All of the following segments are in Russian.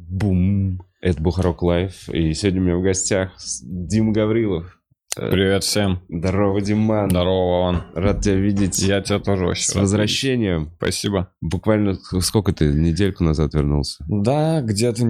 Бум. Это Бухарок Лайв. И сегодня у меня в гостях Дима Гаврилов. Привет всем. Здорово, Диман. Здорово, Ван. Рад тебя видеть. Я тебя тоже очень С возвращением. Спасибо. Буквально сколько ты недельку назад вернулся? Да, где-то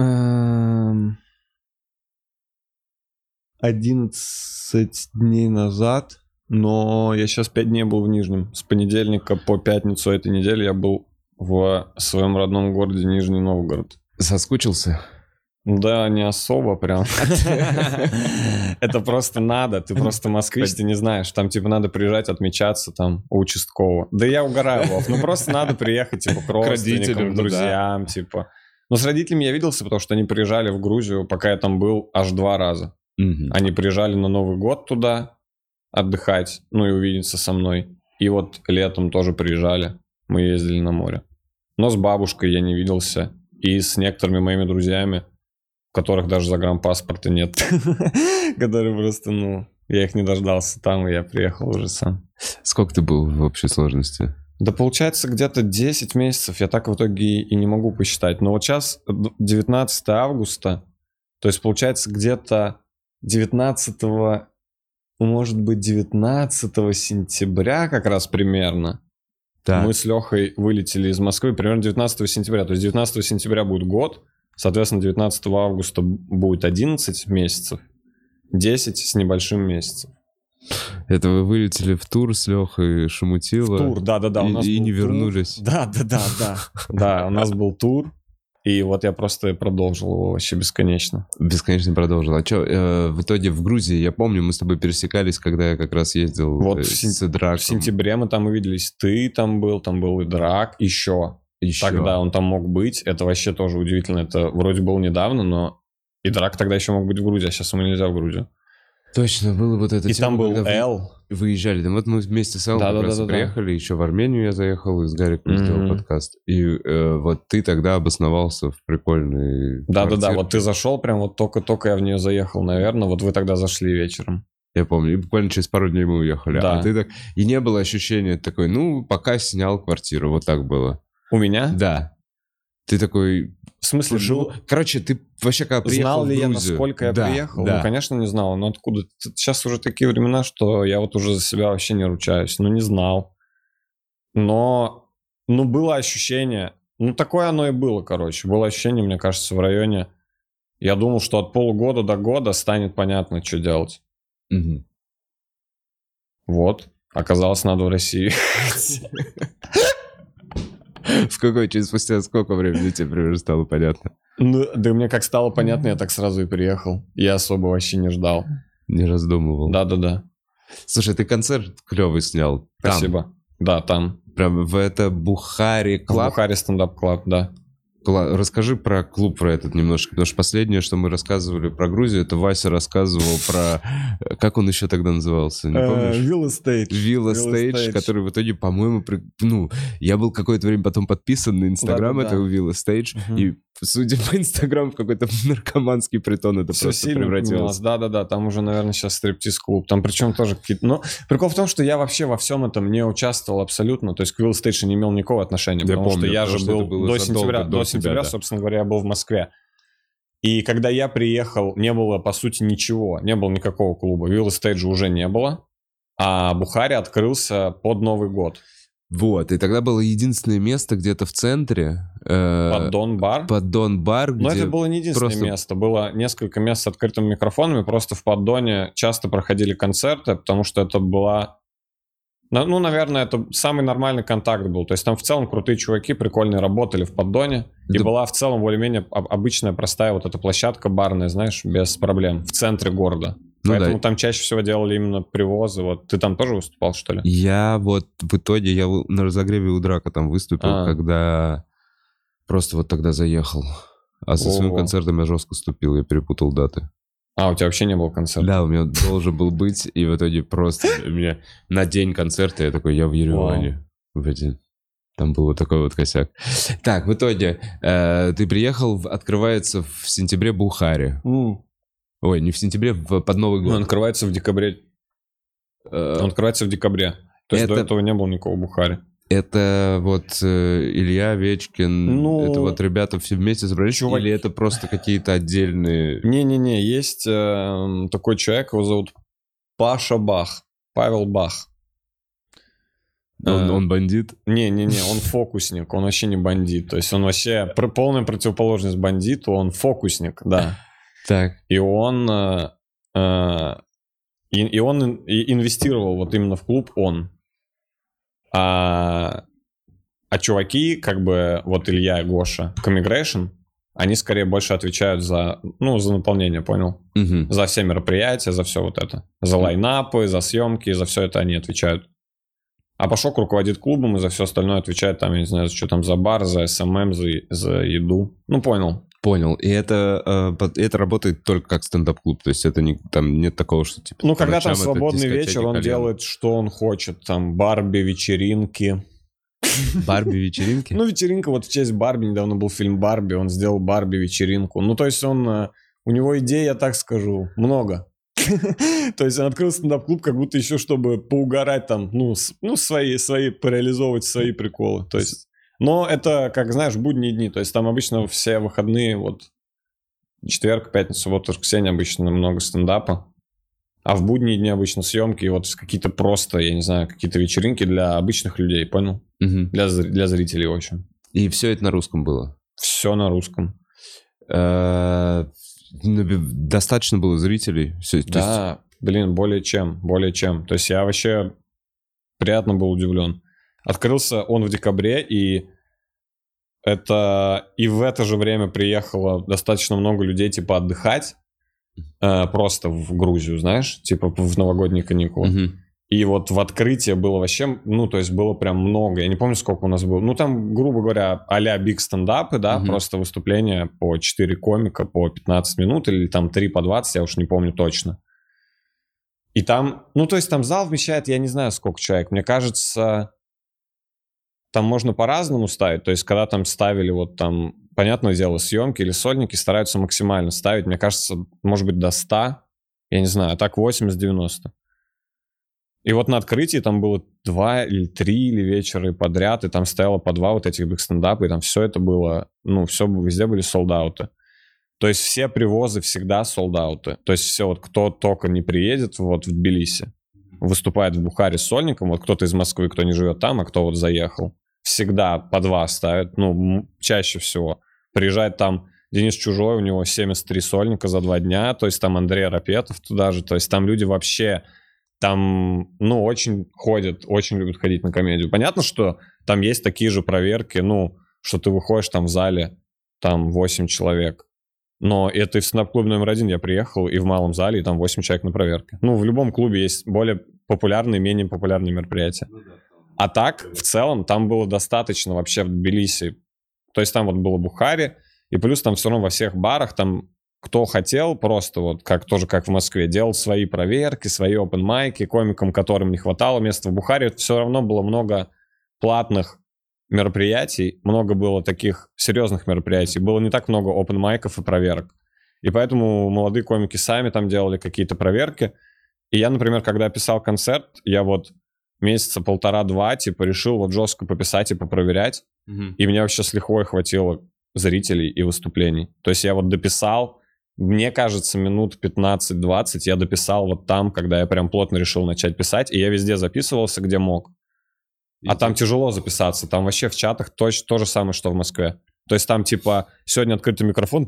11 дней назад. Но я сейчас 5 дней был в Нижнем. С понедельника по пятницу этой недели я был в своем родном городе Нижний Новгород. Соскучился? Да, не особо прям. Это просто надо. Ты просто москвич, ты не знаешь. Там типа надо приезжать, отмечаться там у участкового. Да я угораю, Вов. Ну просто надо приехать типа к родственникам, к друзьям, типа. Но с родителями я виделся, потому что они приезжали в Грузию, пока я там был, аж 2 раза. Они приезжали на Новый год туда отдыхать, ну и увидеться со мной. И вот летом тоже приезжали. Мы ездили на море. Но с бабушкой я не виделся. И с некоторыми моими друзьями, у которых даже загранпаспорта нет. Которые просто, я их не дождался там, и я приехал уже сам. Сколько ты был в общей сложности? Да получается где-то 10 месяцев. Я так в итоге и не могу посчитать. Но вот сейчас 19 августа, то есть получается где-то 19 сентября как раз примерно. Так. Мы с Лехой вылетели из Москвы примерно 19 сентября. То есть 19 сентября будет год. Соответственно, 19 августа будет 11 месяцев. 10 с небольшим месяцев. Это вы вылетели в тур с Лехой Шамутила? В тур, да-да-да. И не вернулись? Да. Да, у нас был тур. И вот я просто продолжил его вообще бесконечно. Бесконечно продолжил. А что, в итоге в Грузии, я помню, мы с тобой пересекались, когда я как раз ездил вот с Драком. В сентябре мы там увиделись. Ты там был и Драк, еще. Тогда он там мог быть. Это вообще тоже удивительно. Это вроде было недавно, но и Драк тогда еще мог быть в Грузии, а сейчас ему нельзя в Грузию. Точно, было вот это. И там был Эл. Выезжали. Да, вот мы вместе с Эл как раз приехали, еще в Армению я заехал, и с Гариком сделал подкаст. И вот ты тогда обосновался в прикольной Да-да-да, квартирке. вот ты зашел, прям вот только я в нее заехал, наверное. Вот вы тогда зашли вечером. Я помню, и буквально через пару дней мы уехали. Да. А ты так... И не было ощущения такой, пока снял квартиру, вот так было. У меня? Да. Ты такой... В смысле, жил... Короче, ты вообще когда приехал знал ли в я, Грузию... насколько я приехал? Да. Ну, конечно, не знал. Но откуда? Сейчас уже такие времена, что я вот уже за себя вообще не ручаюсь. Не знал. Но, было ощущение... такое оно и было, короче. Было ощущение, мне кажется, в районе... Я думал, что от полугода до года станет понятно, что делать. Угу. Вот. Оказалось, надо в Россию. Спустя сколько времени тебе примерно стало понятно? Да мне как стало понятно, я так сразу и приехал. Я особо вообще не ждал. Не раздумывал. Да. Слушай, ты концерт клевый снял. Спасибо. Да, там. Прям в это Бухари Клаб? Бухари стендап клаб, да. Расскажи про клуб, про этот немножко, потому что последнее, что мы рассказывали про Грузию, это Вася рассказывал про... Как он еще тогда назывался, не помнишь? Villa Stage. Villa Stage, который в итоге, по-моему... я был какое-то время потом подписан на Инстаграм этого Villa Stage, и, судя по Инстаграму, в какой-то наркоманский притон это все просто сильно превратилось. Да, там уже, наверное, сейчас стриптиз-клуб. Там причем тоже какие-то... прикол в том, что я вообще во всем этом не участвовал абсолютно, то есть к Villa Stage не имел никакого отношения, потому что я же был до сентября, собственно говоря, я был в Москве. И когда я приехал, не было, по сути, ничего. Не было никакого клуба. Villa Stage уже не было. А Бухари открылся под Новый год. Вот, и тогда было единственное место где-то в центре. Поддон-бар. Поддон-бар, где... Но это было не единственное место. Было несколько мест с открытыми микрофонами. Просто в Поддоне часто проходили концерты, потому что это была... наверное, это самый нормальный контакт был. То есть там в целом крутые чуваки, прикольные работали в Поддоне. И была в целом более-менее обычная, простая вот эта площадка барная, знаешь, без проблем. В центре города. Поэтому там чаще всего делали именно привозы. Вот ты там тоже выступал, что ли? Я вот в итоге, на разогреве у Драка там выступил, когда просто вот тогда заехал. А со своим концертом я жестко ступил, я перепутал даты. У тебя вообще не было концерта? Да, у меня должен был быть, и в итоге просто мне на день концерта я такой, я в Ереване. Там был вот такой вот косяк. Так, в итоге ты приехал, открывается в сентябре Бухари. Ой, не в сентябре, под Новый год. Он открывается в декабре. То есть до этого не было никакого Бухари. Это вот Илья Вечкин, Ну, это вот ребята все вместе собрались, или это просто какие-то отдельные... Не-не-не, есть такой человек, его зовут Паша Бах, Павел Бах. Он бандит? Не-не-не, он фокусник, он вообще не бандит. То есть он вообще полная противоположность бандиту, он фокусник, да. Так. И он инвестировал вот именно в клуб он. А чуваки, как бы, вот Илья и Гоша, Comigration, они скорее больше отвечают за наполнение, понял? Угу. За все мероприятия, за все вот это. За лайнапы, за съемки, за все это они отвечают. А Пашок руководит клубом и за все остальное отвечает, там, я не знаю, что там за бар, за СММ, за еду. Ну, понял. Понял. И это работает только как стендап-клуб, то есть это там нет такого, что типа... Ну, когда там свободный вечер, он делает, что он хочет. Там Барби, вечеринки. Барби-вечеринки? Ну, вечеринка, вот в честь Барби, недавно был фильм Барби, он сделал Барби-вечеринку. Ну, то есть у него идей, я так скажу, много. То есть он открыл стендап-клуб, как будто еще, чтобы поугарать там, свои пореализовывать свои приколы. То есть, но это, как знаешь, будние дни. То есть там обычно все выходные, вот четверг, пятница, суббота, воскресенье обычно много стендапа. А в будние дни обычно съемки, и вот какие-то просто, я не знаю, какие-то вечеринки для обычных людей, понял? Угу. Для зрителей, в общем. И все это на русском было? Все на русском. Достаточно было зрителей? Да, блин, более чем. То есть я вообще приятно был удивлен. Открылся он в декабре, и в это же время приехало достаточно много людей, типа, отдыхать. Просто в Грузию, знаешь, типа в новогодние каникулы. Угу. И вот в открытии было вообще, то есть было прям много. Я не помню, сколько у нас было. Там, грубо говоря, а-ля биг стендапы, да, просто выступления по 4 комика по 15 минут или там 3 по 20, я уж не помню точно. И там, то есть там зал вмещает, я не знаю, сколько человек. Мне кажется, там можно по-разному ставить. То есть когда там ставили вот там, понятное дело, съемки или сольники, стараются максимально ставить. Мне кажется, может быть, до 100, я не знаю, а так 80-90. И вот на открытии там было 2 или 3 или вечера подряд, и там стояло по 2 вот этих биг-стендапа, и там все это было, все везде были солдауты. То есть все привозы всегда солдауты. То есть все, вот кто только не приедет вот в Тбилиси, выступает в Бухаре с сольником, вот кто-то из Москвы, кто не живет там, а кто вот заехал, всегда по 2 ставят, чаще всего. Приезжает там Денис Чужой, у него 73 сольника за 2 дня, то есть там Андрей Рапетов туда же, то есть там люди вообще... Там, очень ходят, очень любят ходить на комедию. Понятно, что там есть такие же проверки, что ты выходишь там в зале, там 8 человек. Но это и в стендап-клуб номер 1 я приехал, и в малом зале, и там 8 человек на проверке. В любом клубе есть более популярные и менее популярные мероприятия. А так, в целом, там было достаточно вообще в Тбилиси. То есть там вот было Бухаре, и плюс там все равно во всех барах там кто хотел, просто вот как в Москве, делал свои проверки, свои опен-майки, комикам, которым не хватало места в Бухаре. Все равно было много платных мероприятий, много было таких серьезных мероприятий. Было не так много опен-майков и проверок. И поэтому молодые комики сами там делали какие-то проверки. И я, например, когда писал концерт, я вот месяца 1,5-2, типа, решил вот жестко пописать и попроверять. И мне вообще с лихвой хватило зрителей и выступлений. То есть я вот дописал, мне кажется, минут 15-20 я дописал вот там, когда я прям плотно решил начать писать, и я везде записывался, где мог. А там тяжело записаться, там вообще в чатах то же самое, что в Москве. То есть там типа сегодня открытый микрофон,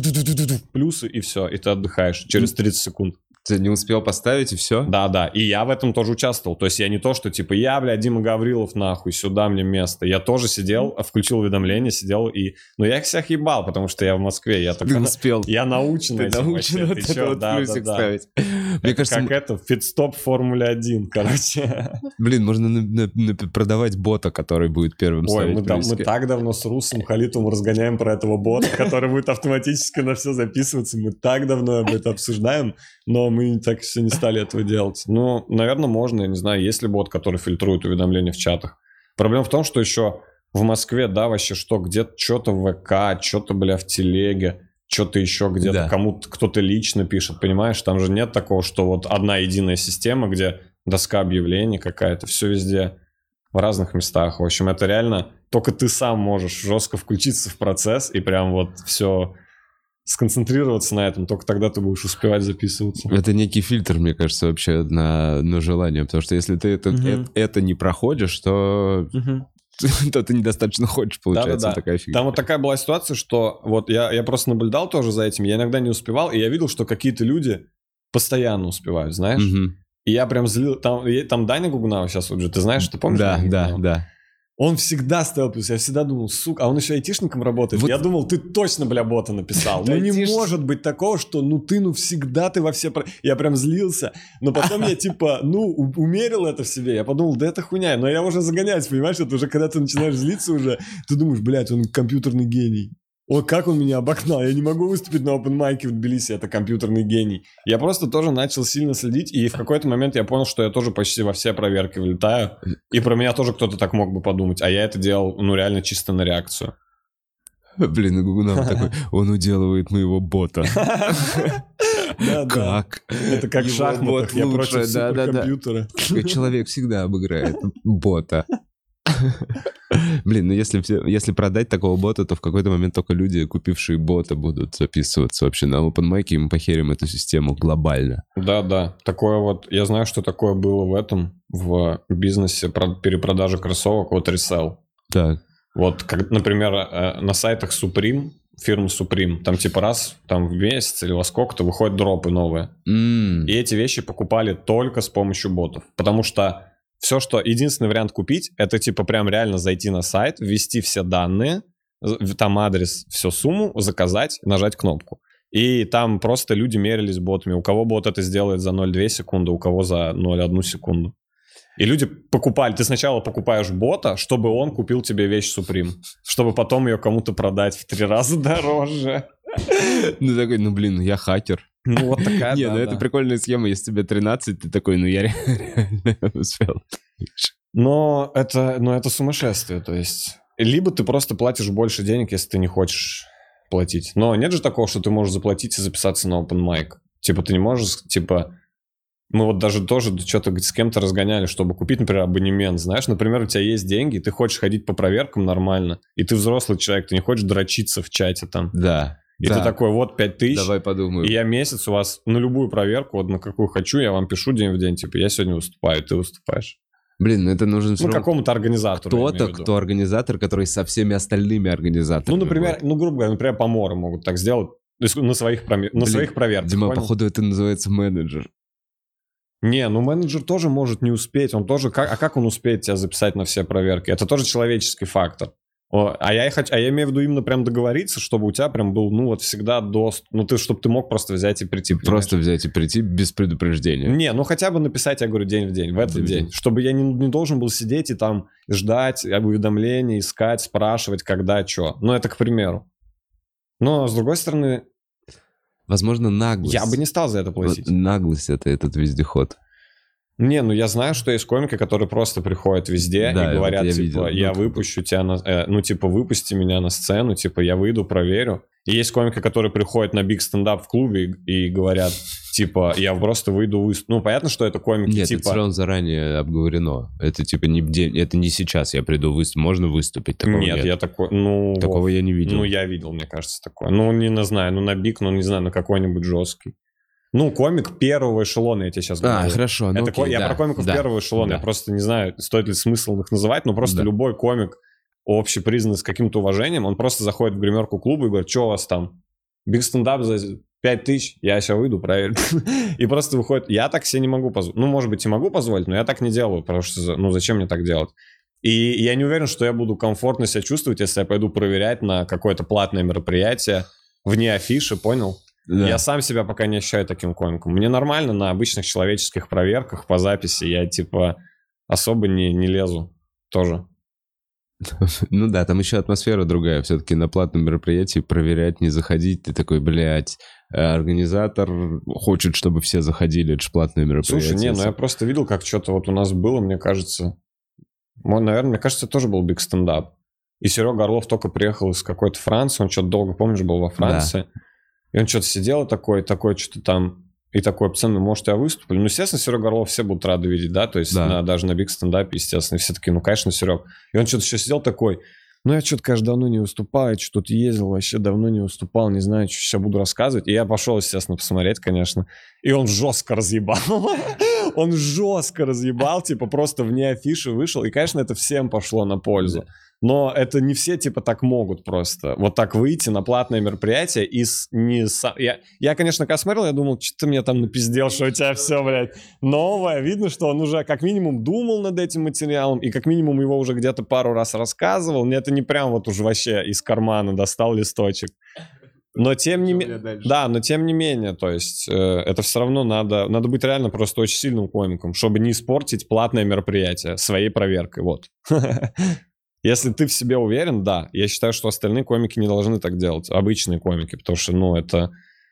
плюсы и все, и ты отдыхаешь через 30 секунд. Ты не успел поставить, и все? Да, и я в этом тоже участвовал. То есть я не то, что типа я, Дима Гаврилов, нахуй, сюда мне место. Я тоже сидел, включил уведомления, сидел и... Но я их всех ебал, потому что я в Москве. Я Ты успел. Я научен этим. Ты научен вот это вот плюсик ставить. Мне кажется... Как это, фидстоп Формуле 1, короче. Блин, можно продавать бота, который будет первым ставить плюсики. Мы так давно с Русом Халитовым разгоняем про этого бота, который будет автоматически на все записываться. Мы так давно об этом обсуждаем, но мы так все не стали этого делать. Наверное, можно, я не знаю, есть ли бот, который фильтрует уведомления в чатах. Проблема в том, что еще в Москве, да, вообще что, где-то что-то в ВК, что-то, в телеге, что-то еще где-то, да. Кому-то кто-то лично пишет, понимаешь? Там же нет такого, что вот одна единая система, где доска объявлений какая-то, все везде в разных местах. В общем, это реально только ты сам можешь жестко включиться в процесс и прям вот все сконцентрироваться на этом, только тогда ты будешь успевать записываться. Это некий фильтр, мне кажется, вообще на желание, потому что если ты это не проходишь, то ты недостаточно хочешь, получается, Да-да-да. такая фигня. Там вот такая была ситуация, что вот я просто наблюдал тоже за этим, я иногда не успевал, и я видел, что какие-то люди постоянно успевают, знаешь? И я прям злил... Там Даня Гугнау сейчас вот же, ты знаешь, ты помнишь? Да. Он всегда ставил плюс. Я всегда думал, сука, а он еще айтишником работает. Вот. Я думал, ты точно, бля, бота написал. Ну не может быть такого, что всегда ты во все... Я прям злился. Но потом я типа, умерил это в себе. Я подумал, да это хуйня. Но я уже загоняюсь, понимаешь? Это уже когда ты начинаешь злиться уже, ты думаешь, блядь, он компьютерный гений. О, как он меня обогнал. Я не могу выступить на open-майке в Тбилиси. Это компьютерный гений. Я просто тоже начал сильно следить. И в какой-то момент я понял, что я тоже почти во все проверки влетаю. И про меня тоже кто-то так мог бы подумать. А я это делал, реально чисто на реакцию. Блин, Гугнау такой, он уделывает моего бота. Как? Это как в шахматах. Я против суперкомпьютера. Человек всегда обыграет бота. Блин, ну если продать такого бота, то в какой-то момент только люди, купившие бота, будут записываться вообще на OpenMic, и мы похерим эту систему глобально. Да. Такое вот, я знаю, что такое было в бизнесе перепродажи кроссовок от Resell. Так. Вот, например, на сайтах Supreme, фирмы Supreme, там типа раз там в месяц или во сколько-то выходят дропы новые. И эти вещи покупали только с помощью ботов, потому что все, что... Единственный вариант купить, это типа прям реально зайти на сайт, ввести все данные, там адрес, всю сумму, заказать, нажать кнопку. И там просто люди мерились ботами. У кого бот это сделает за 0,2 секунды, у кого за 0,1 секунду. И люди покупали... Ты сначала покупаешь бота, чтобы он купил тебе вещь Supreme, чтобы потом ее кому-то продать в 3 раза дороже. Ну такой, блин, я хакер. Ну вот такая, не, это прикольная схема, если тебе 13, ты такой, я реально успел. Но это сумасшествие, то есть... Либо ты просто платишь больше денег, если ты не хочешь платить. Но нет же такого, что ты можешь заплатить и записаться на open mic. Типа ты не можешь, мы вот даже тоже что-то с кем-то разгоняли, чтобы купить, например, абонемент, знаешь. Например, у тебя есть деньги, ты хочешь ходить по проверкам нормально, и ты взрослый человек, ты не хочешь дрочиться в чате там. Да. И ты такой, вот 5000. Давай подумаю. И я месяц у вас на любую проверку, вот на какую хочу, я вам пишу день в день, типа, я сегодня выступаю, ты выступаешь. Блин, это нужен... какому-то организатору. Кто организатор, который со всеми остальными организаторами. Например, грубо говоря, поморы могут так сделать на своих проверках. Дима, походу, это называется менеджер. Не, менеджер тоже может не успеть, он тоже... А как он успеет тебя записать на все проверки? Это тоже человеческий фактор. А я имею в виду именно прям договориться, чтобы у тебя прям был, всегда доступ, чтобы ты мог просто взять и прийти. Просто взять и прийти без предупреждения. Не, хотя бы написать, я говорю, день в день, в этот день. Чтобы я не должен был сидеть и там ждать уведомления, искать, спрашивать, когда, что. Это к примеру. Но, с другой стороны... Возможно, наглость. Я бы не стал за это платить. Наглость — это этот вездеход. Не, я знаю, что есть комики, которые просто приходят везде и говорят, я выпущу тебя выпусти меня на сцену, я выйду, проверю. И есть комики, которые приходят на биг стендап в клубе и говорят, я просто выйду понятно, что это комики, Нет, это все равно заранее обговорено. Это, это не сейчас я приду, можно выступить. Такого нет. Я такой, такого я не видел. Я видел, мне кажется, такое. Не знаю, на биг, не знаю, на какой-нибудь жесткий. Комик первого эшелона, я тебе сейчас говорю. Хорошо. Я про комиков первого эшелона. Я просто не знаю, стоит ли смысл их называть, но просто любой комик, общепризнанный с каким-то уважением, он просто заходит в гримерку клуба и говорит, что у вас там? Биг стендап за 5000, я сейчас выйду, проверю. И просто выходит. Я так себе не могу позволить. Может быть, и могу позволить, но я так не делаю, потому что, зачем мне так делать? И я не уверен, что я буду комфортно себя чувствовать, если я пойду проверять на какое-то платное мероприятие вне афиши, понял? Да. Я сам себя пока не ощущаю таким комиком. Мне нормально на обычных человеческих проверках по записи. Я, особо не лезу тоже. Там еще атмосфера другая. Все-таки на платном мероприятии проверять, не заходить. Ты такой, организатор хочет, чтобы все заходили. Это же платное мероприятие. Слушай, я просто видел, как что-то вот у нас было, мне кажется. Мне кажется, тоже был биг стендап. И Серега Орлов только приехал из какой-то Франции. Он что-то долго, помнишь, был во Франции. Да. И он что-то сидел такой что-то там и такой, пацаны, может, я выступлю? Ну, естественно, Серега Орлов все будут рады видеть, да, то есть даже на биг стендапе, естественно, все такие, ну, конечно, Серег. И он что-то еще сидел такой, ну, я что-то, конечно, давно не выступал, я что-то ездил, вообще давно не выступал, не знаю, что сейчас буду рассказывать. И я пошел, естественно, посмотреть, конечно. И он жестко разъебал. Он жестко разъебал, типа, просто вне афиши вышел. И, конечно, это всем пошло на пользу. Но это не все, типа, так могут просто. Вот так выйти на платное мероприятие и Я, конечно, когда смотрел, я думал, что ты мне там напиздел, что у тебя все, блядь, новое. Видно, что он уже как минимум думал над этим материалом, и как минимум его уже где-то пару раз рассказывал. Мне это не прям вот уже вообще из кармана достал листочек. Но тем не менее... Да, но тем не менее, то есть это все равно надо быть реально просто очень сильным комиком, чтобы не испортить платное мероприятие своей проверкой, вот. Если ты в себе уверен, да. Я считаю, что остальные комики не должны так делать. Обычные комики. Потому что, ну, это...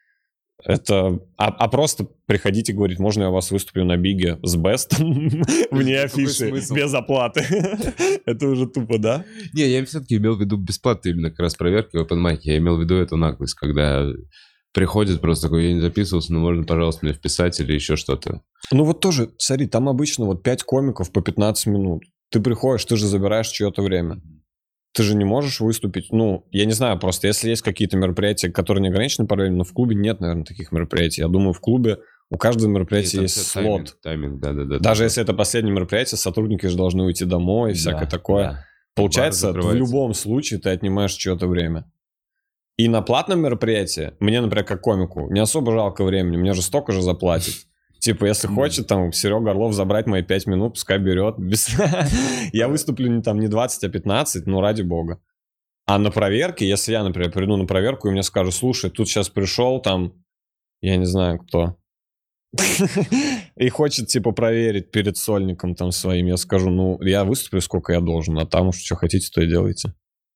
А просто приходите и говорить, можно я у вас выступлю на биге с бестом вне афиши, без оплаты. Это уже тупо, да? Не, я все-таки имел в виду бесплатно именно как раз проверки в опенмайке. Я имел в виду эту наглость, когда приходит просто такой, я не записывался, но можно, пожалуйста, меня вписать или еще что-то. Ну вот тоже, смотри, там обычно вот 5 комиков по 15 минут. Ты приходишь, ты же забираешь чье-то время. Ты же не можешь выступить. Ну, я не знаю, просто если есть какие-то мероприятия, которые не ограничены по времени, но в клубе нет, наверное, таких мероприятий. Я думаю, в клубе у каждого мероприятия есть слот. Тайминг, да. Даже если это последнее мероприятие, сотрудники же должны уйти домой и всякое такое. Да. Получается, в любом случае ты отнимаешь чье-то время. И на платном мероприятии, мне, например, как комику, не особо жалко времени, мне же столько же заплатят. Типа, если хочет, там, Серега Орлов забрать мои 5 минут, пускай берет. Я выступлю не 20, а 15, ну, ради бога. А на проверке, если я, например, приду на проверку и мне скажут, слушай, тут сейчас пришел там, я не знаю кто, и хочет, типа, проверить перед сольником там своим, я скажу, ну, я выступлю, сколько я должен, а там уж что хотите, то и делайте.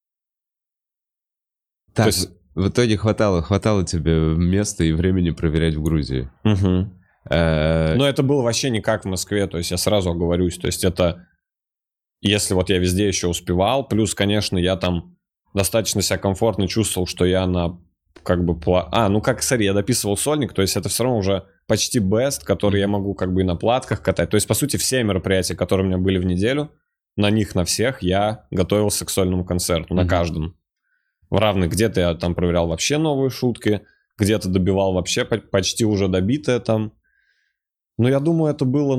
Так, в итоге хватало тебе места и времени проверять в Грузии. Угу. Но это было вообще не как в Москве, то есть я сразу оговорюсь, то есть это, если вот я везде еще успевал, плюс, конечно, я там достаточно себя комфортно чувствовал, что я на, как бы, я дописывал сольник, то есть это все равно уже почти бест, который я могу как бы и на платках катать, то есть, по сути, все мероприятия, которые у меня были в неделю, на них, на всех я готовился к сольному концерту, на каждом. В равных, где-то я там проверял вообще новые шутки, где-то добивал вообще почти уже добитое там. Но я думаю, это было,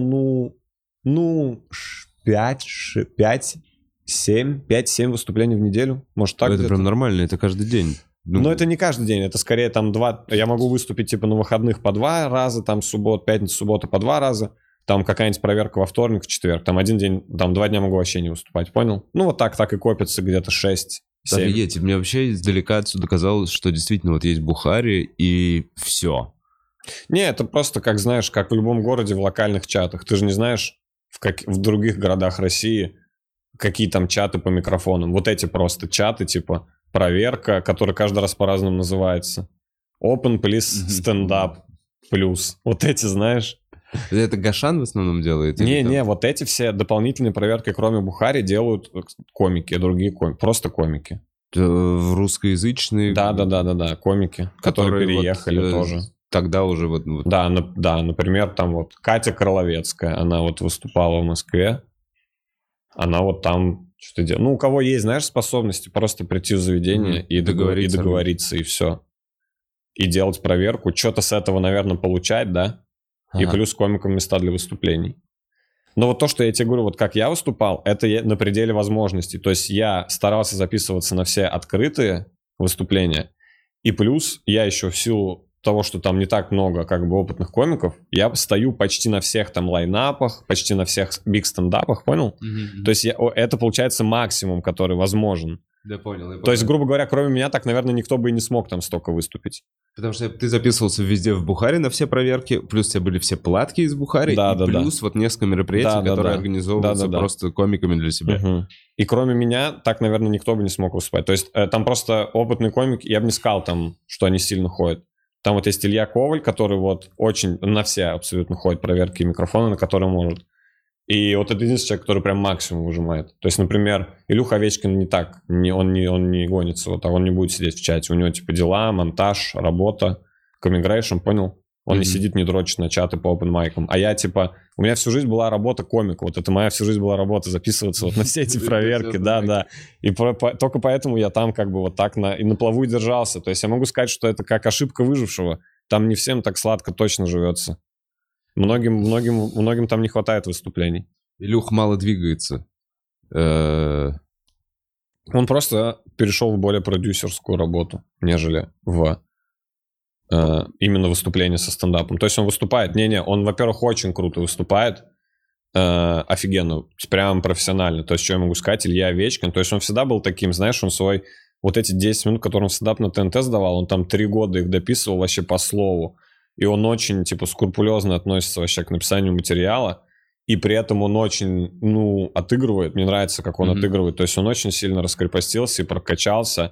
5-7 выступлений в неделю. Может, так. Это прям нормально, это каждый день. Но это не каждый день, это скорее там 2... Я могу выступить типа на выходных по 2 раза, там пятница, суббота по 2 раза, там какая-нибудь проверка во вторник, в четверг, там один день, там 2 дня могу вообще не выступать, понял? Ну вот так и копится где-то 6. Офигеть, мне вообще издалека отсюда казалось, что действительно вот есть Бухари и все. Не, это просто, как знаешь, как в любом городе в локальных чатах. Ты же не знаешь в других городах России, какие там чаты по микрофонам. Вот эти просто чаты, типа проверка, которая каждый раз по-разному называется. Open, please, stand up, плюс. Вот эти, знаешь. Это Гашан в основном делает? Не, вот эти все дополнительные проверки, кроме Бухари, делают комики, другие комики, просто комики. В русскоязычные? Да, комики, которые переехали вот, тоже. Тогда уже вот... Да, например, там вот Катя Кроловецкая, она вот выступала в Москве, она вот там что-то делала. Ну, у кого есть, знаешь, способности просто прийти в заведение и договориться, и все. И делать проверку, что-то с этого, наверное, получать, да? И плюс комикам места для выступлений. Но вот то, что я тебе говорю, вот как я выступал, это на пределе возможностей. То есть я старался записываться на все открытые выступления. И плюс я еще в силу того, что там не так много как бы опытных комиков, я стою почти на всех там лайнапах, почти на всех биг-стендапах, понял? То есть это получается максимум, который возможен. Да, понял. То есть, грубо говоря, кроме меня, так, наверное, никто бы и не смог там столько выступить. Потому что ты записывался везде в Бухаре на все проверки, плюс у тебя были все платки из Бухари, плюс вот несколько мероприятий, которые организовываются просто комиками для себя. И кроме меня, так, наверное, никто бы не смог выступать. То есть там просто опытный комик, я бы не сказал там, что они сильно ходят. Там вот есть Илья Коваль, который вот очень на все абсолютно ходит проверки микрофона, на которые может. И вот это единственный человек, который прям максимум выжимает. То есть, например, Илюха Овечкин не так, он не гонится, вот, а он не будет сидеть в чате. У него типа дела, монтаж, работа, коммигрейшн, понял? Он не сидит, не дрочит на чаты по опенмайкам. А я, типа, у меня всю жизнь была работа комика. Вот это моя всю жизнь была работа, записываться вот на все эти проверки, да. И только поэтому я там как бы вот так и на плаву держался. То есть я могу сказать, что это как ошибка выжившего. Там не всем так сладко точно живется. Многим там не хватает выступлений. Илюх мало двигается. Он просто перешел в более продюсерскую работу, нежели в именно выступление со стендапом. То есть он выступает, он, во-первых, очень круто выступает, офигенно, прям профессионально. То есть, что я могу сказать, Илья Овечкин, то есть он всегда был таким, знаешь, он свой, вот эти 10 минут, которые он стендап на ТНТ сдавал, он там 3 года их дописывал вообще по слову, и он очень, типа, скрупулезно относится вообще к написанию материала, и при этом он очень, отыгрывает, мне нравится, как он отыгрывает, то есть он очень сильно раскрепостился и прокачался,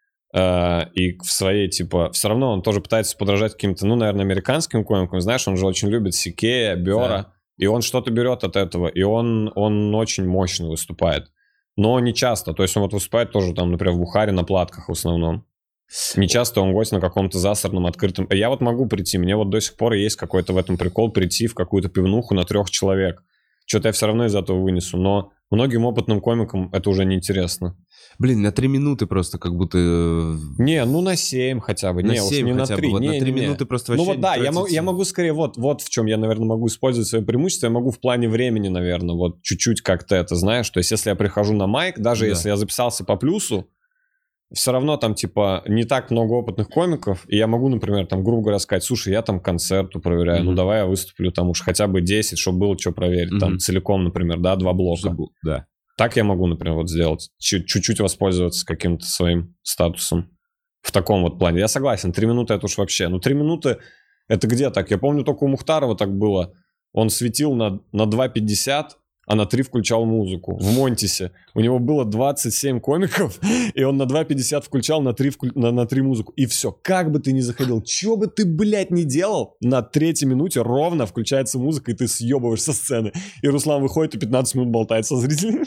и в своей, типа, все равно он тоже пытается подражать каким-то, наверное, американским комикам, знаешь, он же очень любит Сикея, Бёра, да. И он что-то берет от этого, и он очень мощно выступает, но не часто, то есть он вот выступает тоже там, например, в Бухаре на платках в основном, не часто он гость на каком-то засорном открытом, я вот могу прийти, мне вот до сих пор есть какой-то в этом прикол прийти в какую-то пивнуху на 3 человек, что-то я все равно из этого вынесу, но многим опытным комикам это уже неинтересно. Блин, на 3 минуты просто как будто... Не, на 7 хотя бы. На не, 7 уж не хотя на 3. бы. Вот на 3 минуты просто вообще... Ну вот да, я могу скорее, вот в чем я, наверное, могу использовать свое преимущество, я могу в плане времени, наверное, вот чуть-чуть как-то это, знаешь, то есть если я прихожу на майк, даже если я записался по плюсу, все равно там, типа, не так много опытных комиков, и я могу, например, там, грубо говоря, сказать, слушай, я там концерту проверяю, давай я выступлю там уж хотя бы 10, чтобы было что проверить, там, целиком, например, да, 2 блока. Да. Так я могу, например, вот сделать, чуть-чуть воспользоваться каким-то своим статусом в таком вот плане. Я согласен, 3 минуты это уж вообще. 3 минуты это где так? Я помню, только у Мухтарова так было. Он светил на 2.50, а на 3 включал музыку в Монтисе. У него было 27 комиков, и он на 2.50 включал на 3 музыку. И все, как бы ты ни заходил, что бы ты, блядь, ни делал, на 3-й минуте ровно включается музыка, и ты съебываешь со сцены. И Руслан выходит и 15 минут болтает со зрителями.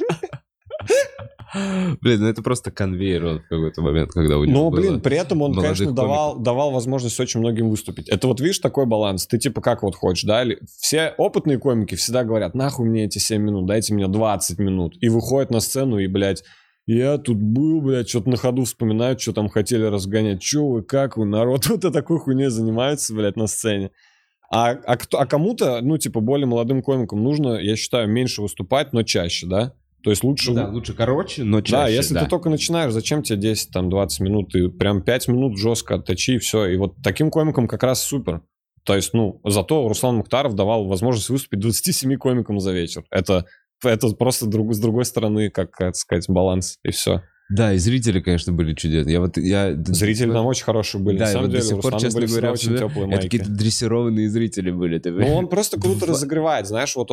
Блин, это просто конвейер в какой-то момент, когда у него было при этом он, конечно, давал возможность очень многим выступить. Это вот, видишь, такой баланс. Ты типа как вот хочешь, да? Все опытные комики всегда говорят, нахуй мне эти 7 минут, дайте мне 20 минут. И выходят на сцену и, блядь, я тут был, блядь, что-то на ходу вспоминают, что там хотели разгонять. Че вы, как вы, народ вот такой хуйней занимается, блядь, на сцене. А кому-то, типа, более молодым комикам нужно, я считаю, меньше выступать, но чаще, да? То есть лучше... Да, лучше короче, но чаще. Да, если ты только начинаешь, зачем тебе 10-20 минут? Ты прям 5 минут жестко отточи, и все. И вот таким комикам как раз супер. То есть, зато Руслан Мухтаров давал возможность выступить 27 комикам за вечер. Это просто с другой стороны, как сказать, баланс, и все. Да, и зрители, конечно, были чудесные. Зрители там очень хорошие были. Да, на самом деле, до сих пор, честно говоря, очень теплые майки. Это какие-то дрессированные зрители были. Он просто круто разогревает, знаешь, вот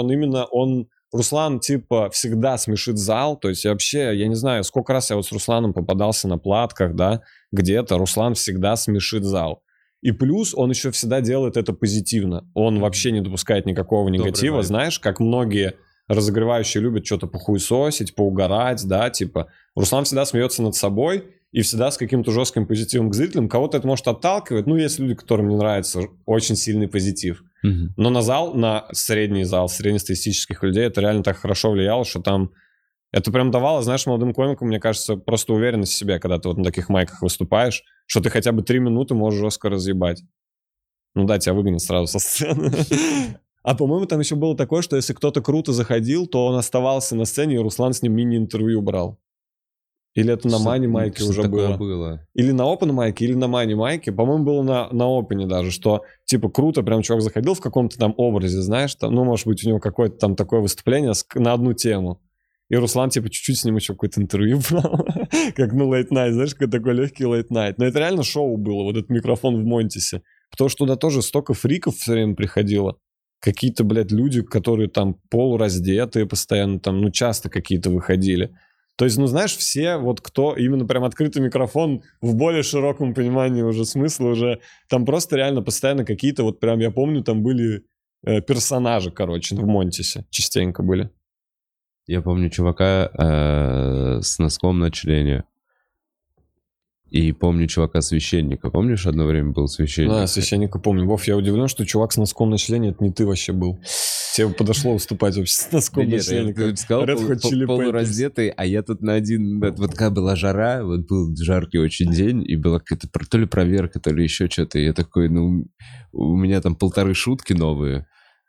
Руслан, типа, всегда смешит зал, то есть вообще, я не знаю, сколько раз я вот с Русланом попадался на платках, да, где-то, Руслан всегда смешит зал. И плюс он еще всегда делает это позитивно, он вообще не допускает никакого негатива, знаешь, как многие разогревающие любят что-то похуесосить, поугарать, да, типа, Руслан всегда смеется над собой и всегда с каким-то жестким позитивом к зрителям, кого-то это может отталкивать, есть люди, которым не нравится очень сильный позитив. Но на средний зал, среднестатистических людей это реально так хорошо влияло, что там это прям давало, знаешь, молодым комикам, мне кажется, просто уверенность в себе, когда ты вот на таких майках выступаешь, что ты хотя бы 3 минуты можешь жестко разъебать. Да, тебя выгонят сразу со сцены. А по-моему, там еще было такое, что если кто-то круто заходил, то он оставался на сцене, и Руслан с ним мини-интервью брал. Или это на мани-майке уже было? Или на опен-майке, или на мани-майке. По-моему, было на опене даже, что, типа, круто, прям чувак заходил в каком-то там образе, знаешь, там, может быть, у него какое-то там такое выступление на одну тему. И Руслан, типа, чуть-чуть с ним еще какое-то интервью брал. Как late night, знаешь, какой такой легкий late night. Но это реально шоу было, вот этот микрофон в Монтисе. Потому что туда тоже столько фриков все время приходило. Какие-то, блядь, люди, которые там полураздетые постоянно, там, часто какие-то выходили. То есть, знаешь, все, вот кто именно прям открытый микрофон в более широком понимании уже смысла, уже там просто реально постоянно какие-то, вот прям я помню, там были персонажи, короче, в Монтисе частенько были. Я помню чувака с носком на члене. И помню чувака-священника. Помнишь, одно время был священник? Да, священника помню. Вов, я удивлен, что чувак с носком на члене, это не ты вообще был. Тебе подошло выступать вообще с носком на члене. Ты сказал, полураздетый, а я тут на один... Вот когда была жара, вот был жаркий очень день, и была какая-то то ли проверка, то ли еще что-то. И я такой, у меня там 1,5 шутки новые. И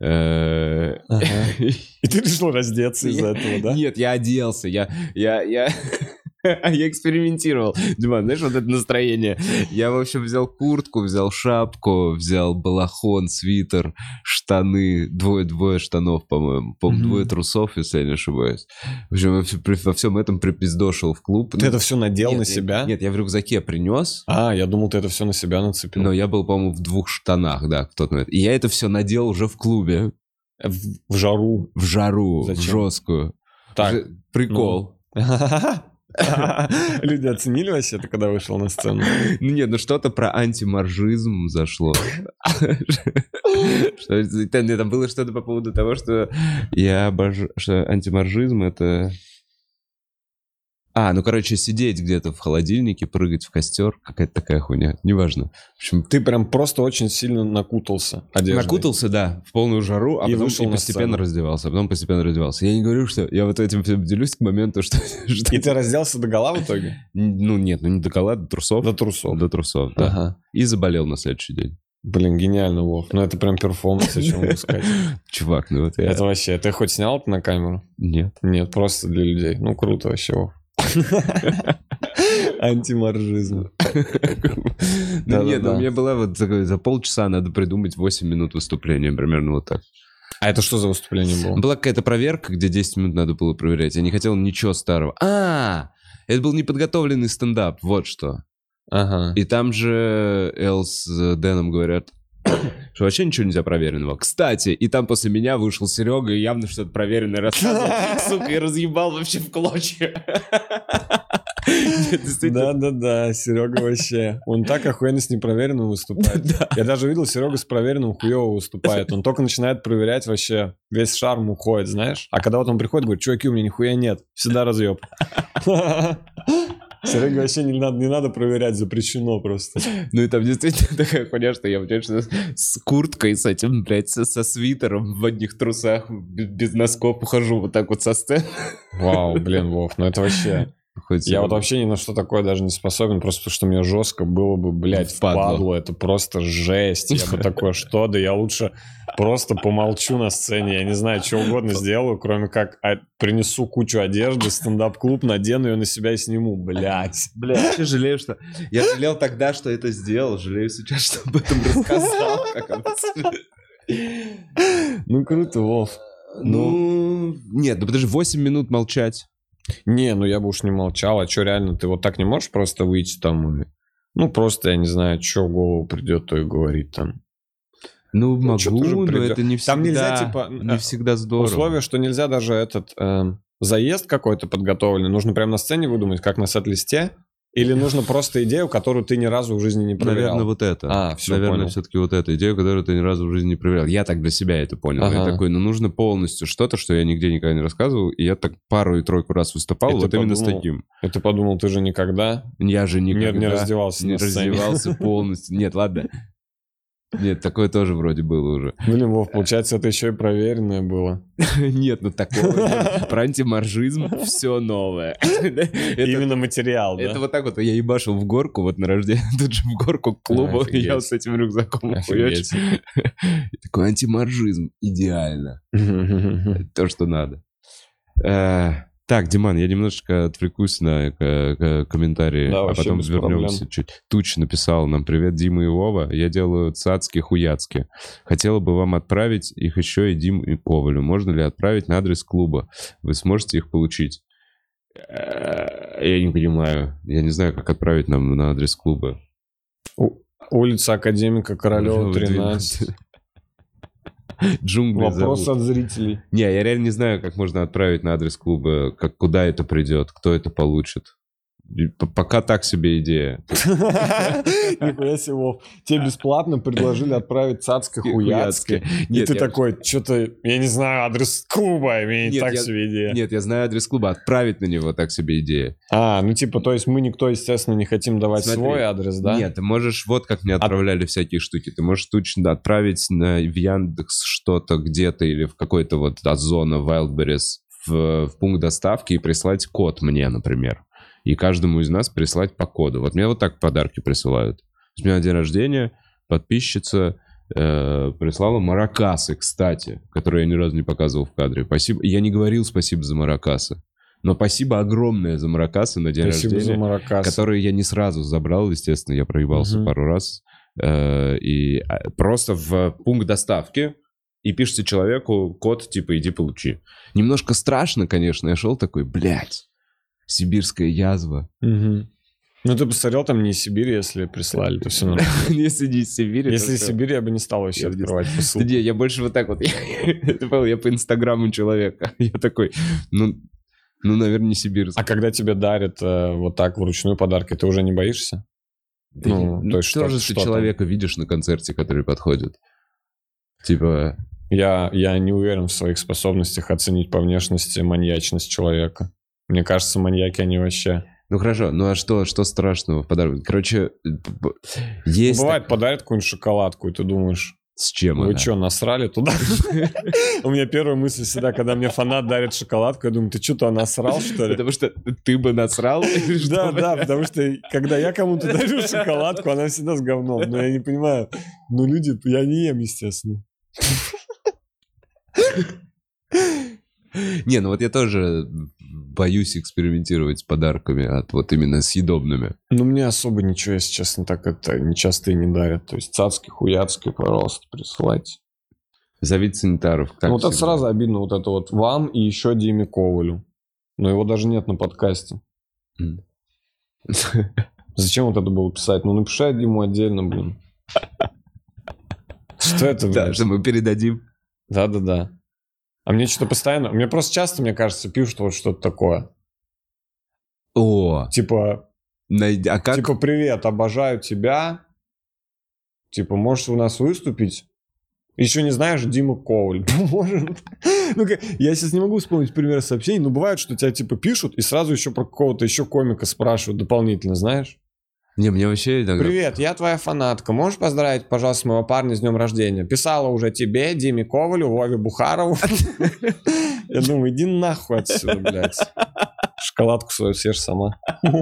ты решил раздеться из-за этого, да? Нет, я оделся, я экспериментировал. Диман, знаешь, вот это настроение. Я, в общем, взял куртку, взял шапку, взял балахон, свитер, штаны, двое штанов, по-моему, двое трусов, если я не ошибаюсь. В общем, во всем этом припиздошил в клуб. Ты это все надел на себя? Нет, я в рюкзаке принес. Я думал, ты это все на себя нацепил. Но я был, по-моему, в 2 штанах, да, в тот момент. И я это все надел уже в клубе. В жару? В жару, зачем? В жесткую. Так. Прикол. Люди оценили вообще это, когда вышел на сцену? Нет, что-то про антиморжизм зашло. Там было что-то по поводу того, что что антиморжизм — это... сидеть где-то в холодильнике, прыгать в костер, какая-то такая хуйня, неважно. В общем, ты прям просто очень сильно накутался одеждой. Накутался, да, в полную жару, а потом постепенно раздевался. Я не говорю, что я вот этим делюсь к моменту, что... И ты разделся догола в итоге? Нет, не догола, до трусов. До трусов. До трусов, да. Ага. И заболел на следующий день. Блин, гениально, Вов. Это прям перформанс, о чем могу сказать. Чувак, Это вообще... Ты хоть снял это на камеру? Нет. Нет, просто для людей. Круто вообще, Вов. Антиморжизм. Нет, у меня была вот за полчаса надо придумать 8 минут выступления, примерно вот так. А это что за выступление было? Была какая-то проверка, где 10 минут надо было проверять. Я не хотел ничего старого. Это был неподготовленный стендап, вот что. Ага. И там же Эл с Дэном говорят, что вообще ничего нельзя проверенного. Кстати, и там после меня вышел Серега и явно что-то проверенное рассказывал. Сука, и разъебал вообще в клочья. Да, Серега вообще. Он так охуенно с непроверенным выступает. Я даже видел, Серега с проверенным хуёво выступает. Он только начинает проверять, вообще весь шарм уходит, знаешь. А когда вот он приходит, говорит, чуваки, у меня нихуя нет. Всегда разъеб. Сереге вообще не надо проверять, запрещено просто. И там действительно такая хуйня, что я, конечно, с курткой, с этим, блядь, со свитером в одних трусах, без носков ухожу вот так вот со сцены. Вау, блин, Вов, это вообще... Я вот вообще ни на что такое даже не способен, просто потому что мне жестко было бы, блядь, впадло. Это просто жесть. Я бы такое, что? Да я лучше просто помолчу на сцене. Я не знаю, что угодно сделаю, кроме как принесу кучу одежды, стендап-клуб, надену ее на себя и сниму. Блядь. Бля, вообще жалею, что... Я жалел тогда, что это сделал. Жалею сейчас, что об этом рассказал. Круто, Вов. Нет, подожди, 8 минут молчать. Не, я бы уж не молчал. А что, реально, ты вот так не можешь просто выйти там и... просто, я не знаю, что в голову придет, то и говорить там. Могу, но это не всегда... Там нельзя, не всегда здорово. Условие, что нельзя даже этот заезд какой-то подготовленный. Нужно прямо на сцене выдумать, как на сет-листе. Или нужно просто идею, которую ты ни разу в жизни не проверял? Наверное, вот это. Все, наверное, понял. Все-таки вот эту идею, которую ты ни разу в жизни не проверял. Я так для себя это понял. Я такой, нужно полностью что-то, что я нигде никогда не рассказывал. И я так 2 и 3 раз выступал вот именно с таким. И ты подумал, ты же никогда? Я же никогда не раздевался не раздевался полностью. Нет, ладно. Нет, такое тоже вроде было уже. Блин, Вов, получается, это еще и проверенное было. Нет, такого нет. Про антиморжизм все новое. Именно материал, да? Это вот так вот я ебашил в горку вот на рождение, тут же в горку к клубу, и я вот с этим рюкзаком хуячу. И такой антиморжизм. Идеально. То, что надо. Так, Диман, я немножечко отвлекусь на комментарии, да, а потом вернемся чуть. Туч написал нам: «Привет, Дима и Вова, я делаю цацки-хуяцки. Хотела бы вам отправить их еще и Дим и Ковалю. Можно ли отправить на адрес клуба? Вы сможете их получить?» Я не понимаю. Я не знаю, как отправить нам на адрес клуба. Улица Академика Королева, 13. Джунгли Вопрос зовут. от зрителей. Не, я реально не знаю, как можно отправить на адрес клуба, куда это придет, кто это получит. Пока так себе идея. Нихуя себе, Вов. Тебе бесплатно предложили отправить цацко-хуяцки. И ты такой, что-то, я не знаю, адрес клуба, имеет так себе идея. Нет, я знаю адрес клуба, отправить на него так себе идея. Ну типа, то есть мы никто, естественно, не хотим давать свой адрес, да? Нет, ты можешь, вот как мне отправляли всякие штуки, ты можешь точно отправить в Яндекс что-то где-то или в какой-то вот Озона, Wildberries в пункт доставки и прислать код мне, например. И каждому из нас прислать по коду. Вот мне вот так подарки присылают. У меня день рождения, подписчица прислала маракасы, кстати, которые я ни разу не показывал в кадре. Спасибо. Я не говорил спасибо за маракасы. Но спасибо огромное за маракасы на день рождения, которые я не сразу забрал, естественно, я проебался пару раз. И просто в пункт доставки и пишите человеку код, типа, иди получи. Немножко страшно, конечно. Я шел такой, блядь. Сибирская язва. Ну, ты посмотрел, там не из Сибири, если прислали, то все нормально. Если не из Сибири, если из Сибири, я бы не стал вообще открывать посылку. Не, я больше вот так вот. Я по инстаграму человека. Я такой, ну, наверное, не сибирский. А когда тебе дарят вот так вручную подарки, ты уже не боишься? То есть что человека видишь на концерте, который подходит. Типа... Я не уверен в своих способностях оценить по внешности маньячность человека. Мне кажется, маньяки, они вообще... Ну хорошо, ну а что страшного в подарок? Короче, есть... Бывает, подарят какую-нибудь шоколадку, и ты думаешь... С чем Вы что, насрали туда? У меня первая мысль всегда, когда мне фанат дарит шоколадку, я думаю, ты что-то насрал, что ли? Потому что ты бы насрал? Да, потому что когда я кому-то дарю шоколадку, она всегда с говном. Но я не понимаю. Ну люди, я не ем, естественно. Не, ну вот я тоже боюсь экспериментировать с подарками, вот именно съедобными. Ну, мне особо ничего, если честно, так это не часто и не дарят. То есть цацки, хуяцки, пожалуйста, присылайте. Зовите санитаров. Ну, вот это сразу обидно, вот это вот вам и еще Диме Ковалю. Но его даже нет на подкасте. Зачем вот это было писать? Ну, напиши Диму отдельно, блин. Что это, блин? Да, что мы передадим. Да. А мне что-то постоянно... Мне просто часто, мне кажется, пишут вот что-то такое. Типа... А как? Типа, привет, обожаю тебя. Типа, можешь у нас выступить? Еще не знаешь Дима Коваль. Ну-ка, я сейчас не могу вспомнить пример сообщений, но бывает, что тебя типа пишут и сразу еще про какого-то еще комика спрашивают дополнительно, знаешь? Не, мне вообще... Привет, я твоя фанатка. Можешь поздравить, пожалуйста, моего парня с днем рождения? Писала уже тебе, Диме Ковалю, Вове Бухарову. Я думаю, иди нахуй отсюда, блядь. Шоколадку свою съешь сама.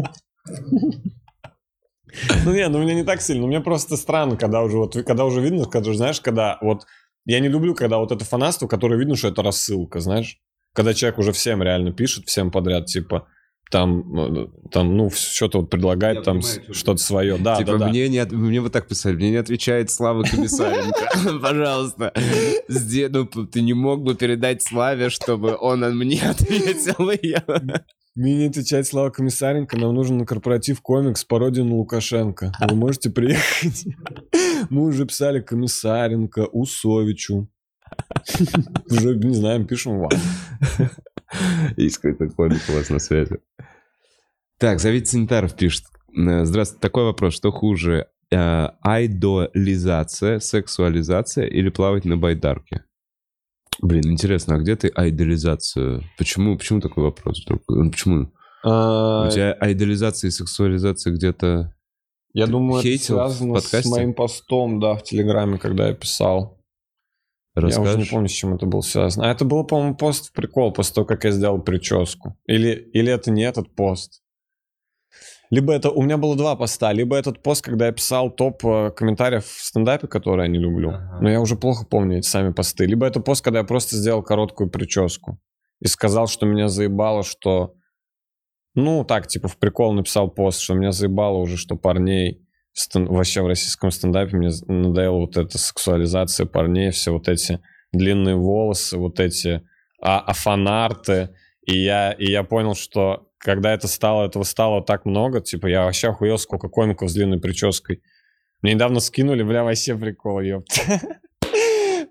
Ну не, ну мне не так сильно. Мне просто странно, когда уже видно, когда знаешь, когда вот... Я не люблю, когда вот это фанатство, которое видно, что это рассылка, знаешь? Когда человек уже всем реально пишет, всем подряд, типа... Там, ну, что-то вот предлагает, там что-то свое. Да, типа, да. Мне вот так писали, мне не отвечает Слава Комиссаренко. Пожалуйста, ты не мог бы передать Славе, чтобы он мне ответил? Мне не отвечает Слава Комиссаренко, нам нужен на корпоратив комикс пародия на Лукашенко. Вы можете приехать? Мы уже писали Комиссаренко, Усовичу. Уже, не знаем, пишем вам. Есть какой-то комик у вас на связи. Так, зовите санитаров, пишет. Здравствуйте, такой вопрос. Что хуже? Айдолизация, сексуализация или плавать на байдарке? Блин, интересно, а где ты айдолизацию? Почему такой вопрос? Почему? У тебя айдолизация и сексуализация где-то... Я думаю, это связано с моим постом, да, в Телеграме, когда я писал. Расскажешь? Я уже не помню, с чем это было связано. А это был, по-моему, пост в прикол после того, как я сделал прическу. Или это не этот пост. Либо это... У меня было два поста. Либо этот пост, когда я писал топ комментариев в стендапе, которые я не люблю. Но я уже плохо помню эти сами посты. Либо это пост, когда я просто сделал короткую прическу. И сказал, что меня заебало, что... Ну, так, типа, в прикол написал пост, что меня заебало уже, что парней... Вообще в российском стендапе мне надоела вот эта сексуализация парней, все вот эти длинные волосы, вот эти фанарты. И я понял, что когда этого стало так много, типа я вообще охуел, сколько комиков с длинной прической. Мне недавно скинули, бля, вообще прикол, ёпта.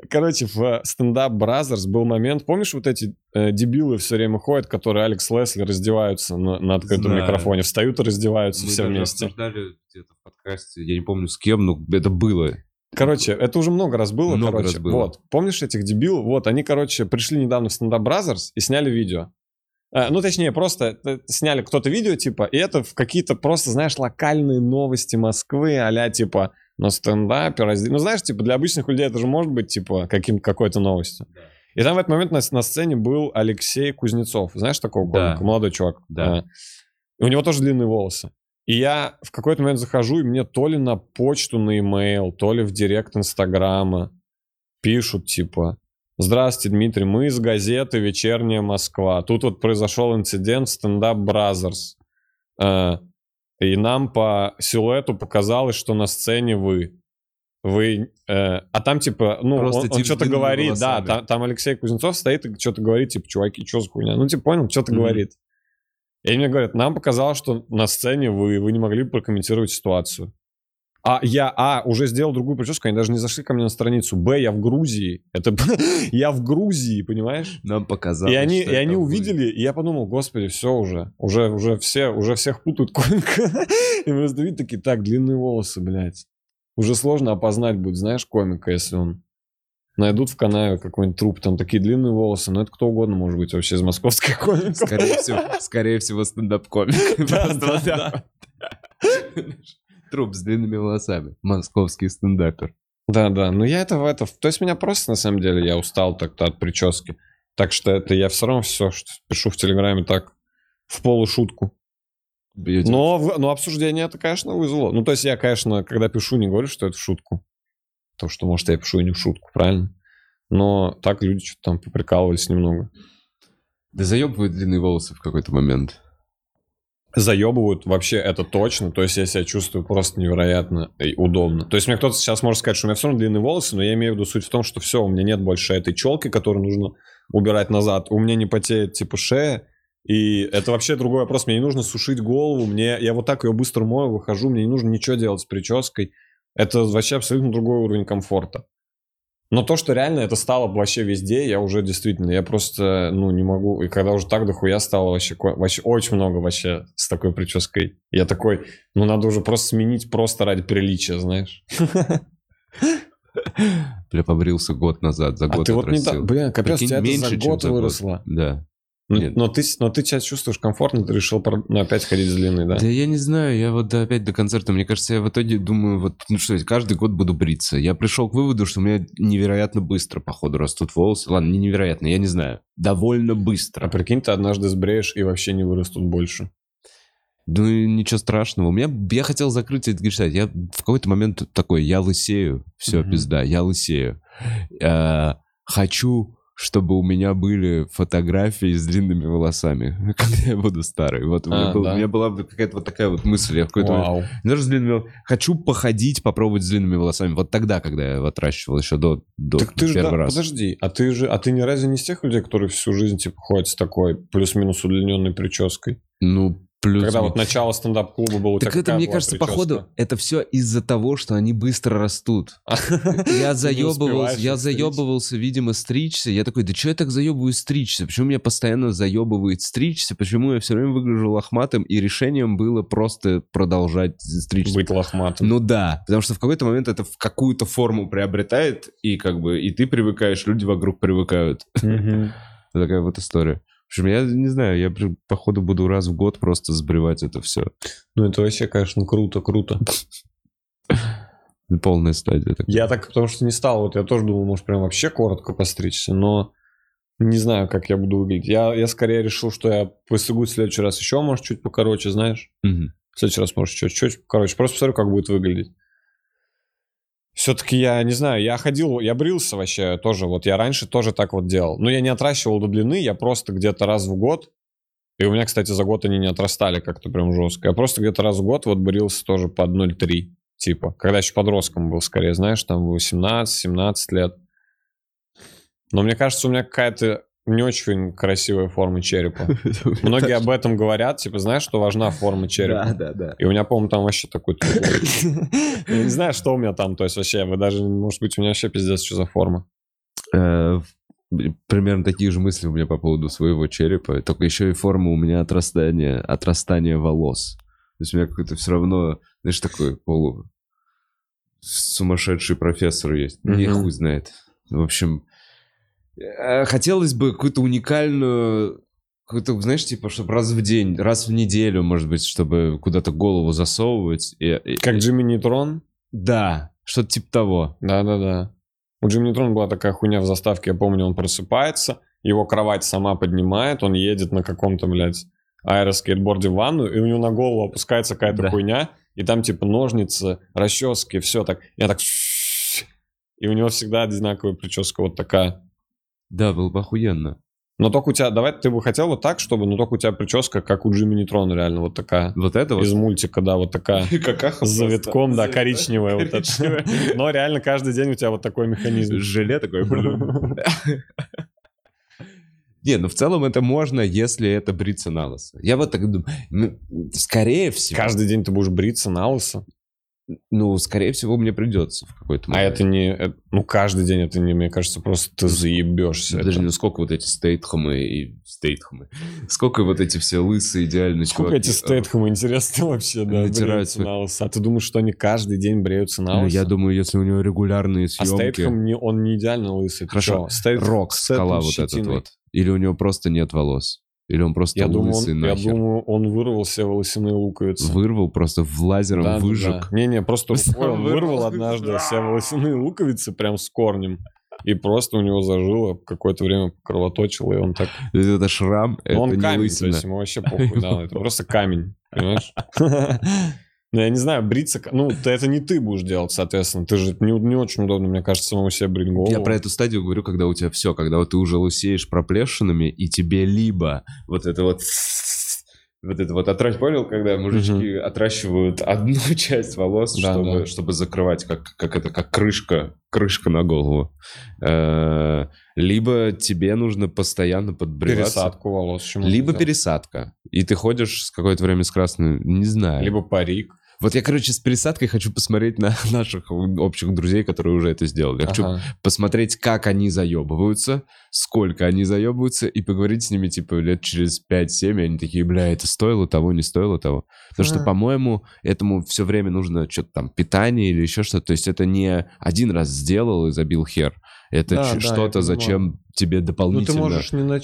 Короче, в Stand Up Brothers был момент, помнишь, вот эти дебилы все время ходят, которые Алекс Лесли раздеваются на открытом Знаю. микрофоне, встают и раздеваются Мы все даже вместе. обсуждали где-то в подкасте, я не помню с кем, но это было. Короче, это уже много раз было, Много короче. раз было. Вот, помнишь этих дебилов? Вот, они, короче, пришли недавно в Stand Up Brothers и сняли видео. Ну, точнее, просто сняли кто-то видео, типа, и это в какие-то просто, знаешь, локальные новости Москвы, а-ля, типа, на стендапе Ну, знаешь, типа, для обычных людей это же может быть, типа, какой-то новостью. Да. И там в этот момент на сцене был Алексей Кузнецов. Знаешь такого комика? Да. Молодой чувак. Да. И у него тоже длинные волосы. И я в какой-то момент захожу, и мне то ли на почту, на имейл, то ли в директ Инстаграма пишут, типа... Здравствуйте, Дмитрий, мы из газеты «Вечерняя Москва». Тут вот произошел инцидент в Stand Up Brothers. И нам по силуэту показалось, что на сцене вы. А там, типа, ну, Просто он тип с что-то длинными говорит. Да, волосами. там Алексей Кузнецов стоит и что-то говорит, типа, чуваки, что за хуйня? Ну, типа, понял, что-то Мгм. говорит. И они мне говорят, нам показалось, что на сцене вы не могли бы прокомментировать ситуацию. Я уже сделал другую прическу, они даже не зашли ко мне на страницу. Я в Грузии. Я в Грузии, понимаешь? Нам показалось, И они что это вы. увидели, и я подумал, господи, все уже всех путают комика. И мы видим такие, так, длинные волосы, блядь. Уже сложно опознать будет, знаешь, комика, если он... Найдут в канаве какой-нибудь труп, там такие длинные волосы, но это кто угодно может быть вообще из московской комики. Скорее всего, стендап-комик. Да. Труп с длинными волосами. Московский стендапер. Да, но я это в это... То есть меня просто, на самом деле, я устал так-то от прически. Так что это я все равно все, что пишу в Телеграме, так в полушутку. Но обсуждение это, конечно, вызвало. Ну, то есть я, конечно, когда пишу, не говорю, что это в шутку. То, что, может, я пишу и не в шутку, правильно? Но так люди что-то там поприкалывались немного. Да заебывают длинные волосы в какой-то момент. Заебывают, вообще, это точно. То есть я себя чувствую просто невероятно и удобно. То есть мне кто-то сейчас может сказать, что у меня все равно длинные волосы, но я имею в виду суть в том, что все, у меня нет больше этой челки, которую нужно убирать назад. У меня не потеет, типа, шея. И это вообще другой вопрос. Мне не нужно сушить голову. Я вот так ее быстро мою, выхожу. Мне не нужно ничего делать с прической. Это вообще абсолютно другой уровень комфорта. Но то, что реально это стало вообще везде, я уже действительно, я просто, не могу. И когда уже так дохуя стало вообще очень много вообще с такой прической. Я такой, надо уже просто сменить просто ради приличия, знаешь. Бля, побрился год назад, за год А ты вот отрастил. бля, капец, у тебя это меньше, за чем год выросло. Да. Но ты себя чувствуешь комфортно, ты решил опять ходить с длинной, да? Да я не знаю, я вот опять до концерта, мне кажется, я в итоге думаю, каждый год буду бриться. Я пришел к выводу, что у меня невероятно быстро, походу, растут волосы. Ладно, не невероятно, я не знаю. Довольно быстро. А прикинь, ты однажды сбреешь и вообще не вырастут больше. Ну, ничего страшного. Я хотел закрыть этот гештальт. Я в какой-то момент такой, я лысею. Все, пизда, я лысею. Хочу... чтобы у меня были фотографии с длинными волосами, когда я буду старый. Вот у меня была какая-то вот такая вот мысль. Я в какой-то момент, даже с длинными волосами. Хочу походить, попробовать с длинными волосами. Вот тогда, когда я отращивал еще до так ты первый раз. Подожди, а ты разве не из тех людей, которые всю жизнь типа ходят с такой плюс-минус удлиненной прической? Когда вот начало стендап-клуба было, у тебя так это, мне кажется, прическа? походу, это все из-за того, что они быстро растут. Я заебывался, видимо, стричься. Я такой, да что я так заебываюсь стричься? Почему меня постоянно заебывает стричься? Почему я все время выгляжу лохматым? И решением было просто продолжать стричься. Быть лохматым. Ну да, потому что в какой-то момент это в какую-то форму приобретает, и и ты привыкаешь, люди вокруг привыкают. Такая вот история. В общем, я не знаю, я, походу, буду раз в год просто сбривать это все. Ну, это вообще, конечно, круто. Полная стадия. Я так, потому что не стал, вот я тоже думал, может, прям вообще коротко постричься, но не знаю, как я буду выглядеть. Я скорее решил, что я постригу в следующий раз еще, может, чуть покороче, знаешь? В следующий раз, может, чуть покороче. Просто посмотрю, как будет выглядеть. Все-таки я не знаю, я брился вообще тоже, вот я раньше тоже так вот делал. Но я не отращивал до длины, я просто где-то раз в год, и у меня, кстати, за год они не отрастали как-то прям жестко. Я просто где-то раз в год вот брился тоже под 0,3, типа, когда еще подростком был, скорее, знаешь, там 18-17 лет. Но мне кажется, у меня какая-то не очень красивая форма черепа. Многие об этом говорят, типа, знаешь, что важна форма черепа? Да. И у меня, по-моему, там вообще такой... Я не знаю, что у меня там, то есть вообще, вы даже, может быть, у меня вообще пиздец, что за форма. Примерно такие же мысли у меня по поводу своего черепа. Только еще и форма у меня отрастания волос. То есть у меня какой-то все равно, знаешь, такой сумасшедший профессор есть. Мне хуй знает. В общем, хотелось бы какую-то уникальную... Какую-то, знаешь, типа, чтобы раз в день, раз в неделю, может быть, чтобы куда-то голову засовывать. Как Джимми Нейтрон? Да, что-то типа того. Да. У Джимми Нейтрона была такая хуйня в заставке, я помню, он просыпается, его кровать сама поднимает, он едет на каком-то, блядь, аэроскейтборде в ванну, и у него на голову опускается какая-то хуйня, и там типа ножницы, расчески, все так. Я так... И у него всегда одинаковая прическа вот такая. Да, было бы охуенно. Но только у тебя, давай, ты бы хотел вот так, чтобы, но только у тебя прическа, как у Джимми Нейтрона, реально, вот такая. Вот это вот? Из мультика, да, вот такая. С завитком, да, коричневая вот эта. Но реально каждый день у тебя вот такой механизм. Желе такой. Не, ну в целом это можно, если это бриться на лысо. Я вот так думаю, скорее всего... Каждый день ты будешь бриться на лысо? Ну, скорее всего, мне придется в какой-то момент. А это не... Ну, каждый день это не, мне кажется, просто ты заебешься. Подожди, ну сколько вот эти Стейтхэмы? Сколько вот эти все лысые идеальные чуваки? Сколько эти Стейтхэмы, интересно вообще, да, бреются на лысо? А ты думаешь, что они каждый день бреются на лысо? Ну, я думаю, если у него регулярные съемки... А Стейтхэм, он не идеально лысый. Хорошо, Рок, скала вот этот вот. Или у него просто нет волос? Или он просто лысый нахер? Я думаю, он вырвал все волосяные луковицы. Вырвал, просто в лазером выжег. Да. Не, просто он вырвал однажды все волосяные луковицы прям с корнем. И просто у него зажило, какое-то время кровоточило, и он так... Это шрам, это он не камень, лысина. То есть ему вообще похуй, да, это просто камень, понимаешь? Ну, я не знаю, бриться... Ну, это не ты будешь делать, соответственно. Ты же не очень удобно, мне кажется, самому себе брить голову. Я про эту стадию говорю, когда у тебя все, когда вот ты уже лысеешь проплешинами, и тебе либо вот это вот отращивать, понял, когда мужички отращивают одну часть волос, чтобы закрывать, как крышка на голову. Либо тебе нужно постоянно подбриваться. Пересадку волос. Либо пересадка. И ты ходишь с какое-то время с красной, не знаю. Либо парик. Вот я, короче, с пересадкой хочу посмотреть на наших общих друзей, которые уже это сделали. Я хочу посмотреть, как они заебываются, сколько они заебываются, и поговорить с ними, типа, лет через 5-7, и они такие, бля, это стоило того, не стоило того. Потому что, по-моему, этому все время нужно что-то там, питание или еще что-то. То есть это не один раз сделал и забил хер. Это что-то, зачем тебе дополнительно... Ну,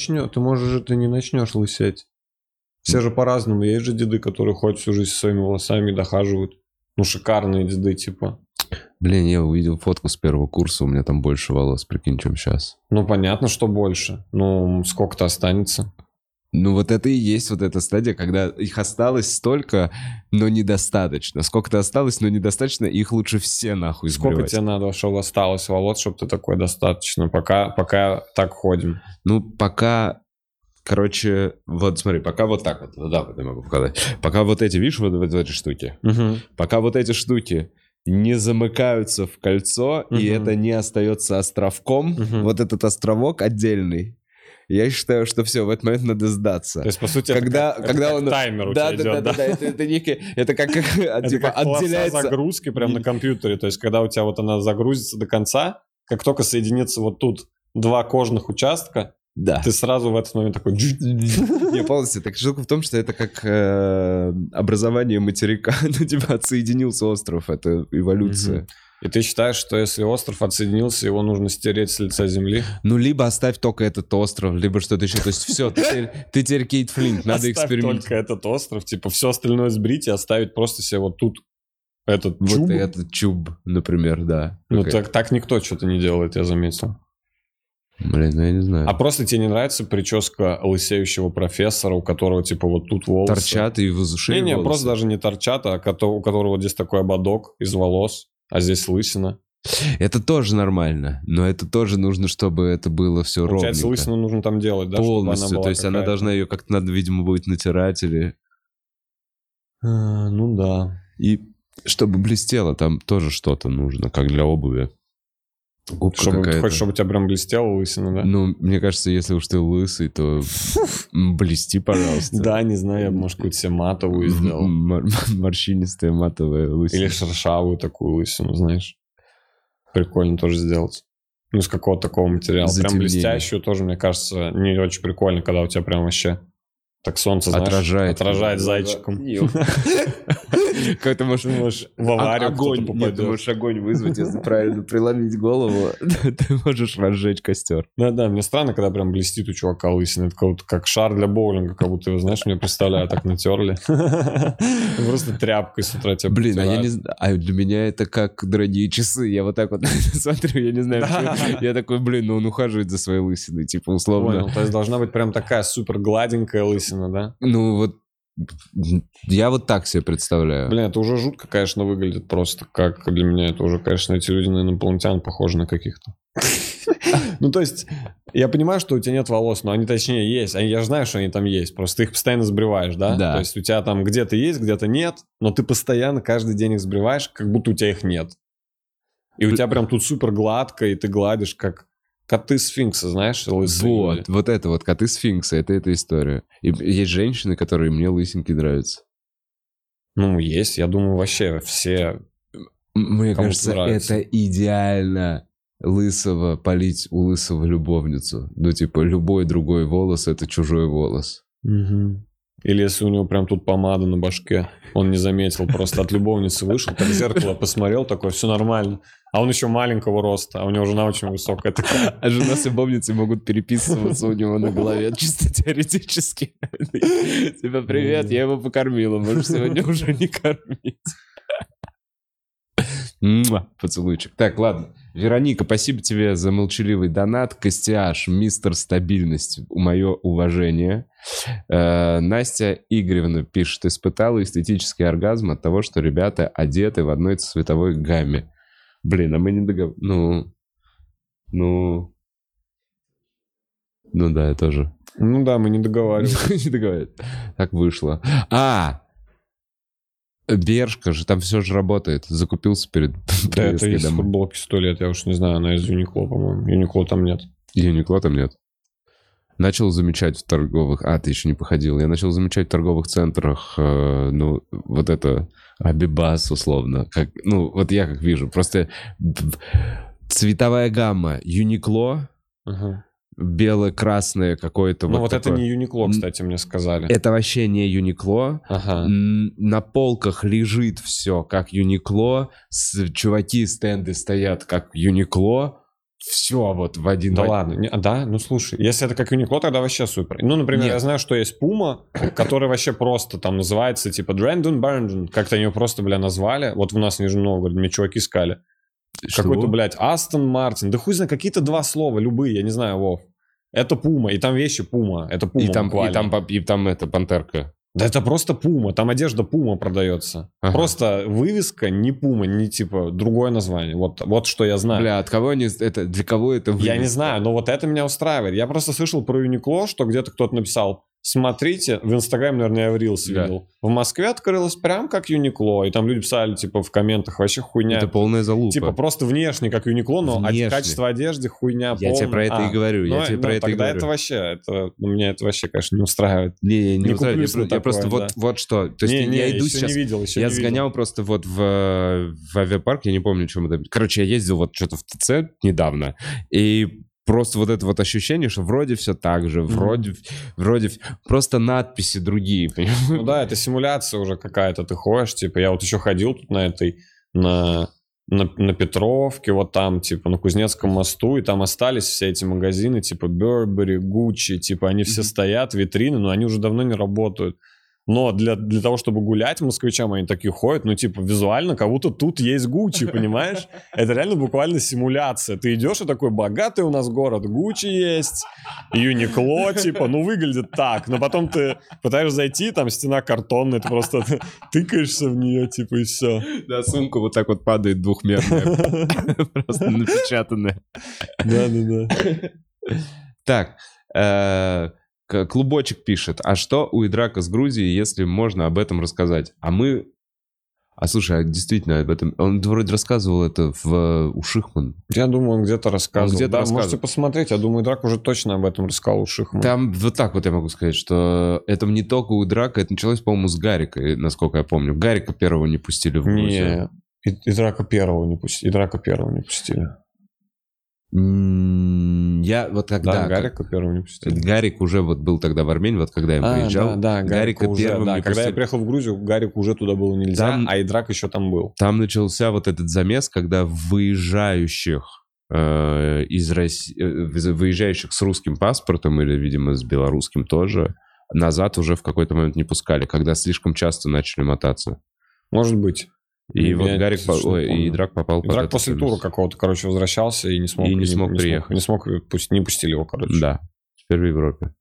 ты не начнешь лысеть. Все же по-разному. Есть же деды, которые ходят всю жизнь со своими волосами и дохаживают. Ну, шикарные деды, типа. Блин, я увидел фотку с первого курса, у меня там больше волос, прикинь, чем сейчас. Ну, понятно, что больше. Ну, сколько-то останется. Ну, вот это и есть вот эта стадия, когда их осталось столько, но недостаточно. Сколько-то осталось, но недостаточно, и их лучше все нахуй сбривать. Сколько тебе надо, чтобы осталось волос, чтобы ты такой достаточно? Пока так ходим. Ну, пока... Короче, вот смотри, пока вот так вот, да, вот я могу показать. Пока вот эти, видишь, вот эти штуки, пока вот эти штуки не замыкаются в кольцо, и это не остается островком, вот этот островок отдельный, я считаю, что все, в этот момент надо сдаться. То есть, по сути, когда он... таймер у тебя идет, да? Это некий, это как типа отделяется... загрузки прямо на компьютере, то есть, когда у тебя вот она загрузится до конца, как только соединится вот тут два кожных участка, да. Ты сразу в этот момент такой... Не, полностью. Так штука в том, что это как образование материка. Ну, типа, отсоединился остров. Это эволюция. И ты считаешь, что если остров отсоединился, его нужно стереть с лица земли? Ну, либо оставь только этот остров, либо что-то еще. То есть все, ты теперь Кейт Флинт, надо экспериментировать. Оставь только этот остров, типа все остальное сбрить и оставить просто себе вот тут этот чуб. Вот этот чуб, например, да. Ну, так никто что-то не делает, я заметил. Блин, ну я не знаю. А просто тебе не нравится прическа лысеющего профессора, у которого типа вот тут волосы? Торчат и в шее Не, просто даже не торчат, а у которого вот здесь такой ободок из волос, а здесь лысина. Это тоже нормально, но это тоже нужно, чтобы это было все ровненько. Получается, лысину нужно там делать, да? Полностью, чтобы она была то есть она должна ее как-то надо, видимо, будет натирать или... Ну да. И чтобы блестело, там тоже что-то нужно, как для обуви. Хочешь, чтобы у тебя прям блестела лысина, да? Ну, мне кажется, если уж ты лысый, то блести, пожалуйста. Да, не знаю, я бы, может, какую-то себе матовую сделал. Морщинистая матовая лысина. Или шершавую такую лысину, знаешь. Прикольно тоже сделать. Ну, из какого-то такого материала. Прям Затемнение. блестящую тоже, мне кажется, не очень прикольно, когда у тебя прям вообще так солнце, знаешь, отражает зайчиком. Как ты можешь в аварию огонь, кто-то нет, ты попадет. можешь огонь вызвать, если правильно преломить голову, ты можешь разжечь костер. Да, мне странно, когда прям блестит у чувака лысина. Это как шар для боулинга, как будто, знаешь, мне представляю, так натерли. Просто тряпкой с утра тебя Блин, а я протирают. не знаю, а для меня это как дорогие часы. Я вот так вот смотрю, я не знаю, почему. Я такой, блин, ну он ухаживает за своей лысиной, типа, условно. Понял, то есть должна быть прям такая супер гладенькая лысина, да? Ну вот, я вот так себе представляю. Блин, это уже жутко, конечно, выглядит просто. Как для меня это уже, конечно, эти люди на инопланетян похожи на каких-то. Ну, то есть, я понимаю, что у тебя нет волос, но они, точнее, есть. Я же знаю, что они там есть. Просто ты их постоянно сбриваешь, да? Да. То есть, у тебя там где-то есть, где-то нет, но ты постоянно каждый день их сбриваешь, как будто у тебя их нет. И у тебя прям тут супер гладко, и ты гладишь, как коты сфинкса, знаешь, лысые люди. Вот это вот коты сфинкса, это эта история. И есть женщины, которые мне лысенькие нравятся. Ну, есть, я думаю, вообще все... Мне Кому-то кажется, нравится. это идеально лысого полить у лысого любовницу. Ну, типа, любой другой волос — это чужой волос. Или если у него прям тут помада на башке, он не заметил, просто от любовницы вышел, так в зеркало посмотрел, такой, все нормально. А он еще маленького роста, а у него жена очень высокая такая. А жена с любовницей могут переписываться у него на голове, чисто теоретически. Типа, привет, я его покормила, можешь сегодня уже не кормить. Поцелуйчик. Так, ладно. Вероника, спасибо тебе за молчаливый донат. Костяш, мистер стабильность, мое уважение. Настя Игоревна пишет: испытала эстетический оргазм от того, что ребята одеты в одной цветовой гамме. Блин, а мы не договорились. Ну да, я тоже. Ну да, мы не договаривались. Не договаривались. Так вышло. Бершка же, там все же работает. Закупился перед Да, это поездкой есть домой. футболки 100 лет, я уж не знаю, она из Юникло, по-моему. Юникло там нет. Юникло там нет. Начал замечать в торговых... ты еще не походил. Я начал замечать в торговых центрах, вот это Абибас, условно. Вот я как вижу. Просто цветовая гамма Юникло, бело-красное какое-то. Ну вот это такое. не Юникло, кстати, мне сказали. Это вообще не Юникло. Ага. На полках лежит все как Юникло. Чуваки, стенды стоят как Юникло. Все вот в один... Да ладно, да? Ну слушай, если это как Юникло, тогда вообще супер. Ну, например, Нет. я знаю, что есть Puma, который вообще просто там называется типа Drandon Barndon. Как-то они его просто, назвали. Вот у нас в Нижнем Новгороде мне чуваки искали. Что? Какой-то, Астон Мартин. Да хуй знает, какие-то два слова, любые, я не знаю, Вов. Это Puma, и там вещи Puma. Это Puma И там это пантерка. Да это просто Puma, там одежда Puma продается. Ага. Просто вывеска не Puma, не типа другое название. Вот что я знаю. Бля, от кого они... Для кого это Я не вывеска? знаю, но вот это меня устраивает. Я просто слышал про Юникло, что где-то кто-то написал: смотрите, в Инстаграме, наверное, я в Рилс видел. В Москве открылось прям как Юникло. И там люди писали, типа, в комментах, вообще хуйня. Это полная залупа. Типа, просто внешне как Юникло, но качество одежды хуйня полная. Я тебе про это и говорю. Тогда это вообще, меня это вообще, конечно, не устраивает. Не устраивает. куплюсь на Я просто такое, вот что. То есть я иду еще сейчас... не видел, Я сгонял просто вот в авиапарк, я не помню, чем это... Короче, я ездил вот что-то в ТЦ недавно, и просто вот это вот ощущение, что вроде все так же, вроде просто надписи другие, понимаешь? Ну да, это симуляция уже какая-то, ты ходишь, типа, я вот еще ходил тут на Петровке, вот там, типа, на Кузнецком мосту, и там остались все эти магазины, типа, Burberry, Gucci, типа, они все стоят, витрины, но они уже давно не работают. Но для того, чтобы гулять москвичам, они такие ходят, ну, типа, визуально, как будто тут есть Гуччи, понимаешь? Это реально буквально симуляция. Ты идешь и такой: богатый у нас город, Гуччи есть, Юникло, типа, ну, выглядит так. Но потом ты пытаешься зайти, там стена картонная, ты просто тыкаешься в нее, типа, и все. Да, сумка вот так вот падает двухмерная, просто напечатанная. Да. Так, Клубочек пишет: а что у Идрака с Грузией, если можно об этом рассказать? Слушай, действительно об этом... Он вроде рассказывал это у Шихман. Я думаю, он где-то рассказывал. рассказывал. Можете посмотреть. Я думаю, Идрак уже точно об этом рассказал у Шихмана. Там вот так вот я могу сказать, что это не только у Идрака, это началось, по-моему, с Гарика, насколько я помню. Гарика первого не пустили в Грузию. Не, Идрака первого не пустили. Я вот когда... Да, Гарика первым не пустили. Гарик уже вот был тогда в Армении, вот когда я приезжал. Да, Гарика уже, первым да. не Когда я пустили. приехал в Грузию, Гарику уже туда было нельзя, а Идрак еще там был. Там начался вот этот замес, когда выезжающих из России, выезжающих с русским паспортом или, видимо, с белорусским тоже, назад уже в какой-то момент не пускали, когда слишком часто начали мотаться. Может быть. И вот Гарик, и Идрак попал под Идрак это после тура какого-то, короче, возвращался и не смог. И не смог приехать. Не смог, не пустили его, короче. Да, теперь в Европе.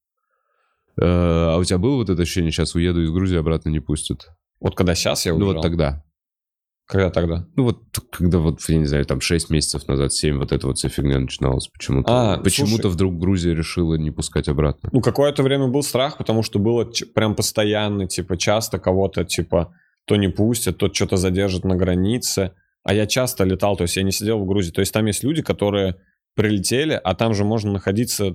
А у тебя было вот это ощущение, сейчас уеду из Грузии, обратно не пустят? Вот когда сейчас я уезжал? Ну вот тогда. Когда тогда? Ну вот, когда вот, я не знаю, там 6 месяцев назад, 7, вот эта вот вся фигня начиналась почему-то. Почему-то слушай, вдруг Грузия решила не пускать обратно. Ну, какое-то время был страх, потому что было прям постоянно, типа, часто кого-то, типа, то не пустят, то что-то задержат на границе. А я часто летал, то есть я не сидел в Грузии. То есть там есть люди, которые прилетели, а там же можно находиться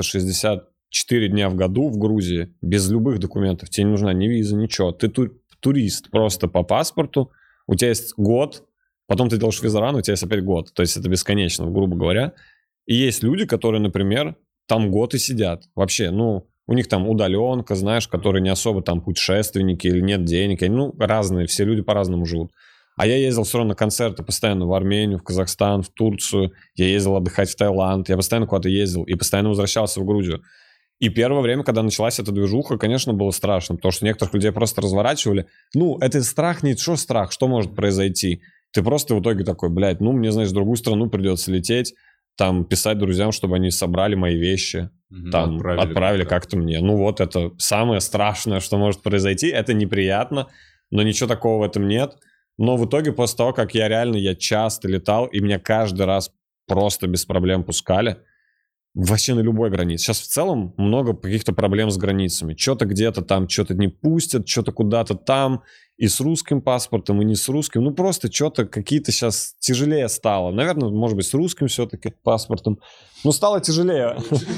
364 дня в году в Грузии без любых документов. Тебе не нужна ни виза, ничего. Ты турист просто по паспорту. У тебя есть год, потом ты делаешь визаран, у тебя есть опять год. То есть это бесконечно, грубо говоря. И есть люди, которые, например, там год и сидят. Вообще, ну, у них там удаленка, знаешь, которые не особо там путешественники или нет денег. Ну, разные, все люди по-разному живут. А я ездил все равно на концерты постоянно в Армению, в Казахстан, в Турцию. Я ездил отдыхать в Таиланд. Я постоянно куда-то ездил и постоянно возвращался в Грузию. И первое время, когда началась эта движуха, конечно, было страшно, потому что некоторых людей просто разворачивали. Ну, это страх, не что страх, что может произойти? Ты просто в итоге такой, блядь, ну, мне, значит, в другую страну придется лететь, там, писать друзьям, чтобы они собрали мои вещи, там, отправили как-то мне. Ну, вот это самое страшное, что может произойти. Это неприятно, но ничего такого в этом нет. Но в итоге, после того, как я часто летал, и меня каждый раз просто без проблем пускали, вообще на любой границе. Сейчас в целом много каких-то проблем с границами. Что-то где-то там, что-то не пустят, что-то куда-то там, и с русским паспортом, и не с русским. Ну, просто что-то какие-то сейчас тяжелее стало. Наверное, может быть, с русским все-таки паспортом. Ну, стало тяжелее.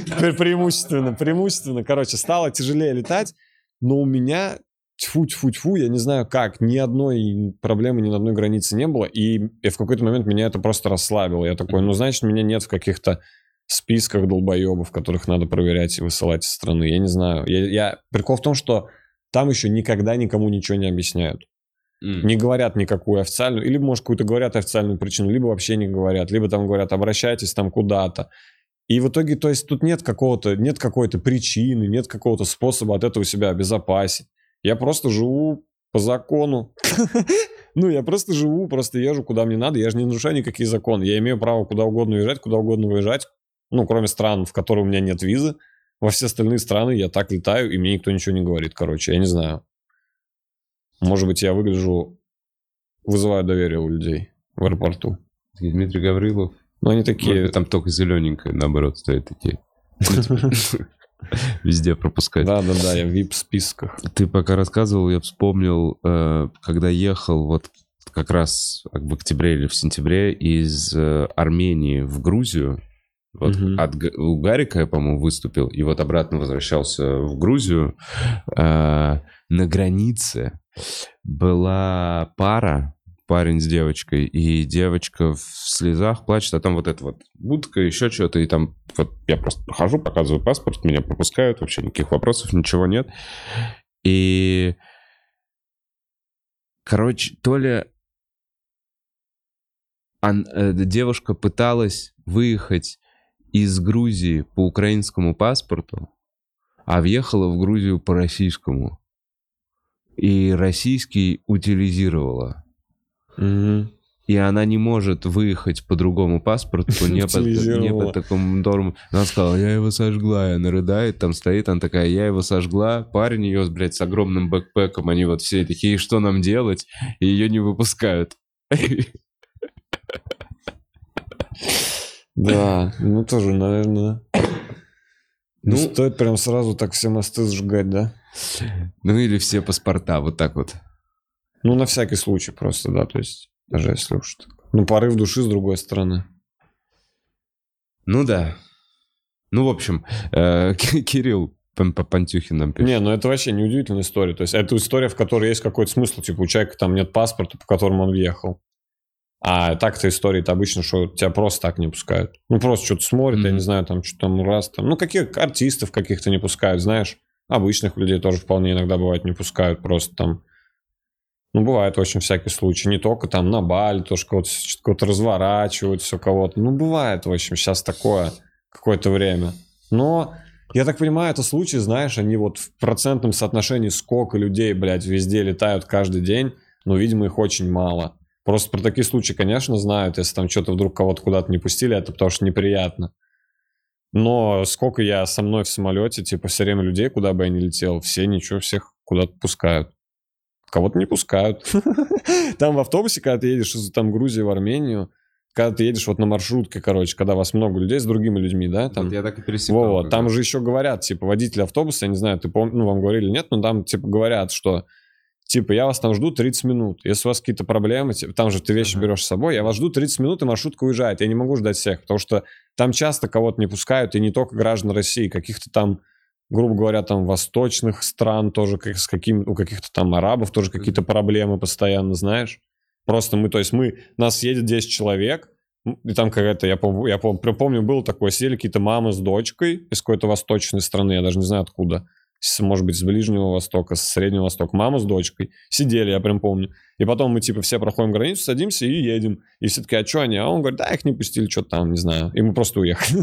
Преимущественно. Короче, стало тяжелее летать, но у меня... Тьфу-тьфу-тьфу, я не знаю как, ни одной проблемы ни на одной границе не было, и в какой-то момент меня это просто расслабило. Я такой, ну, значит, меня нет в каких-то списках долбоебов, которых надо проверять и высылать из страны. Я не знаю. Прикол в том, что там еще никогда никому ничего не объясняют. Не говорят никакую официальную, или, может, какую-то говорят официальную причину, либо вообще не говорят, либо там говорят, обращайтесь там куда-то. И в итоге, то есть, тут нет какой-то причины, нет какого-то способа от этого себя обезопасить. Я просто живу по закону. Ну, я просто живу, просто езжу, куда мне надо. Я же не нарушаю никакие законы. Я имею право куда угодно уезжать, куда угодно выезжать. Ну, кроме стран, в которые у меня нет визы. Во все остальные страны я так летаю, и мне никто ничего не говорит. Короче, я не знаю. Может быть, я вызываю доверие у людей в аэропорту. Дмитрий Гаврилов. Ну, они такие... Там только зелененькое, наоборот, стоит такие. Везде пропускать. Да, я в VIP-списках. Ты пока рассказывал, я вспомнил, когда ехал вот как раз в октябре или в сентябре из Армении в Грузию. Вот у Гарика я, по-моему, выступил, и вот обратно возвращался в Грузию. На границе была парень с девочкой, и девочка в слезах плачет, а там вот эта вот будка, еще что-то, и там вот я просто прохожу, показываю паспорт, меня пропускают, вообще никаких вопросов, ничего нет. И, короче, то ли девушка пыталась выехать из Грузии по украинскому паспорту, а въехала в Грузию по российскому. И российский утилизировала. И она не может выехать по другому паспорту, не по такому норму. Она сказала, я его сожгла. И она рыдает, там стоит, она такая, я его сожгла. Парень ее, блядь, с огромным бэкпэком, они вот все такие, что нам делать? И ее не выпускают. Да, ну тоже, наверное... Ну, стоит прям сразу так все мосты сжигать, да? Ну, или все паспорта, вот так вот. Ну, на всякий случай просто, да, то есть, даже если уж так. Ну, порыв души с другой стороны. Ну, да. Ну, в общем, Кирилл Пантюхин нам пишет. Не, ну это вообще неудивительная история. То есть, это история, в которой есть какой-то смысл. Типа, у человека там нет паспорта, по которому он въехал. А так-то истории-то обычно, что тебя просто так не пускают. Ну, просто что-то смотрят, я не знаю, там, что там раз, там. Ну, каких артистов каких-то не пускают, знаешь. Обычных людей тоже вполне иногда бывает не пускают просто там. Ну, бывает очень всякие случаи. Не только там на Бали, тоже кого-то разворачивают, все кого-то. Ну, бывает, в общем, сейчас такое какое-то время. Но, я так понимаю, это случаи, знаешь, они вот в процентном соотношении, сколько людей, блядь, везде летают каждый день, но, видимо, их очень мало. Просто про такие случаи, конечно, знают. Если там что-то вдруг кого-то куда-то не пустили, это потому что неприятно. Но сколько я со мной в самолете, типа, все время людей, куда бы я ни летел, все ничего, всех куда-то пускают. Кого-то не пускают. Там в автобусе, когда ты едешь из там, Грузии в Армению, когда ты едешь вот на маршрутке, короче, когда вас много людей с другими людьми, да? Там, вот я так и пересекал. вот, там же еще говорят, типа, водитель автобуса, я не знаю, ты ну, вам говорили, нет, но там, типа, говорят, что, типа, я вас там жду 30 минут. Если у вас какие-то проблемы, типа, там же ты вещи берешь с собой, я вас жду 30 минут, и маршрутка уезжает. Я не могу ждать всех, потому что там часто кого-то не пускают, и не только граждан России, каких-то там, грубо говоря, там восточных стран тоже, у каких-то там арабов тоже какие-то проблемы постоянно, знаешь. Просто нас едет 10 человек, и там какая-то, я помню, было такое, сидели какие-то мамы с дочкой из какой-то восточной страны, я даже не знаю откуда, может быть, с Ближнего Востока, с Среднего Востока, мама с дочкой, сидели, я прям помню. И потом мы, типа, все проходим границу, садимся и едем. И все таки, а что они? А он говорит, да, их не пустили, что-то там, не знаю. И мы просто уехали.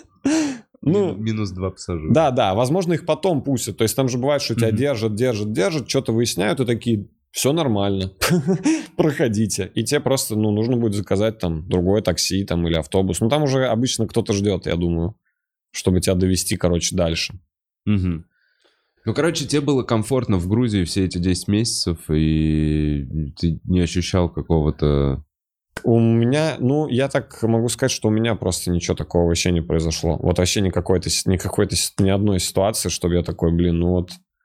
Ну, минус 2 пассажира. Да, возможно, их потом пустят. То есть там же бывает, что тебя держат, что-то выясняют, и такие, все нормально, проходите. И тебе просто, нужно будет заказать там другое такси там или автобус. Ну, там уже обычно кто-то ждет, я думаю, чтобы тебя довести, короче, дальше. Угу. Ну, короче, тебе было комфортно в Грузии все эти 10 месяцев, и ты не ощущал какого-то... У меня, я так могу сказать, что у меня просто ничего такого вообще не произошло. Вот вообще ни одной ситуации, чтобы я такой, Но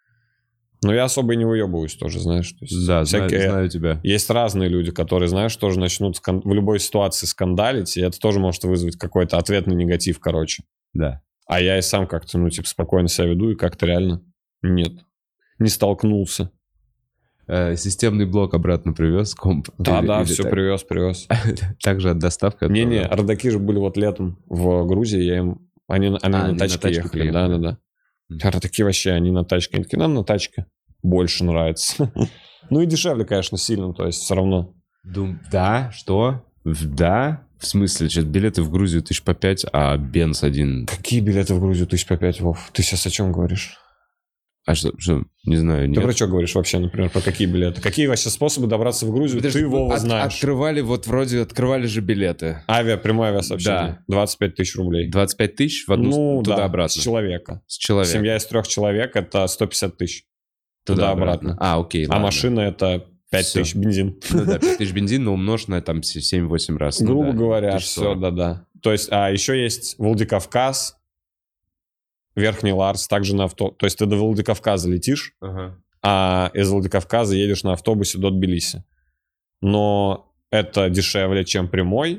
я особо и не выебываюсь тоже, знаешь. То есть да, знаю тебя. Есть разные люди, которые, знаешь, тоже начнут в любой ситуации скандалить, и это тоже может вызвать какой-то ответный негатив, короче. Да. А я и сам как-то, спокойно себя веду, и как-то реально нет. Не столкнулся. Системный блок обратно привез, комп? Да, все так? привез. Также от доставки? Не, родаки же были вот летом в Грузии, они на тачке ехали. Да. Родаки вообще, они на тачке. Они такие, нам на тачке больше нравится. Ну и дешевле, конечно, сильно, то есть все равно. Да? Что? Да? В смысле, сейчас билеты в Грузию 1000 по 5, а бенз один. Какие билеты в Грузию 1000 по 5, Вов? Ты сейчас о чем говоришь? А что, не знаю, нет. Ты про что говоришь вообще, например, про какие билеты? Какие вообще способы добраться в Грузию? Подожди, ты, Вова, знаешь. Открывали же билеты. Прямое авиасообщение. Да. 25 тысяч рублей. 25 тысяч в одну туда-обратно? С человека. С человека. Семья из 3 человек, это 150 тысяч. Туда-обратно. Окей, ладно. А машина это 5 тысяч бензин. Ну да, 5 тысяч бензин, но умножь на там 7-8 раз. Грубо говоря, все, да. То есть, еще есть Владикавказ, Верхний Ларс, также на авто. То есть ты до Владикавказа летишь, а из Владикавказа едешь на автобусе до Тбилиси. Но это дешевле, чем прямой.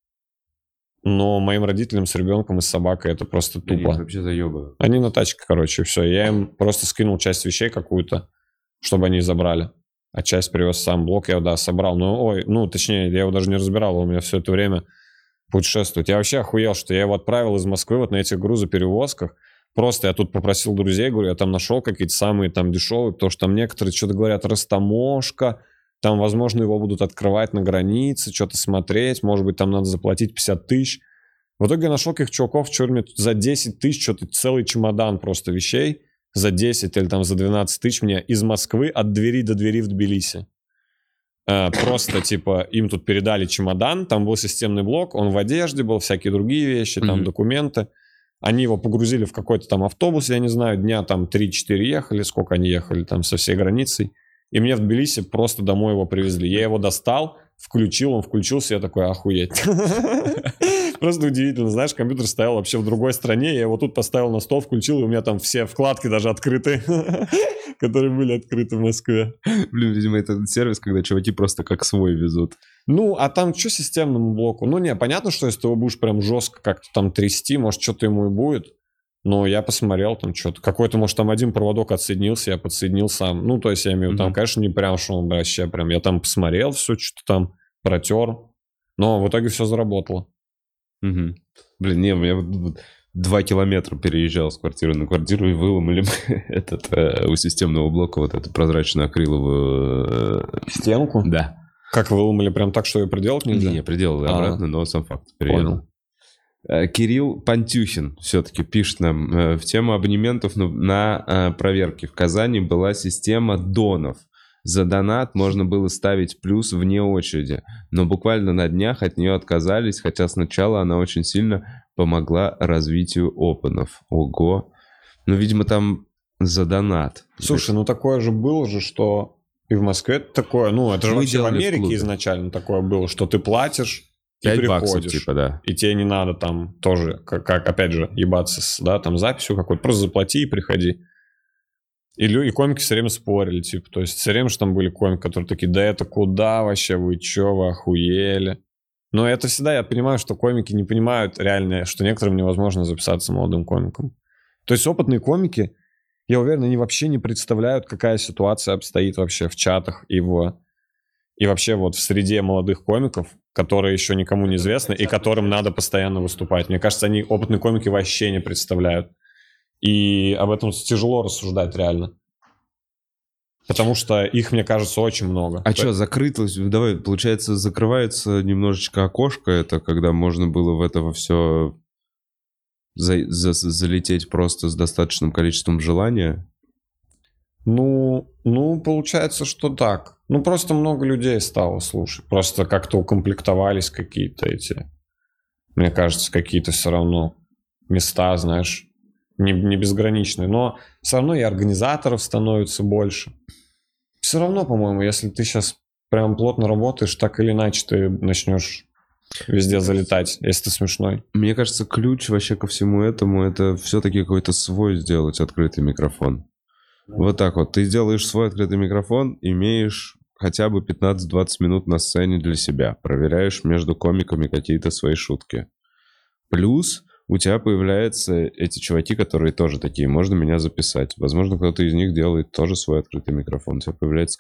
Но моим родителям с ребенком и с собакой это просто тупо. Они вообще заебывают. Они на тачке, короче, все. Я им просто скинул часть вещей какую-то, чтобы они забрали. А часть привез сам. Блок я, собрал. Точнее, я его даже не разбирал. У меня все это время путешествует. Я вообще охуел, что я его отправил из Москвы вот на этих грузоперевозках. Просто я тут попросил друзей, говорю, я там нашел какие-то самые там дешевые, потому что там некоторые что-то говорят, растаможка, там, возможно, его будут открывать на границе, что-то смотреть, может быть, там надо заплатить 50 тысяч. В итоге я нашел каких чуваков, за 10 тысяч, что-то целый чемодан просто вещей, за 10 или там за 12 тысяч мне из Москвы от двери до двери в Тбилиси. Просто, им тут передали чемодан, там был системный блок, он в одежде был, всякие другие вещи, там документы. Они его погрузили в какой-то там автобус, я не знаю, дня там 3-4 ехали, сколько они ехали там со всей границей. И мне в Тбилиси просто домой его привезли. Я его достал, включил, он включился, я такой, охуеть. Просто удивительно, знаешь, компьютер стоял вообще в другой стране, я его тут поставил на стол, включил, и у меня там все вкладки даже открыты, которые были открыты в Москве. Блин, видимо, это сервис, когда чуваки просто как свой везут. А там что системному блоку? Понятно, что если ты его будешь прям жестко как-то там трясти, может, что-то ему и будет. Но я посмотрел там что-то. Какой-то, может, там один проводок отсоединился, я подсоединил сам. То есть я имею в виду, там, конечно, не прям, что он вообще прям... Я там посмотрел все, что-то там протер, Но в итоге все заработало. Угу. Блин, не, у меня вот 2 километра переезжал с квартиры на квартиру и выломали этот у системного блока вот эту прозрачную акриловую... Стенку? Да. Как выломали прям так, что ее приделать нельзя? Не, приделал обратно, но сам факт. Понял. Кирилл Пантюхин все-таки пишет нам в тему абонементов на проверке. В Казани была система донов. За донат можно было ставить плюс вне очереди, но буквально на днях от нее отказались, хотя сначала она очень сильно помогла развитию опенов. Ого. Ну, видимо, там за донат. Слушай, ну такое же было же, что и в Москве такое, ну это же Мы вообще в делали в Америке клубе. изначально такое было, что ты платишь и 5 баксов, приходишь. типа, да. И тебе не надо там тоже, как опять же, ебаться с, да, там записью какой-то, просто заплати и приходи. И комики все время спорили, типа, то есть все время же там были комики, которые такие, да это куда вообще, вы чё, вы охуели? Но это всегда, я понимаю, что комики не понимают реально, что некоторым невозможно записаться молодым комиком. То есть опытные комики, я уверен, они вообще не представляют, какая ситуация обстоит вообще в чатах и вообще вот в среде молодых комиков, которые еще никому не известны и которым надо постоянно выступать. Мне кажется, они, опытные комики, вообще не представляют. И об этом тяжело рассуждать реально. Потому что их, мне кажется, очень много. А что, закрылось? Давай, получается, закрывается немножечко окошко, это когда можно было в это все залететь просто с достаточным количеством желания? Ну, получается, что так. Ну, просто много людей стало слушать. Просто как-то укомплектовались какие-то эти, мне кажется, какие-то все равно места, знаешь, не безграничные. Но все равно и организаторов становится больше. Все равно, по-моему, если ты сейчас прям плотно работаешь, так или иначе ты начнешь везде залетать, если ты смешной. Мне кажется, ключ вообще ко всему этому — это все-таки какой-то свой сделать открытый микрофон. Вот так вот. Ты делаешь свой открытый микрофон, имеешь хотя бы 15-20 минут на сцене для себя. Проверяешь между комиками какие-то свои шутки. Плюс у тебя появляются эти чуваки, которые тоже такие, можно меня записать. Возможно, кто-то из них делает тоже свой открытый микрофон. У тебя появляются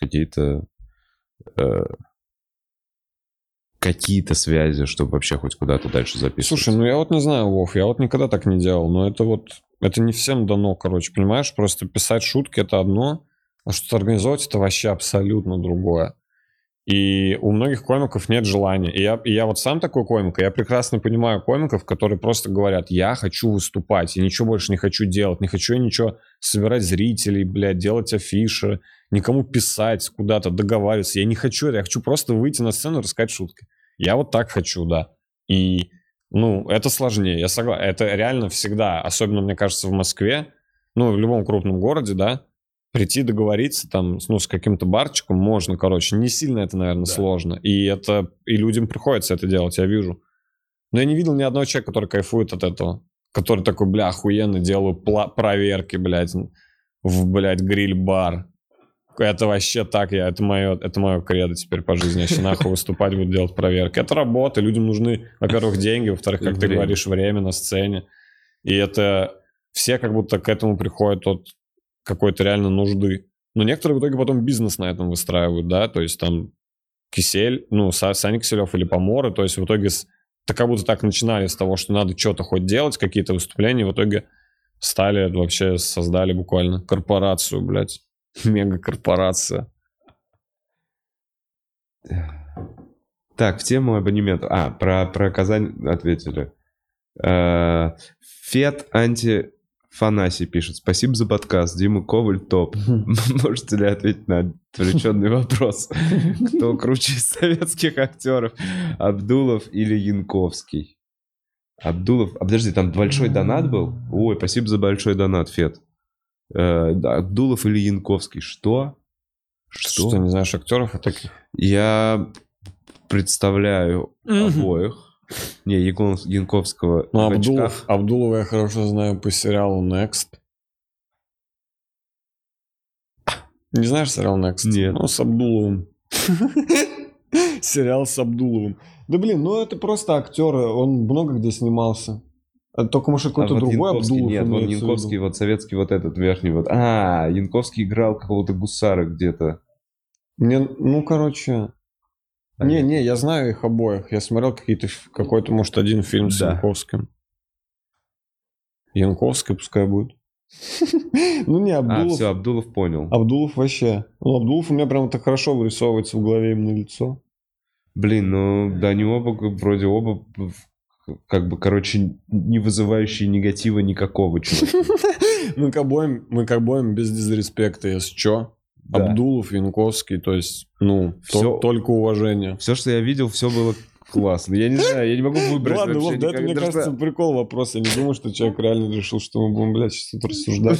какие-то связи, чтобы вообще хоть куда-то дальше записывать. Слушай, ну я вот не знаю, Вов, я вот никогда так не делал, но это не всем дано, короче, понимаешь? Просто писать шутки — это одно, а что-то организовать — это вообще абсолютно другое. И у многих комиков нет желания. И я вот сам такой комик, и я прекрасно понимаю комиков, которые просто говорят, я хочу выступать, я ничего больше не хочу делать, не хочу я ничего собирать зрителей, блядь, делать афиши, никому писать куда-то, договариваться. Я не хочу это, я хочу просто выйти на сцену и рассказать шутки. Я вот так хочу, да. И, ну, это сложнее, я согласен. Это реально всегда, особенно, мне кажется, в Москве, ну, в любом крупном городе, да, прийти договориться там, ну, с каким-то барчиком можно, короче. Не сильно это, наверное, сложно. И людям приходится это делать, я вижу. Но я не видел ни одного человека, который кайфует от этого. Который такой, бля, охуенно, делаю проверки, блядь, блядь, гриль-бар. Это вообще так, это мое кредо теперь по жизни. Я нахуй выступать буду делать проверки. Это работа, людям нужны, во-первых, деньги, во-вторых, как ты говоришь, время на сцене. И это все как будто к этому приходят от какой-то реально нужды. Но некоторые в итоге потом бизнес на этом выстраивают, да, то есть там Кисель, ну, Саня Киселев или Поморы, то есть в итоге как будто так начинали с того, что надо что-то хоть делать, какие-то выступления, в итоге вообще создали буквально корпорацию, блядь, мегакорпорация. Так, в тему абонемента. Про Казань ответили. Фет Фанасий пишет. Спасибо за подкаст. Дима Коваль топ. Можете ли ответить на отвлеченный вопрос? Кто круче из советских актеров? Абдулов или Янковский? Абдулов... подожди, там большой донат был? Ой, спасибо за большой донат, Фет. Абдулов или Янковский? Что? Что, ты не знаешь актеров? Я представляю обоих. Не, Янковского. Ну, Абдулова я хорошо знаю по сериалу Next. Не знаешь сериал Next? Нет. Ну, с Абдуловым. Сериал с Абдуловым. Да блин, ну это просто актер, он много где снимался. Только, может, какой-то другой Абдулов. Нет, вон Янковский, вот советский, вот этот верхний вот. Янковский играл какого-то гусара где-то. Ну, короче... Не, я знаю их обоих. Я смотрел какой-то, может, один фильм с Да. Янковским. Янковский пускай будет. Ну не, Абдулов. все, Абдулов понял. Абдулов вообще. Ну, Абдулов у меня прям так хорошо вырисовывается в голове именно лицо. Блин, ну, да, они вроде оба, как бы, короче, не вызывающие негатива никакого, чувака. Мы к обоим без дизреспекта, если что. Да. Абдулов, Янковский, то есть, ну, Всё. только уважение. Все, что я видел, все было классно. Я не знаю, я не могу выбрать Ладно, вообще Вов, да это, мне никогда, кажется, прикол вопрос. Я не думаю, что человек реально решил, что мы будем, блядь, сейчас тут рассуждать.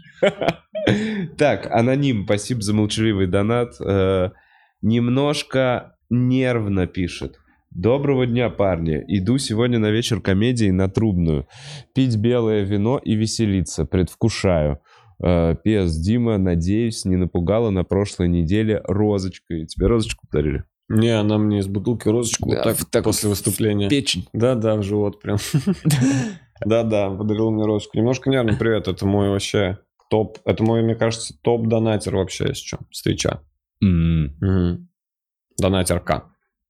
Так, аноним, спасибо за молчаливый донат. Немножко нервно пишет. Доброго дня, парни. Иду сегодня на вечер комедии на Трубную. Пить белое вино и веселиться. Предвкушаю. П.С. Дима, надеюсь, не напугала на прошлой неделе розочкой. Тебе розочку подарили? Не, она мне из бутылки розочку Да, вот так после выступления. Печень. Да, в живот прям. Да, подарил мне розочку. Немножко нервный привет. Это мой вообще топ. Это мой, мне кажется, топ-донатер вообще, если что, с Твича. Донатерка.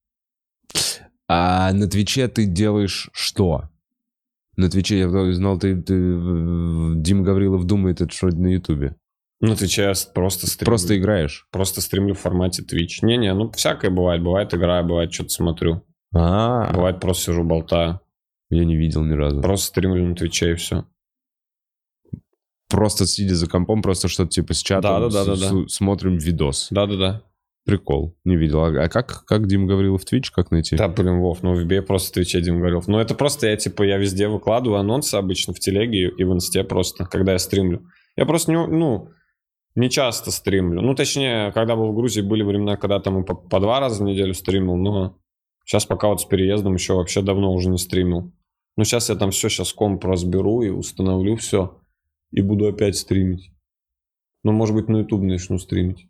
А на Твиче ты делаешь что? На Твиче, я знал, ты Дима Гаврилов думает, это что на Ютубе. На Твиче я просто стримлю. Просто играешь? Просто стримлю в формате Twitch. Не, ну всякое бывает. Бывает играю, бывает что-то смотрю. Бывает просто сижу, болтаю. Я не видел ни разу. Просто стримлю на Твиче и все. Просто сидя за компом, просто что-то типа с чатом Да. смотрим видос. Да. Прикол. Не видел. А как Дима Гаврилов Twitch, как найти? Да, блин, Вов, ну вбей просто в Твиче Дима Гаврилов. Ну это просто я везде выкладываю анонсы обычно в телеге и в инсте просто, когда я стримлю. Я просто не часто стримлю. Ну, точнее, когда был в Грузии, были времена, когда там и по 2 раза в неделю стримил, но сейчас пока вот с переездом еще вообще давно уже не стримил. Ну, сейчас я там сейчас комп разберу и установлю все, и буду опять стримить. Ну, может быть, на YouTube начну стримить.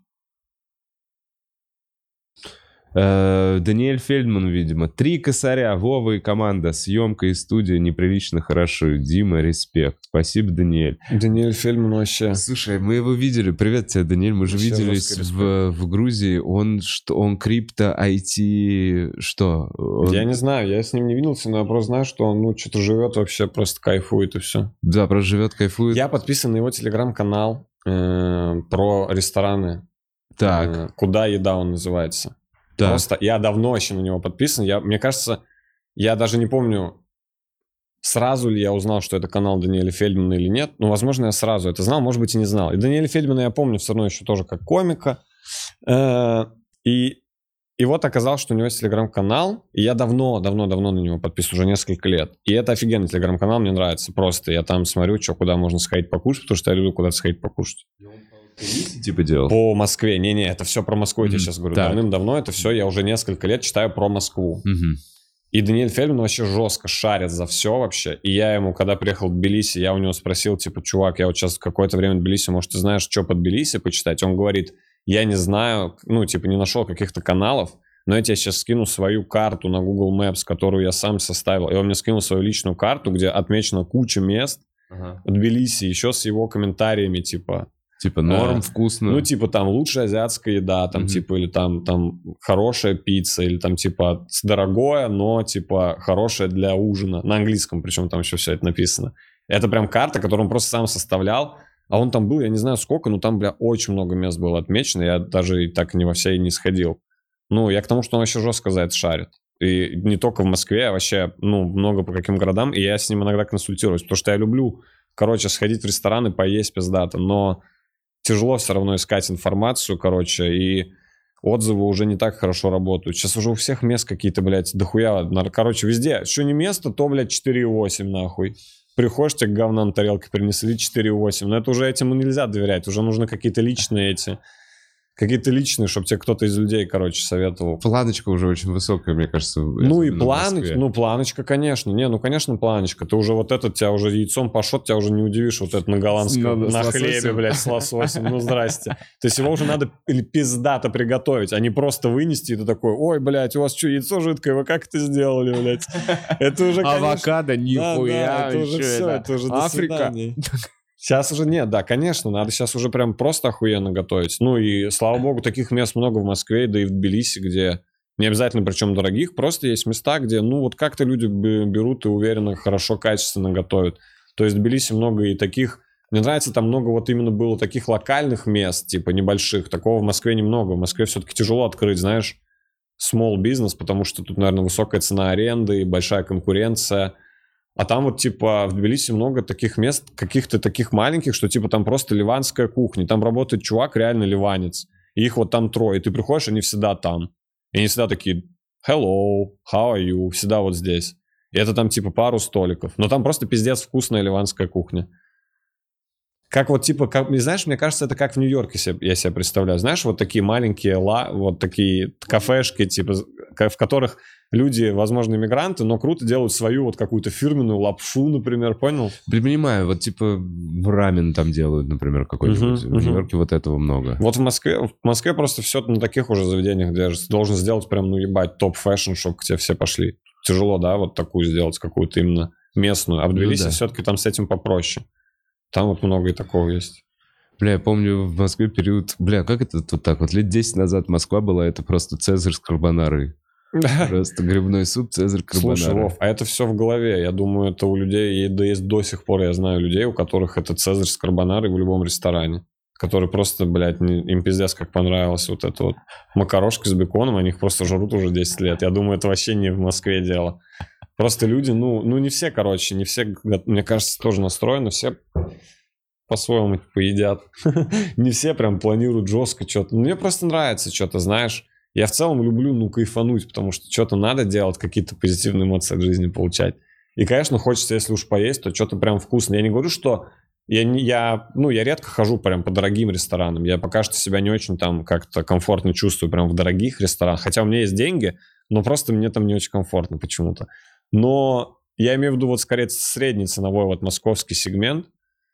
Даниэль Фельдман, видимо. 3 косаря, Вова и команда. Съемка и студия неприлично хорошо. Дима, респект. Спасибо, Даниэль. Даниэль Фельдман вообще. Слушай, мы его видели. Привет тебе, Даниэль. Мы же Вообще виделись в Грузии. Он крипто, IT... Что? Я не знаю, я с ним не виделся, но я просто знаю, что он что-то живет вообще, просто кайфует и все. Да, просто живет, кайфует. Я подписан на его телеграм-канал про рестораны. Так. «Куда еда» он называется. Так. Просто я давно еще на него подписан. Мне кажется, я даже не помню, сразу ли я узнал, что это канал Даниэля Фельдмана или нет. Ну, возможно, я сразу это знал, может быть, и не знал. И Даниэля Фельдмана я помню все равно еще тоже как комика. И вот оказалось, что у него есть телеграм-канал. И я давно на него подписан, уже несколько лет. И это офигенный телеграм-канал, мне нравится. Просто я там смотрю, куда можно сходить покушать, потому что я люблю куда-то сходить покушать. Типа делал? По Москве. Не, это все про Москву, я тебе сейчас говорю. Так. Давным-давно это все, я уже несколько лет читаю про Москву. И Даниэль Фельдман вообще жестко шарит за все вообще. И я ему, когда приехал в Тбилиси, я у него спросил, типа, чувак, я вот сейчас какое-то время в Тбилиси, может, ты знаешь, что под Тбилиси почитать? Он говорит, я не знаю, не нашел каких-то каналов, но я тебе сейчас скину свою карту на Google Maps, которую я сам составил. И он мне скинул свою личную карту, где отмечена куча мест в Тбилиси, еще с его комментариями, типа норм, вкусно. Ну, там лучшая азиатская еда, там, или там хорошая пицца, или там, дорогое, но, хорошее для ужина. На английском, причем там еще все это написано. Это прям карта, которую он просто сам составлял. А он там был, я не знаю сколько, но там, очень много мест было отмечено. Я даже и так не во все и не сходил. Ну, я к тому, что он вообще жестко за это шарит. И не только в Москве, а вообще, много по каким городам. И я с ним иногда консультируюсь, потому что я люблю, сходить в ресторан и поесть пиздато, но тяжело все равно искать информацию, и отзывы уже не так хорошо работают. Сейчас уже у всех мест какие-то, дохуя. Везде. Что не место, то, 4,8 нахуй. Приходишь, тебе говна на тарелке принесли 4,8. Но это уже этим нельзя доверять. Уже нужны какие-то личные чтобы тебе кто-то из людей, советовал. Планочка уже очень высокая, мне кажется. Планочка, конечно. Конечно, планочка. Ты уже тебя уже яйцом пашот, тебя уже не удивишь на голландском, на хлебе, с лососем. Ну, здрасте. То есть его уже надо пиздато приготовить, а не просто вынести, и ты такой, ой, у вас что, яйцо жидкое, вы как это сделали, Это уже, конечно... Авокадо, нихуя. Да, это уже все, это уже до свидания. Сейчас уже нет, да, конечно, надо сейчас уже прям просто охуенно готовить. Ну и, слава богу, таких мест много в Москве, да и в Тбилиси, где Не обязательно, причем дорогих, просто есть места, где, ну, вот как-то люди берут и уверенно, хорошо, качественно готовят. То есть в Тбилиси много и таких... Мне нравится, там много вот именно было таких локальных мест, типа небольших. Такого в Москве немного. В Москве все-таки тяжело открыть, знаешь, small business, потому что тут, наверное, высокая цена аренды и большая конкуренция. А там вот, типа, в Тбилиси много таких мест, каких-то таких маленьких, что, типа, там просто ливанская кухня. Там работает чувак, реально ливанец. И их вот там 3. И ты приходишь, они всегда там. И они всегда такие: hello, how are you? Всегда вот здесь. И это там, типа, пару столиков. Но там просто пиздец вкусная ливанская кухня. Как вот, типа, как, знаешь, мне кажется, это как в Нью-Йорке я себе представляю. Знаешь, вот такие маленькие, вот такие кафешки, типа, в которых люди, возможно, иммигранты, но круто делают свою вот какую-то фирменную лапшу, например, понял? Понимаю, вот типа рамен там делают, например, какой-нибудь. В Нью-Йорке вот этого много. Вот в Москве просто все на таких уже заведениях, где должен сделать прям, ну, ебать, топ-фэшн, чтобы к тебе все пошли. Тяжело, да, вот такую сделать, какую-то именно местную. А в Тбилиси все-таки там с этим попроще. Там вот много и такого есть. Бля, я помню в Москве период... Бля, как это тут так? Вот лет 10 назад Москва была, это просто Цезарь с карбонарой. Просто грибной суп, Цезарь, карбонара. Слушай, Вов, а это все в голове. Я думаю, это у людей, да есть до сих пор, я знаю людей, у которых это Цезарь с карбонарой в любом ресторане. Которые просто, блядь, им пиздец как понравилось вот это вот макарошки с беконом, они их просто жрут уже 10 лет. Я думаю, это вообще не в Москве дело. Просто люди, ну не все, короче, не все, мне кажется, тоже настроены, все по-своему поедят. Не все прям планируют жестко что-то. Мне просто нравится что-то, знаешь. Я в целом люблю, кайфануть, потому что что-то надо делать, какие-то позитивные эмоции от жизни получать. И, конечно, хочется, если уж поесть, то что-то прям вкусное. Я не говорю, что я редко хожу прям по дорогим ресторанам. Я пока что себя не очень там как-то комфортно чувствую прям в дорогих ресторанах. Хотя у меня есть деньги, но просто мне там не очень комфортно почему-то. Но я имею в виду вот скорее средний ценовой вот московский сегмент.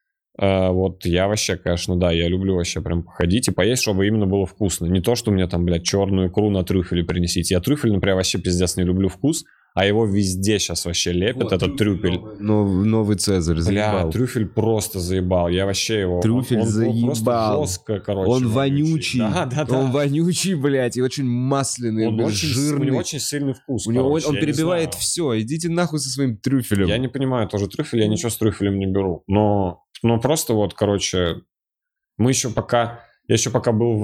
Вот я вообще, конечно, да, я люблю вообще прям походить и поесть, чтобы именно было вкусно. Не то, что мне там, блядь, черную икру на трюфеле принесите. Я трюфель, например, вообще пиздец не люблю вкус, а его везде сейчас вообще лепят, вот, этот трюфель. Новый Цезарь заебал. Бля, трюфель просто заебал. Я вообще его... Трюфель заебал. Просто жестко, короче. Он вонючий. Да. Он вонючий, блядь, и очень масляный, он очень жирный. У него очень сильный вкус, он перебивает все. Идите нахуй со своим трюфелем. Я не понимаю тоже трюфель, я ничего с трюфелем не беру. Но просто вот, короче, я еще пока был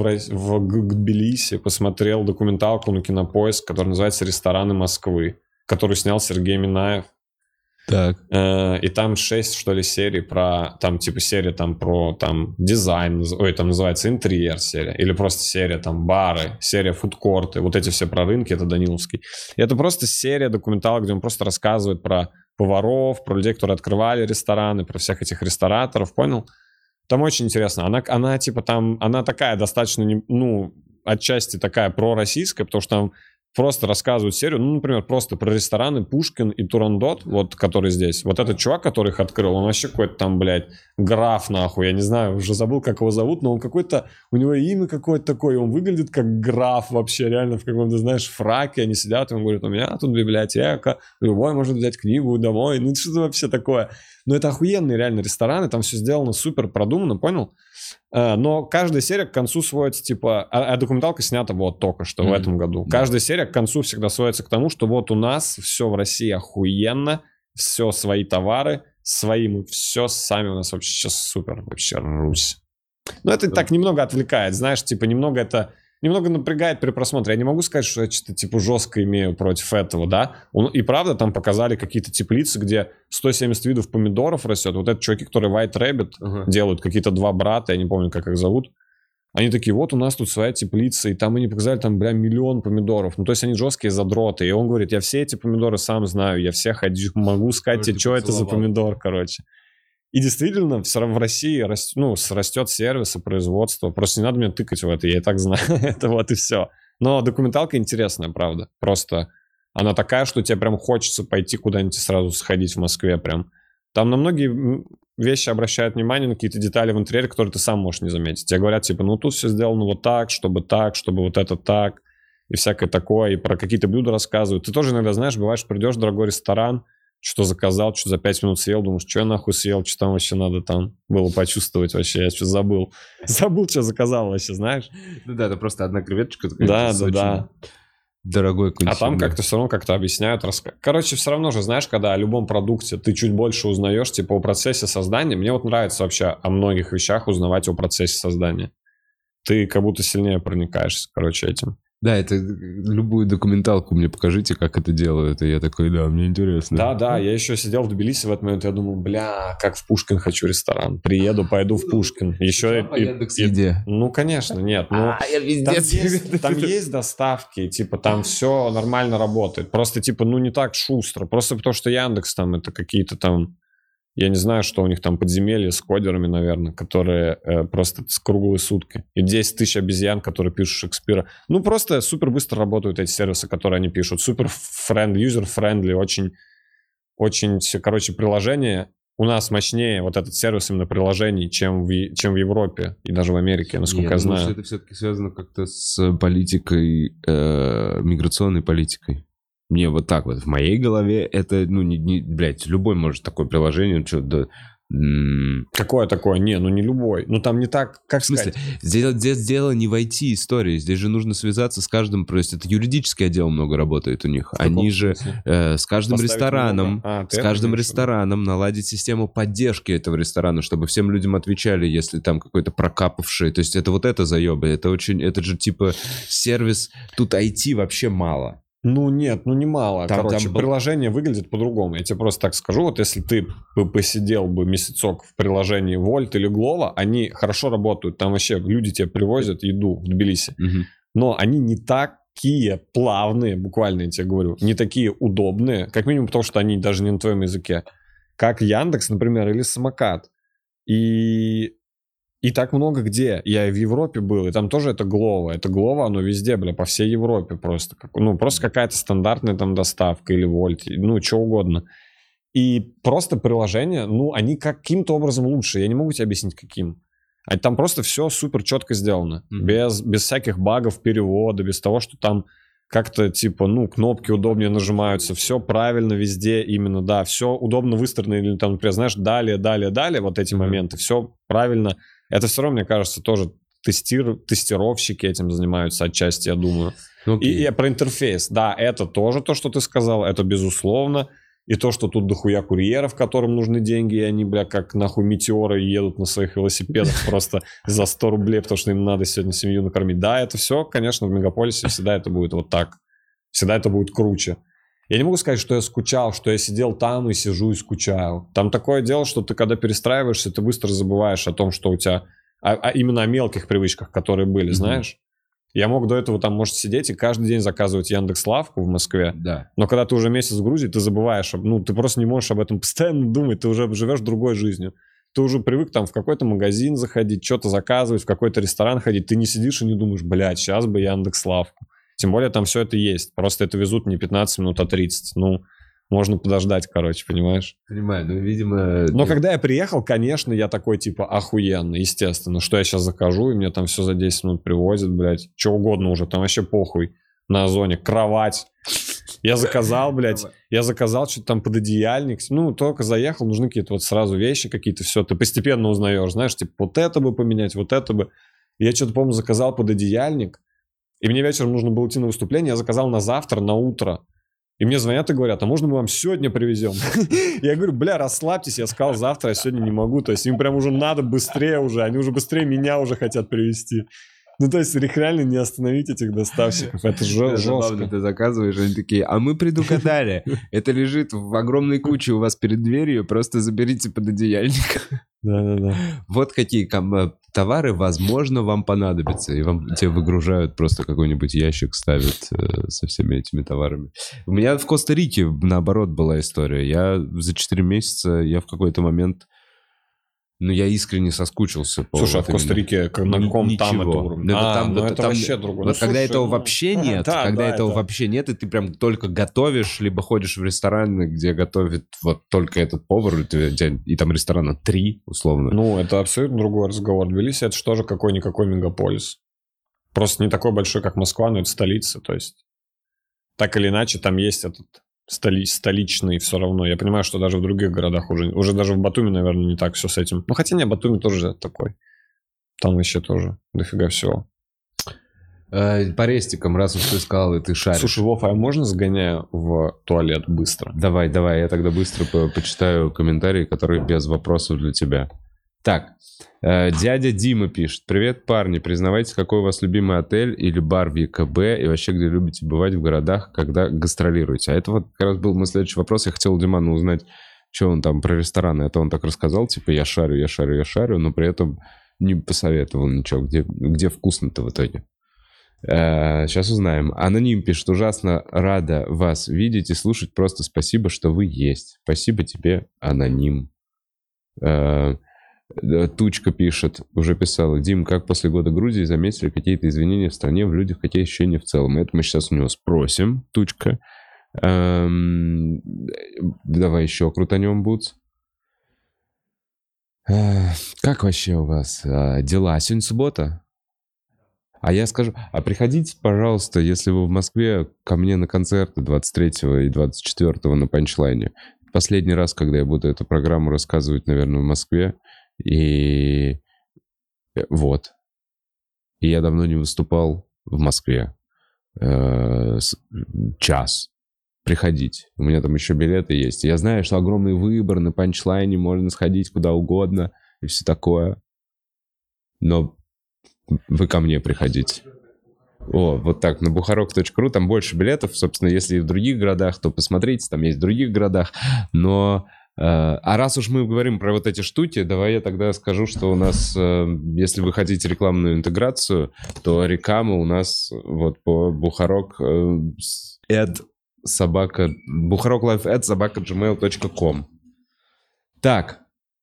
в Тбилиси, посмотрел документалку на Кинопоиск, которая называется «Рестораны Москвы», которую снял Сергей Минаев. Так. И там 6, что ли, серий про... Там, типа, серия там про там дизайн, там называется интерьер серия. Или просто серия там бары, серия фудкорты. Вот эти все про рынки, это Даниловский. И это просто серия документалок, где он просто рассказывает про поваров, про людей, которые открывали рестораны, про всех этих рестораторов, понял? Там очень интересно. Она типа там... Она такая достаточно, отчасти такая пророссийская, потому что там просто рассказывают серию, например, просто про рестораны Пушкин и Турандот, вот, который здесь. Вот этот чувак, который их открыл, он вообще какой-то там, блядь, граф, нахуй, я не знаю, уже забыл, как его зовут, но он какой-то, у него имя какое-то такое, он выглядит как граф вообще, реально в каком-то, знаешь, фраке, они сидят, и он говорит: у меня тут библиотека, любой может взять книгу домой, что-то вообще такое. Но это охуенные реально рестораны, там все сделано супер продуманно, понял? Но каждая серия к концу сводится, типа... А документалка снята вот только что в этом году. Каждая серия к концу всегда сводится к тому, что вот у нас все в России охуенно, все свои товары, свои мы все сами, у нас вообще сейчас супер, вообще Русь. Но это так немного отвлекает, знаешь, типа немного напрягает при просмотре. Я не могу сказать, что я что-то типа жестко имею против этого, да. И правда там показали какие-то теплицы, где 170 видов помидоров растет. Вот это чуваки, которые White Rabbit делают, какие-то 2 брата, я не помню, как их зовут. Они такие: вот у нас тут своя теплица, и там они показали там, бля, 1 миллион помидоров. Ну, то есть они жесткие задроты. И он говорит: я все эти помидоры сам знаю, я все могу сказать тебе, что это за помидор, короче. И действительно, все равно в России растет сервис и производство. Просто не надо меня тыкать в это, я и так знаю. Это вот и все. Но документалка интересная, правда. Просто она такая, что тебе прям хочется пойти куда-нибудь и сразу сходить в Москве прям. Там на многие вещи обращают внимание, на какие-то детали в интерьере, которые ты сам можешь не заметить. Тебе говорят, типа, тут все сделано вот так, чтобы вот это так, и всякое такое. И про какие-то блюда рассказывают. Ты тоже иногда, знаешь, бываешь, придешь в дорогой ресторан, что заказал, что за 5 минут съел, думаешь, что я нахуй съел, что там вообще надо там было почувствовать вообще, я что забыл. Забыл, что заказал вообще, знаешь? Ну да, это просто одна креветочка. Да. дорогой консюмер. А там как-то все равно как-то объясняют. Короче, все равно же, знаешь, когда о любом продукте ты чуть больше узнаешь, типа, о процессе создания. Мне вот нравится вообще о многих вещах узнавать о процессе создания. Ты как будто сильнее проникаешься, короче, этим. Да, это любую документалку мне покажите, как это делают. И я такой, да, мне интересно. Да, я еще сидел в Тбилиси в этот момент, я думал, бля, как в Пушкин хочу ресторан. Приеду, пойду в Пушкин. Еще по Яндекс.Еде. Ну, конечно, нет. Ну, я везде там есть доставки, типа, там все нормально работает. Просто, типа, ну, не так шустро. Просто потому, что Яндекс там, это какие-то там... Я не знаю, что у них там подземелья с кодерами, наверное, которые просто с круглые сутки. И 10 тысяч обезьян, которые пишут Шекспира. Ну, просто супер быстро работают эти сервисы, которые они пишут. Супер юзер-френдли, очень, очень, короче, приложение. У нас мощнее вот этот сервис именно приложений, чем в Европе и даже в Америке, насколько я знаю. Что это все-таки связано как-то с политикой, миграционной политикой. Мне вот так вот в моей голове это, ну, блядь, любой может такое приложение, что, да... Какое такое? Не, ну не любой. Ну там не так, как сказать. В смысле, здесь дело не в IT-истории. Здесь же нужно связаться с каждым, просто это юридический отдел много работает у них. Они же с каждым рестораном, наладить систему поддержки этого ресторана, чтобы всем людям отвечали, если там какой-то прокапавший. То есть это вот это заебы. Это же типа сервис. Тут IT вообще мало. Ну нет, ну немало. Короче, приложение выглядит по-другому. Я тебе просто так скажу. Вот если ты посидел бы месяцок в приложении Volt или Glovo, они хорошо работают. Там вообще люди тебе привозят еду в Тбилиси. Угу. Но они не такие плавные, буквально я тебе говорю, не такие удобные, как минимум потому, что они даже не на твоем языке, как Яндекс, например, или Самокат. И так много где. Я и в Европе был, и там тоже это Glovo. Это Glovo, оно везде, бля, по всей Европе просто. Ну, просто какая-то стандартная там доставка или Volt, ну, что угодно. И просто приложения, ну, они каким-то образом лучше. Я не могу тебе объяснить, каким. А там просто все супер четко сделано. Без всяких багов перевода, без того, что там как-то, типа, ну, кнопки удобнее нажимаются. Все правильно везде именно, да. Все удобно выстроено. Или там, например, знаешь, далее, вот эти моменты. Все правильно. Это все равно, мне кажется, тоже тестировщики этим занимаются отчасти, я думаю. И про интерфейс. Да, это тоже то, что ты сказал, это безусловно. И то, что тут дохуя курьеров, которым нужны деньги, и они, бля, как нахуй метеоры едут на своих велосипедах просто за 100 рублей, потому что им надо сегодня семью накормить. Да, это все, конечно, в мегаполисе всегда это будет вот так. Всегда это будет круче. Я не могу сказать, что я скучал, что я сидел там и сижу и скучаю. Там такое дело, что ты когда перестраиваешься, ты быстро забываешь о том, что у тебя... А именно о мелких привычках, которые были, знаешь? Я мог до этого там, может, сидеть и каждый день заказывать Яндекс.Лавку в Москве. Да. Но когда ты уже месяц в Грузии, ты забываешь, ну, ты просто не можешь об этом постоянно думать, ты уже живешь другой жизнью. Ты уже привык там в какой-то магазин заходить, что-то заказывать, в какой-то ресторан ходить. Ты не сидишь и не думаешь, блядь, сейчас бы Яндекс.Лавку. Тем более там все это есть. Просто это везут не 15 минут, а 30. Ну, можно подождать, короче, понимаешь? Понимаю, ну, видимо... Но когда я приехал, конечно, я такой, типа, охуенно, естественно. Что я сейчас закажу, и мне там все за 10 минут привозят, блядь. Что угодно уже, там вообще похуй. На Озоне. Кровать. Я заказал, блядь. Я заказал что-то там пододеяльник. Ну, только заехал, нужны какие-то вот сразу вещи какие-то, все. Ты постепенно узнаешь, знаешь, типа, вот это бы поменять, вот это бы. Я что-то, помню, заказал пододеяльник. И мне вечером нужно было идти на выступление, я заказал на завтра, на утро. И мне звонят и говорят, а можно мы вам сегодня привезем? Я говорю, бля, расслабьтесь, я сказал завтра, я сегодня не могу. То есть им прям уже надо быстрее уже, они уже быстрее меня уже хотят привезти. Ну, то есть их реально не остановить, этих доставщиков. Это жестко. Ты заказываешь, они такие, а мы предугадали. Это лежит в огромной куче у вас перед дверью, просто заберите пододеяльник. Да. Вот какие товары, возможно, вам понадобятся. И тебе выгружают просто какой-нибудь ящик, ставят со всеми этими товарами. У меня в Коста-Рике, наоборот, была история. Я за 4 месяца, я в какой-то момент... Ну, я искренне соскучился. Слушай, а в Коста-Рике на каком там это уровне? Это вообще другое. Вот когда этого вообще нет, вообще нет, и ты прям только готовишь, либо ходишь в рестораны, где готовит вот только этот повар, и там ресторана 3, условно. Ну, это абсолютно другой разговор. Тбилиси — это же тоже какой-никакой мегаполис. Просто не такой большой, как Москва, но это столица, то есть. Так или иначе, там есть этот... столичный все равно. Я понимаю, что даже в других городах уже даже в Батуми, наверное, не так все с этим. Ну, хотя не, Батуми тоже такой. Там вообще тоже дофига всего. По рестикам, раз уж ты сказал, и ты шаришь. Слушай, Вов, а можно сгоняю в туалет быстро? Давай, я тогда быстро почитаю комментарии, которые без вопросов для тебя. Так, дядя Дима пишет. Привет, парни, признавайтесь, какой у вас любимый отель или бар в ЕКБ, и вообще, где любите бывать в городах, когда гастролируете. А это вот как раз был мой следующий вопрос. Я хотел у Димана узнать, что он там про рестораны. Это он так рассказал, типа, я шарю, но при этом не посоветовал ничего, где вкусно-то в итоге. Сейчас узнаем. Аноним пишет: ужасно рада вас видеть и слушать. Просто спасибо, что вы есть. Спасибо тебе, Аноним. Тучка пишет, уже писала: Дим, как после года Грузии заметили какие-то изменения в стране, в людях, какие ощущения в целом? Это мы сейчас у него спросим. Тучка. Давай еще крутанем, Бутс. Как вообще у вас дела? Сегодня суббота? А я скажу, приходите, пожалуйста, если вы в Москве, ко мне на концерты 23 и 24 на Панчлайне. Последний раз, когда я буду эту программу рассказывать, наверное, в Москве. И вот. И я давно не выступал в Москве. Час. Приходите. У меня там еще билеты есть. Я знаю, что огромный выбор на Панчлайне, можно сходить куда угодно и все такое. Но вы ко мне приходите. Вот так, на buharok.ru, там больше билетов, собственно, если и в других городах, то посмотрите, там есть в других городах, но... раз уж мы говорим про вот эти штуки, давай я тогда скажу, что у нас, если вы хотите рекламную интеграцию, то реклама у нас вот по buharok buharoklife@gmail.com. Так,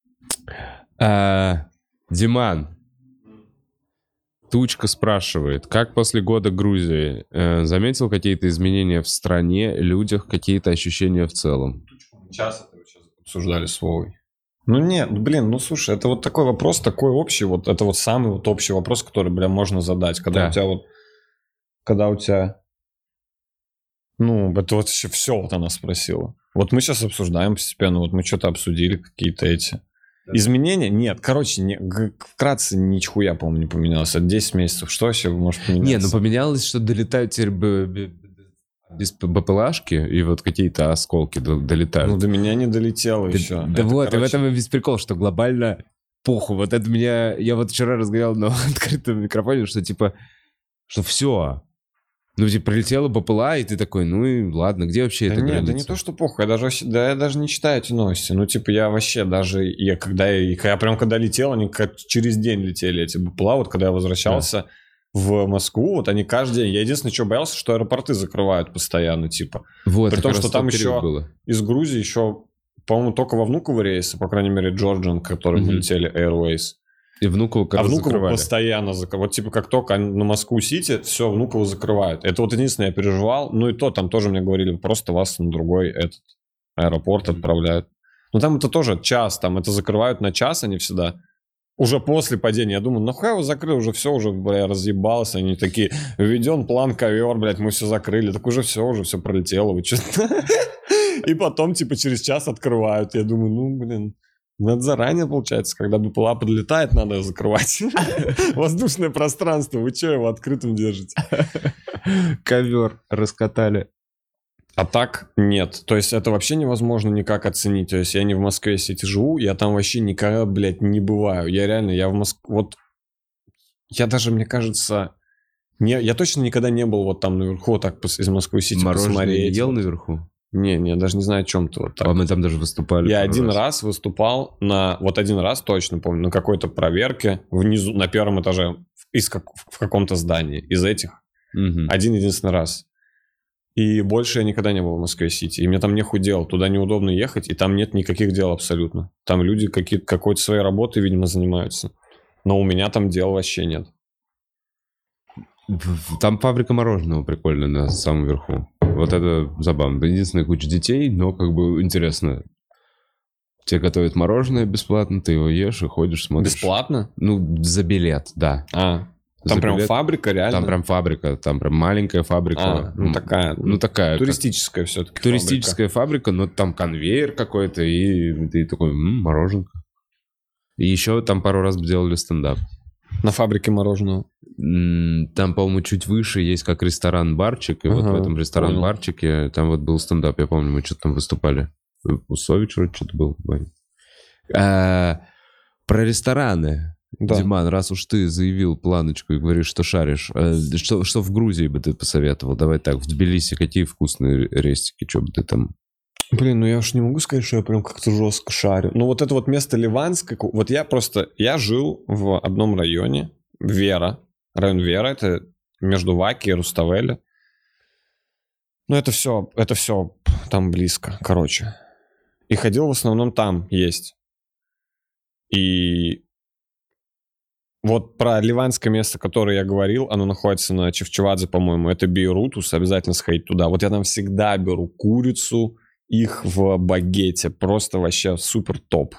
Диман, Тучка спрашивает, как после года Грузии заметил какие-то изменения в стране, людях, какие-то ощущения в целом? Час это сейчас обсуждали с Вовой. Ну нет, блин, слушай, это вот такой вопрос, такой общий, вот это вот самый вот общий вопрос, который, можно задать, когда у тебя, это вот все вот она спросила. Вот мы сейчас обсуждаем постепенно, вот мы что-то обсудили, какие-то эти... Изменения? Нет, вкратце нихуя, по-моему, не поменялось. Это 10 месяцев. Что вообще может поменяться? Поменялось, что долетают теперь без БПЛАшки, и вот какие-то осколки долетают. До меня не долетело еще. Да вот, и в этом и весь прикол, что глобально похуй. Вот это меня... Я вот вчера разговаривал на открытом микрофоне, что что все... прилетела БПЛА, и ты такой, и ладно, где вообще это граница? Да не то, что похуй, я даже не читаю эти новости. Я вообще даже, когда летел, они как через день летели, эти БПЛА, вот когда я возвращался в Москву, вот они каждый день, я единственное, что боялся, что аэропорты закрывают постоянно, Вот, при том, что там еще было. Из Грузии еще, по-моему, только во Внуково рейсы, по крайней мере, Georgian, которые летели Airways. И Внуково Внуково постоянно закрывают. Вот как только на Москву-Сити, все, Внуково закрывают. Это вот единственное, я переживал. И то, там тоже мне говорили, просто вас на другой аэропорт отправляют. Там это тоже час, там это закрывают на час, они всегда. Уже после падения. Я думаю, нахуй его закрыл, уже все, разъебался. Они такие, введен план ковер, мы все закрыли. Так уже все пролетело. Вы что-то... И потом, через час открывают. Я думаю, надо заранее, получается, когда БПЛА подлетает, надо закрывать. Воздушное пространство, вы что его открытым держите? Ковер раскатали. А так нет. То есть это вообще невозможно никак оценить. То есть я не в Москве-Сити живу, я там вообще никогда, не бываю. Я в Москве... Вот я даже, мне кажется... Я точно никогда не был вот там наверху, так из Москвы-Сити посмотреть. Мороженое ел наверху? Не, даже не знаю, о чем ты вот так. Мы там даже выступали. Я один раз выступал один раз точно помню, на какой-то проверке внизу, на первом этаже, в каком-то здании из этих. Один-единственный раз. И больше я никогда не был в Москве-Сити. И мне там нехуй делать, туда неудобно ехать, и там нет никаких дел абсолютно. Там люди какой-то своей работой, видимо, занимаются. Но у меня там дел вообще нет. Там фабрика мороженого прикольная на самом верху. Вот это забавно. Единственная куча детей, но интересно. Тебе готовят мороженое бесплатно, ты его ешь и ходишь, смотришь. Бесплатно? За билет, да. Там прям фабрика, реально? Там прям фабрика, там прям маленькая фабрика. Такая. Такая. Туристическая все-таки туристическая фабрика, но там конвейер какой-то, и ты такой, мороженка. И еще там пару раз делали стендап. На фабрике мороженого. Там, по-моему, чуть выше есть как ресторан-барчик, и вот в этом ресторан-барчике там вот был стендап, я помню, мы что-то там выступали. Усович вроде что-то был. Про рестораны. Да. Диман, раз уж ты заявил планочку и говоришь, что шаришь, что в Грузии бы ты посоветовал? Давай так, в Тбилиси какие вкусные рестики, что бы ты там... Блин, ну я уж не могу сказать, что я прям как-то жестко шарю. Ну вот это вот место Ливанское, вот я жил в одном районе, Вера, район Вера, это между Ваки и Руставели. Ну это все там близко, короче. И ходил в основном там есть. И вот про ливанское место, которое я говорил, оно находится на Чевчевадзе, по-моему, это Бейрутус, обязательно сходить туда. Вот я там всегда беру курицу, их в багете, просто вообще супер топ,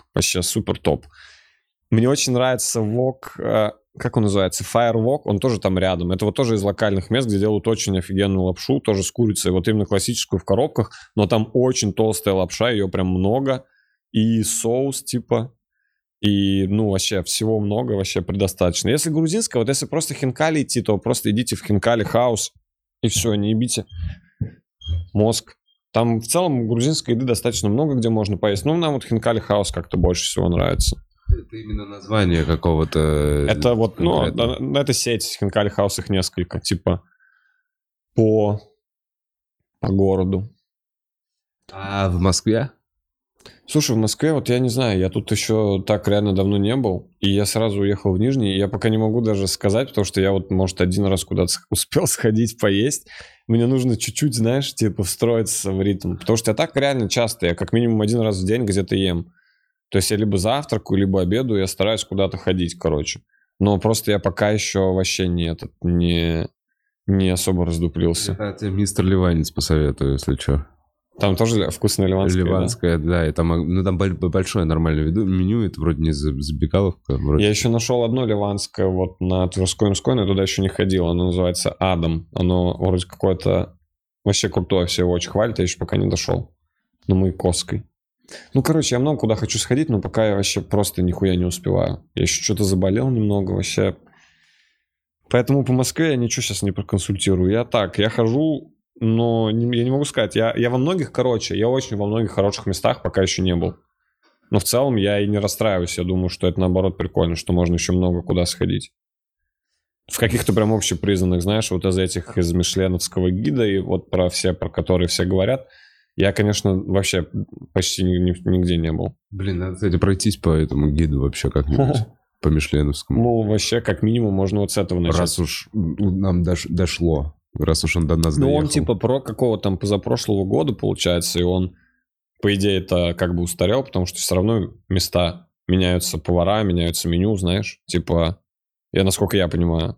Мне очень нравится вок, как он называется, Fire Wok, он тоже там рядом. Это вот тоже из локальных мест, где делают очень офигенную лапшу, тоже с курицей, вот именно классическую в коробках, но там очень толстая лапша, ее прям много, и соус типа, и, ну, вообще всего много, вообще предостаточно. Если грузинская, вот если просто хинкали идти, то просто идите в хинкали хаус, и все, не ебите мозг. Там в целом грузинской еды достаточно много, где можно поесть. Ну, нам вот хинкали хаус как-то больше всего нравится. Это именно название какого-то... Это вот, конкретно. Ну, это сеть, хинкали хаус их несколько, типа, по городу. А в Москве? Слушай, в Москве, вот я не знаю, я тут еще так реально давно не был, и я сразу уехал в Нижний, и я пока не могу даже сказать, потому что я вот, может, один раз куда-то успел сходить поесть, мне нужно чуть-чуть, знаешь, типа встроиться в ритм, потому что я так реально часто, я как минимум один раз в день где-то ем, то есть я либо завтракаю, либо обедаю, я стараюсь куда-то ходить, короче, но просто я пока еще вообще не особо раздуплился. Я тебе мистер Ливанец посоветую, если что. Там тоже вкусная ливанская, Ливанская, да, и там, ну, там большое нормальное меню, это вроде не забегаловка. Вроде. Я еще нашел одно ливанское вот на Тверской-Мской, но я туда еще не ходил, оно называется Адам, оно вроде какое-то вообще крутое, все его очень хвалят, я еще пока не дошел, на Маяковской. Ну, короче, я много куда хочу сходить, но пока я вообще просто нихуя не успеваю. Я еще что-то заболел немного, вообще. Поэтому по Москве я ничего сейчас не проконсультирую. Я хожу... Но я не могу сказать, я во многих, я очень во многих хороших местах пока еще не был. Но в целом я и не расстраиваюсь, я думаю, что это наоборот прикольно, что можно еще много куда сходить. В каких-то прям общепризнанных, знаешь, вот из этих, из мишленовского гида, и вот про которые все говорят, я, конечно, вообще почти нигде не был. Блин, надо, кстати, пройтись по этому гиду вообще как-нибудь, по мишленовскому. Ну, вообще, как минимум, можно вот с этого начать. Раз уж нам дошло. Раз уж он до нас доехал. Ну, он типа про какого там позапрошлого года, получается, и он, по идее, это как бы устарел, потому что все равно места меняются, повара, меняются меню, знаешь, типа, насколько я понимаю.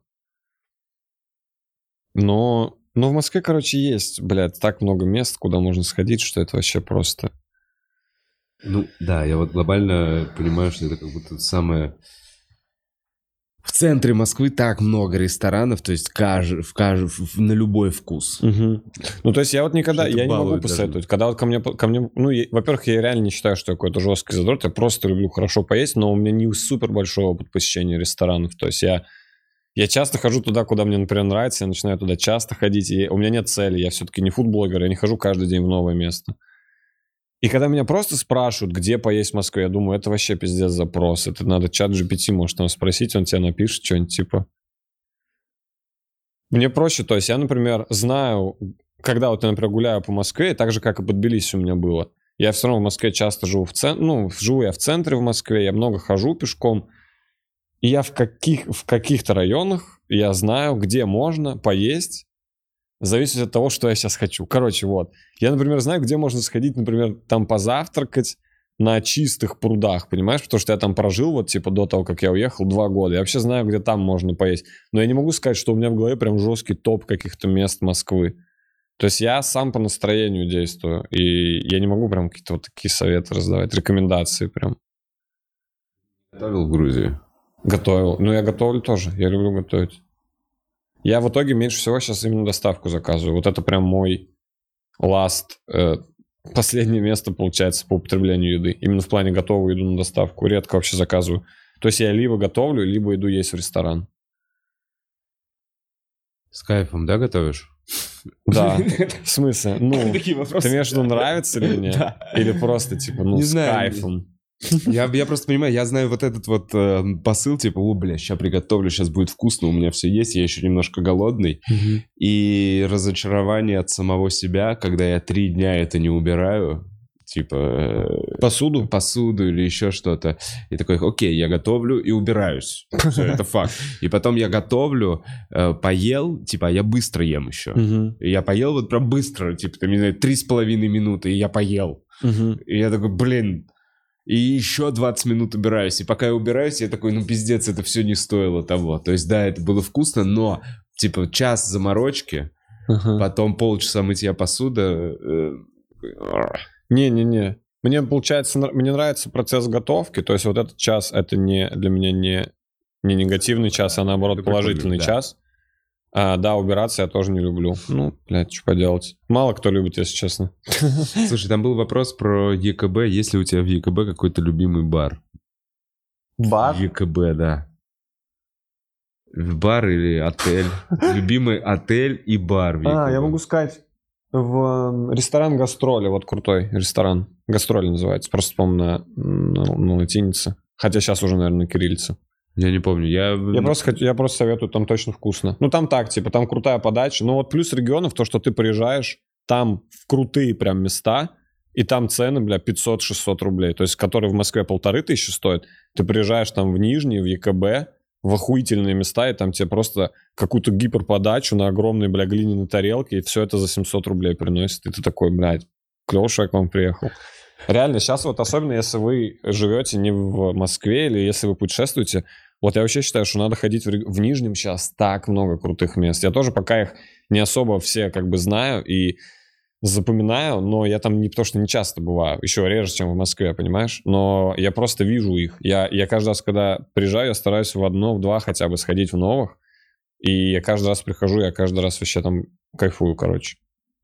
Но в Москве, короче, есть, блядь, так много мест, куда можно сходить, что это вообще просто... Ну, да, я вот глобально понимаю, что это как будто самое... В центре Москвы так много ресторанов, то есть на любой вкус. Угу. Ну, то есть я вот никогда, я не могу посоветовать. Когда вот ко мне ну, во-первых, я реально не считаю, что я какой-то жесткий задрот, я просто люблю хорошо поесть, но у меня не супер большой опыт посещения ресторанов, то есть я часто хожу туда, куда мне, например, нравится, я начинаю туда часто ходить, и у меня нет цели, я все-таки не фудблогер, я не хожу каждый день в новое место. И когда меня просто спрашивают, где поесть в Москве, я думаю, это вообще пиздец запрос. Это надо чат GPT, может, там спросить, он тебе напишет что-нибудь типа. Мне проще, то есть я, например, знаю, когда вот я, например, гуляю по Москве, так же, как и под Тбилиси у меня было. Я все равно в Москве часто живу живу я в центре в Москве, я много хожу пешком. И я в каких-то районах я знаю, где можно поесть. Зависит от того, что я сейчас хочу. Короче, вот. Я, например, знаю, где можно сходить, например, там позавтракать на чистых прудах, понимаешь? Потому что я там прожил вот, типа, до того, как я уехал, 2 года. Я вообще знаю, где там можно поесть. Но я не могу сказать, что у меня в голове прям жесткий топ каких-то мест Москвы. То есть я сам по настроению действую. И я не могу прям какие-то вот такие советы раздавать, рекомендации прям. Готовил в Грузии? Готовил. Ну, я готовлю тоже. Я люблю готовить. Я в итоге меньше всего сейчас именно доставку заказываю. Вот это прям мой последнее место, получается, по употреблению еды. Именно в плане готовую еду на доставку. Редко вообще заказываю. То есть я либо готовлю, либо иду есть в ресторан. С кайфом, да, готовишь? Да. В смысле? Ну, Такие вопросы, ты имеешь в виду, нравится ли мне? Да. Или просто, типа, ну, Не с знаю. кайфом? Я просто понимаю, я знаю вот этот вот посыл, типа, сейчас приготовлю, сейчас будет вкусно, у меня все есть, я еще немножко голодный. И разочарование от самого себя, когда я 3 дня это не убираю, типа... Посуду или еще что-то. И такой, окей, я готовлю и убираюсь. Все, это факт. И потом я готовлю, поел, типа, я быстро ем еще. И я поел вот прям быстро, типа, там, не знаю, 3,5 минуты, и я поел. И я такой, блин... И еще 20 минут убираюсь. И пока я убираюсь, я такой, ну пиздец, это все не стоило того. То есть, да, это было вкусно, но, типа, час заморочки, потом полчаса мытья посуды. Не-не-не. Мне, получается, мне нравится процесс готовки. То есть вот этот час, это не для меня не негативный час, а наоборот положительный час. Да, убираться я тоже не люблю. Ну, блядь, что поделать. Мало кто любит, если честно. Слушай, там был вопрос про ЕКБ. Есть ли у тебя в ЕКБ какой-то любимый бар? Бар? ЕКБ, да. Бар или отель? Любимый отель и бар в ЕКБ. Я могу сказать, в ресторан «Гастроли», вот крутой ресторан. «Гастроли» называется, просто, по-моему, на латинице. Хотя сейчас уже, наверное, на кириллице. Я не помню. Я просто советую, там точно вкусно. Ну, там так, типа, там крутая подача. Но вот плюс регионов, то, что ты приезжаешь, там в крутые прям места, и там цены, бля, 500-600 рублей. То есть, которые в Москве 1500 стоят. Ты приезжаешь там в Нижний, в ЕКБ, в охуительные места, и там тебе просто какую-то гиперподачу на огромной, бля, глиняной тарелке, и все это за 700 рублей приносит. И ты такой, блядь, клёвый, что я к вам приехал. Реально, сейчас вот особенно, если вы живете не в Москве, или если вы путешествуете, вот я вообще считаю, что надо ходить в Нижнем сейчас так много крутых мест. Я тоже пока их не особо все как бы знаю и запоминаю, но я там не потому что не часто бываю, еще реже, чем в Москве, понимаешь? Но я просто вижу их. Я каждый раз, когда приезжаю, я стараюсь в одно, в два хотя бы сходить в новых. И я каждый раз прихожу, я каждый раз вообще там кайфую, короче.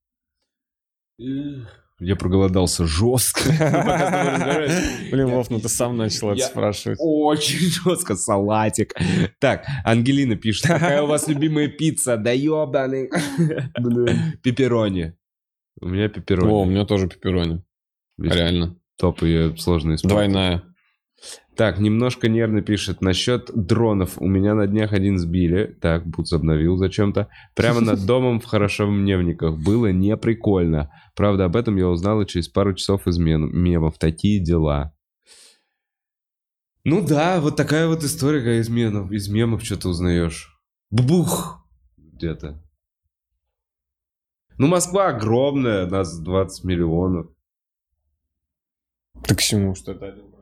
Я проголодался жестко. Блин, Вов, ну ты сам начал это спрашивать. Очень жестко, салатик. Так, Ангелина пишет, какая у вас любимая пицца? Да ёбаный. Пепперони. У меня пепперони. О, у меня тоже пепперони. Реально. Топ, ее сложно использовать. Двойная. Так, немножко нервно пишет насчет дронов. У меня на днях один сбили. Так, Бутс обновил зачем-то. Прямо над домом в Хорошевневниках. Было не прикольно. Правда, об этом я узнала через пару часов из мемов. Такие дела. Ну да, вот такая вот история из мемов. Из мемов что-то узнаешь. Бубух! Где-то. Ну, Москва огромная. Нас 20 миллионов. Так к чему? Что это 1%?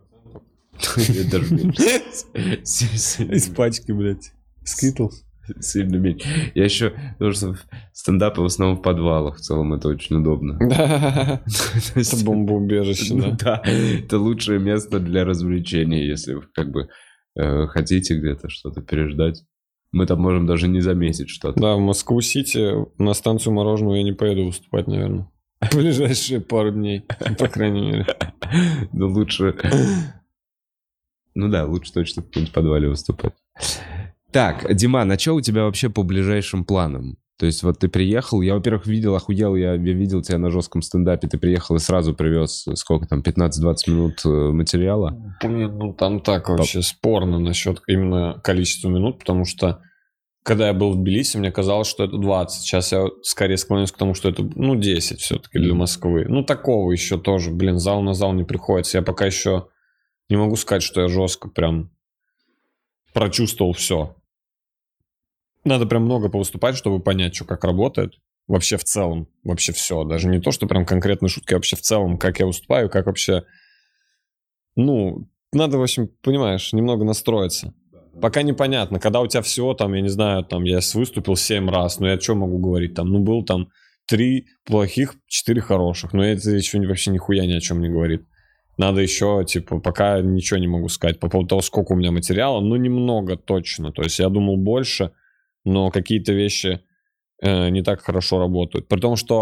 Из пачки, блядь. Скитлс. Сильно меньше. Я еще... Потому что стендапы в основном в подвалах. В целом это очень удобно. Это бомбоубежище, да? Да. Это лучшее место для развлечения, если вы как бы хотите где-то что-то переждать. Мы там можем даже не заметить что-то. Да, в Москву-Сити на станцию Мороженого я не поеду выступать, наверное. В ближайшие пару дней, по крайней мере. Ну, лучше... Ну да, лучше точно в каком-нибудь подвале выступать. Так, Диман, а что у тебя вообще по ближайшим планам? То есть вот ты приехал, я, во-первых, охуел, я видел тебя на жестком стендапе, ты приехал и сразу привез, сколько там, 15-20 минут материала? Блин, ну там так вообще спорно насчет именно количества минут, потому что когда я был в Тбилиси, мне казалось, что это 20. Сейчас я скорее склоняюсь к тому, что это, 10 все-таки для Москвы. Ну, такого еще тоже, блин, зал на зал не приходится. Я пока еще не могу сказать, что я жестко прям прочувствовал все. Надо прям много повыступать, чтобы понять, что как работает. Вообще в целом, вообще все. Даже не то, что прям конкретные шутки, а вообще в целом, как я выступаю, как вообще... Ну, надо, в общем, понимаешь, немного настроиться. Пока непонятно, когда у тебя всего там, я не знаю, там я выступил 7 раз, но я что могу говорить там? Ну, был там 3 плохих, 4 хороших, но это еще вообще нихуя ни о чем не говорит. Надо еще, типа, пока ничего не могу сказать по поводу того, сколько у меня материала, ну, немного точно. То есть я думал больше, но какие-то вещи не так хорошо работают. При том, что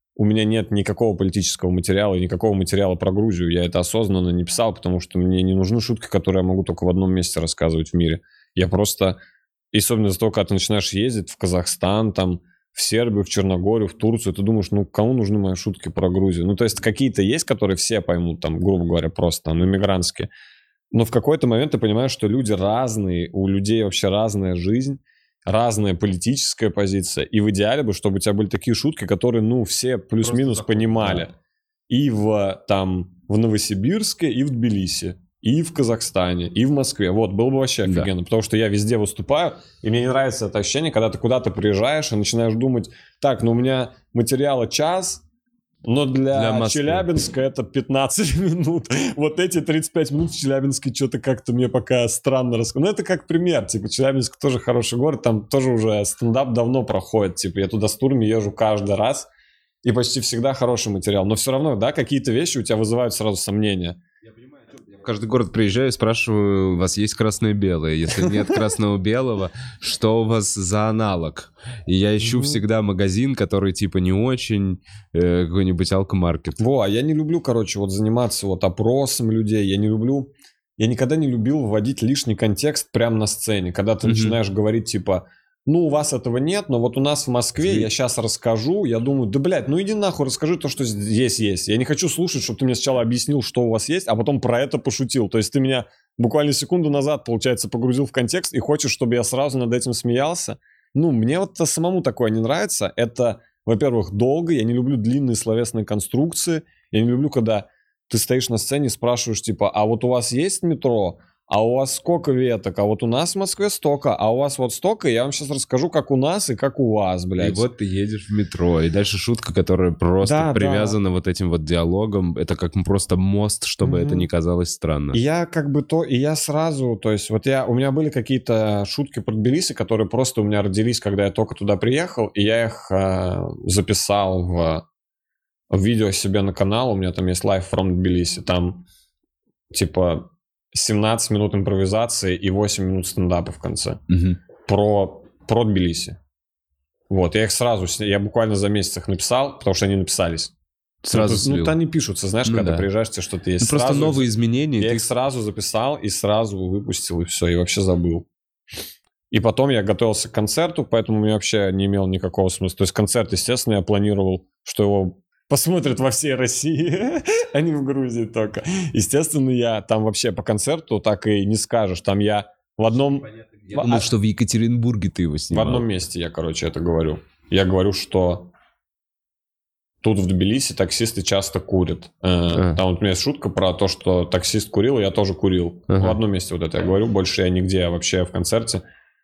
у меня нет никакого политического материала и никакого материала про Грузию. Я это осознанно не писал, потому что мне не нужны шутки, которые я могу только в одном месте рассказывать в мире. Я просто... И особенно из-за того, когда ты начинаешь ездить в Казахстан, там, в Сербию, в Черногорию, в Турцию, ты думаешь, ну, кому нужны мои шутки про Грузию? Ну, то есть какие-то есть, которые все поймут, там, грубо говоря, просто там, иммигрантские. Но в какой-то момент ты понимаешь, что люди разные, у людей вообще разная жизнь, разная политическая позиция. И в идеале бы, чтобы у тебя были такие шутки, которые, ну, все плюс-минус понимали. Да. И в Новосибирске, и в Тбилиси, и в Казахстане, и в Москве. Вот, было бы вообще офигенно, потому что я везде выступаю, и мне не нравится это ощущение, когда ты куда-то приезжаешь и начинаешь думать, так, ну у меня материала час, но для Челябинска это 15 минут. Вот эти 35 минут в Челябинске что-то как-то мне пока странно рассказывают. Ну, это как пример. Типа, Челябинск тоже хороший город, там тоже уже стендап давно проходит. Типа, я туда с турами езжу каждый раз, и почти всегда хороший материал. Но все равно, да, какие-то вещи у тебя вызывают сразу сомнения. В каждый город приезжаю и спрашиваю, у вас есть красное-белое? Если нет красного-белого, что у вас за аналог? И я ищу всегда магазин, который типа не очень, какой-нибудь алкомаркет. А я не люблю, короче, вот заниматься вот опросом людей. Я никогда не любил вводить лишний контекст прямо на сцене. Когда ты начинаешь говорить типа... Ну, у вас этого нет, но вот у нас в Москве я сейчас расскажу. Я думаю, да, блядь, ну иди нахуй, расскажи то, что здесь есть. Я не хочу слушать, чтобы ты мне сначала объяснил, что у вас есть, а потом про это пошутил. То есть ты меня буквально секунду назад, получается, погрузил в контекст и хочешь, чтобы я сразу над этим смеялся. Ну, мне вот самому такое не нравится. Это, во-первых, долго. Я не люблю длинные словесные конструкции. Я не люблю, когда ты стоишь на сцене и спрашиваешь, типа, а вот у вас есть метро? А у вас сколько веток? А вот у нас в Москве столько. А у вас вот столько. Я вам сейчас расскажу, как у нас и как у вас, блядь. И вот ты едешь в метро. И дальше шутка, которая просто привязана вот этим вот диалогом. Это как просто мост, чтобы это не казалось странно. И я сразу... То есть вот у меня были какие-то шутки про Тбилиси, которые просто у меня родились, когда я только туда приехал. И я их записал в видео себе на канал. У меня там есть Live from Tbilisi. Там типа... 17 минут импровизации и 8 минут стендапа в конце. Про Тбилиси. Вот, я буквально за месяц их написал, потому что они написались. Сразу Ну, они пишутся, знаешь, когда приезжаешь, тебе что-то есть. Просто новые изменения. Я их сразу записал и сразу выпустил, и все, и вообще забыл. И потом я готовился к концерту, поэтому мне вообще не имел никакого смысла. То есть концерт, естественно, я планировал, что его... посмотрят во всей России, а не в Грузии только. Естественно, я там вообще по концерту так и не скажешь. Там я в одном... Я думал, что в Екатеринбурге ты его снимал. В одном месте я, короче, это говорю. Я говорю, что тут в Тбилиси таксисты часто курят. Там вот у меня есть шутка про то, что таксист курил, и я тоже курил. В одном месте вот это я говорю. Больше я нигде вообще в концерте.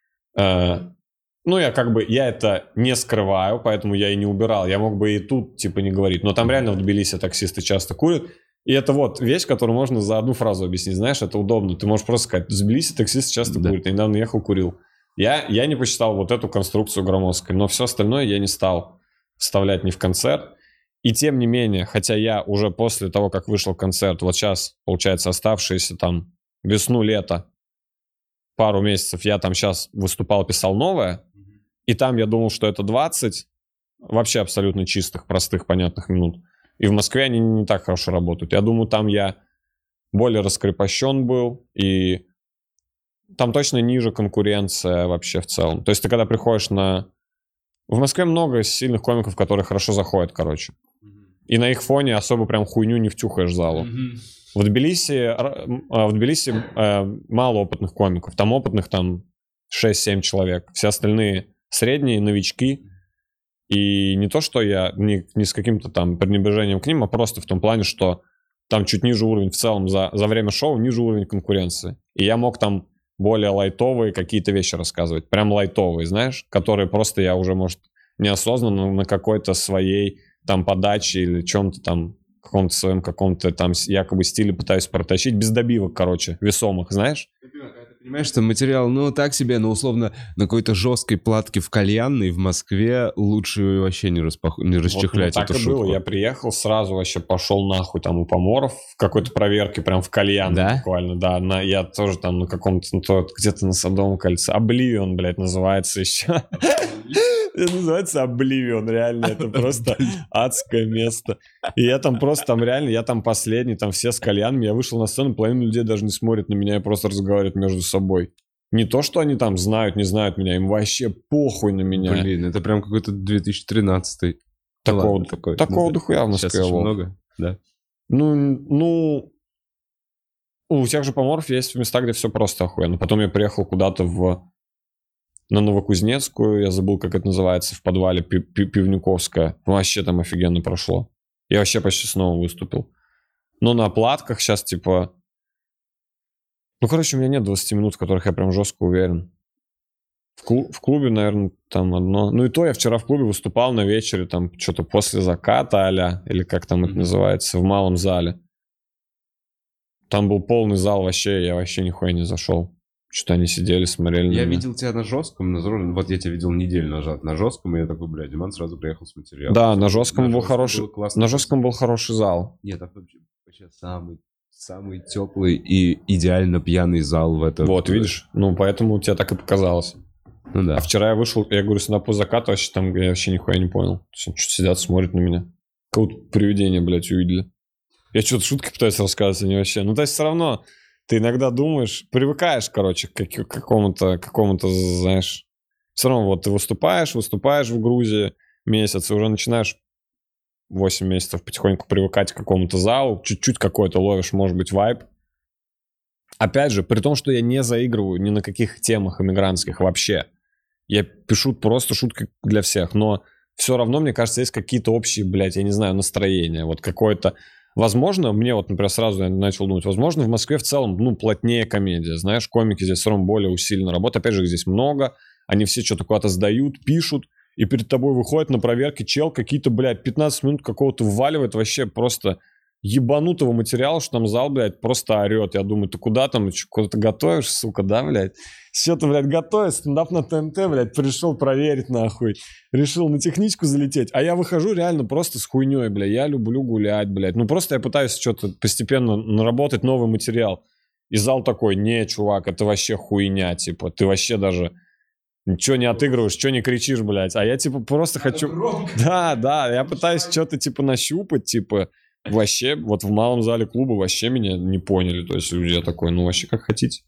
Ну, я это не скрываю, поэтому я и не убирал. Я мог бы и тут, типа, не говорить. Но там реально в Тбилиси таксисты часто курят. И это вот вещь, которую можно за одну фразу объяснить. Знаешь, это удобно. Ты можешь просто сказать, в Тбилиси таксисты часто курят. Я недавно ехал, курил. Я не посчитал вот эту конструкцию громоздкой. Но все остальное я не стал вставлять ни в концерт. И тем не менее, хотя я уже после того, как вышел концерт, вот сейчас, получается, оставшиеся там весну-лето, пару месяцев я там сейчас выступал, писал новое. И там я думал, что это 20 вообще абсолютно чистых, простых, понятных минут. И в Москве они не так хорошо работают. Я думаю, там я более раскрепощен был. И там точно ниже конкуренция вообще в целом. То есть ты когда приходишь В Москве много сильных комиков, которые хорошо заходят, короче. И на их фоне особо прям хуйню не втюхаешь залу. В Тбилиси мало опытных комиков. Там опытных 6-7 человек. Все остальные... средние, новички. И не то, что я не с каким-то там пренебрежением к ним, а просто в том плане, что там чуть ниже уровень в целом за время шоу, ниже уровень конкуренции. И я мог там более лайтовые какие-то вещи рассказывать. Прям лайтовые, знаешь, которые просто я уже, может, неосознанно на какой-то своей там подаче или чем-то там, каком-то там якобы стиле пытаюсь протащить, без добивок, короче, весомых, знаешь? Понимаешь, что материал, ну, так себе, но условно на какой-то жесткой платке в кальянной в Москве лучше вообще не расчехлять вот, эту так и шутку. было. Я приехал, сразу вообще пошел нахуй там у поморов в какой-то проверке, прям в кальянной буквально, да. Я тоже там на каком-то, где-то на Садовом кольце. Обливион, блядь, называется еще. Это называется Обливион, реально, это просто адское место. И я там просто, там реально, я там последний, там все с кальянами, я вышел на сцену, половина людей даже не смотрит на меня и просто разговаривают между собой. Не то, что они там знают, не знают меня, им вообще похуй на меня. Блин, это прям какой-то 2013. Такого дохуя в Москве. Сейчас очень много, да. Ну, у всех же поморов есть места, где все просто охуенно. Потом я приехал куда-то на Новокузнецкую, я забыл, как это называется, в подвале Пивнюковская. Вообще там офигенно прошло. Я вообще почти снова выступил. Но на платках сейчас типа... Ну, короче, у меня нет 20 минут, в которых я прям жестко уверен. В клубе, наверное, там одно. Ну и то я вчера в клубе выступал на вечере, там что-то после заката а-ля, или как там это называется, в малом зале. Там был полный зал вообще, я вообще нихуя не зашел. Что-то они сидели, смотрели на меня. Я видел тебя на жестком, вот я тебя видел неделю назад на жестком, и я такой, блядь, Диман сразу приехал с материалом. Да, на жестком был хороший, на жестком был хороший зал. Нет, это вообще самый теплый и идеально пьяный зал в этом. Вот, видишь? Ну, поэтому тебе так и показалось. Ну да. А вчера я вышел, я говорю, на заката вообще там, я вообще нихуя не понял. Что-то сидят, смотрят на меня. Какое-то привидение, блядь, увидели. Я что-то шутки пытаюсь рассказывать, они вообще... Ну, то есть все равно ты иногда думаешь, привыкаешь, короче, к какому-то, знаешь... Все равно вот ты выступаешь в Грузии месяц, и уже начинаешь 8 месяцев потихоньку привыкать к какому-то залу, чуть-чуть какой-то ловишь, может быть, вайб. Опять же, при том, что я не заигрываю ни на каких темах иммигрантских вообще. Я пишу просто шутки для всех, но все равно, мне кажется, есть какие-то общие, блядь, я не знаю, настроения. Вот какое-то... Возможно, мне вот, например, сразу я начал думать, возможно, в Москве в целом, ну, плотнее комедия, знаешь, комики здесь все равно более усиленно работают. Опять же, здесь много, они все что-то куда-то сдают, пишут, и перед тобой выходит на проверке чел, какие-то, блядь, 15 минут какого-то вваливает вообще просто ебанутого материала, что там зал, блядь, просто орет. Я думаю, ты куда там, куда-то готовишь, сука, да, блядь? Что ты, блядь, готовишь? Стендап на ТНТ, блядь, пришел проверить, нахуй. Решил на техничку залететь. А я выхожу реально просто с хуйней, блядь. Я люблю гулять, блядь. Ну, просто я пытаюсь что-то постепенно наработать новый материал. И зал такой, не, чувак, это вообще хуйня, типа. Ты вообще даже ничего не отыгрываешь, что не кричишь, блядь. А я, типа, просто хочу... Да, я пытаюсь что-то, типа, нащупать, типа... Вообще, вот в малом зале клуба вообще меня не поняли. То есть я такой, ну вообще как хотите.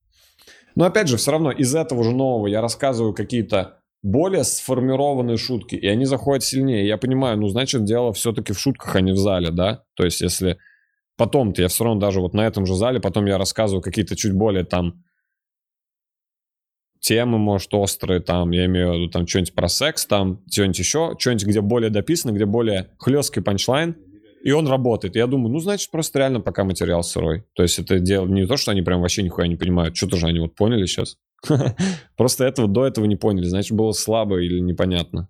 Но опять же, все равно из этого же нового я рассказываю какие-то более сформированные шутки, и они заходят сильнее. Я понимаю, ну значит дело все-таки в шутках, а не в зале, да? То есть если потом-то я все равно даже вот на этом же зале, потом я рассказываю какие-то чуть более там темы, может, острые, там, я имею в виду там что-нибудь про секс, там, что-нибудь еще, что-нибудь, где более дописано, где более хлесткий панчлайн, и он работает. Я думаю, ну, значит, просто реально пока материал сырой. То есть это дело не то, что они прям вообще нихуя не понимают. Что-то же они вот поняли сейчас. Просто до этого не поняли. Значит, было слабо или непонятно.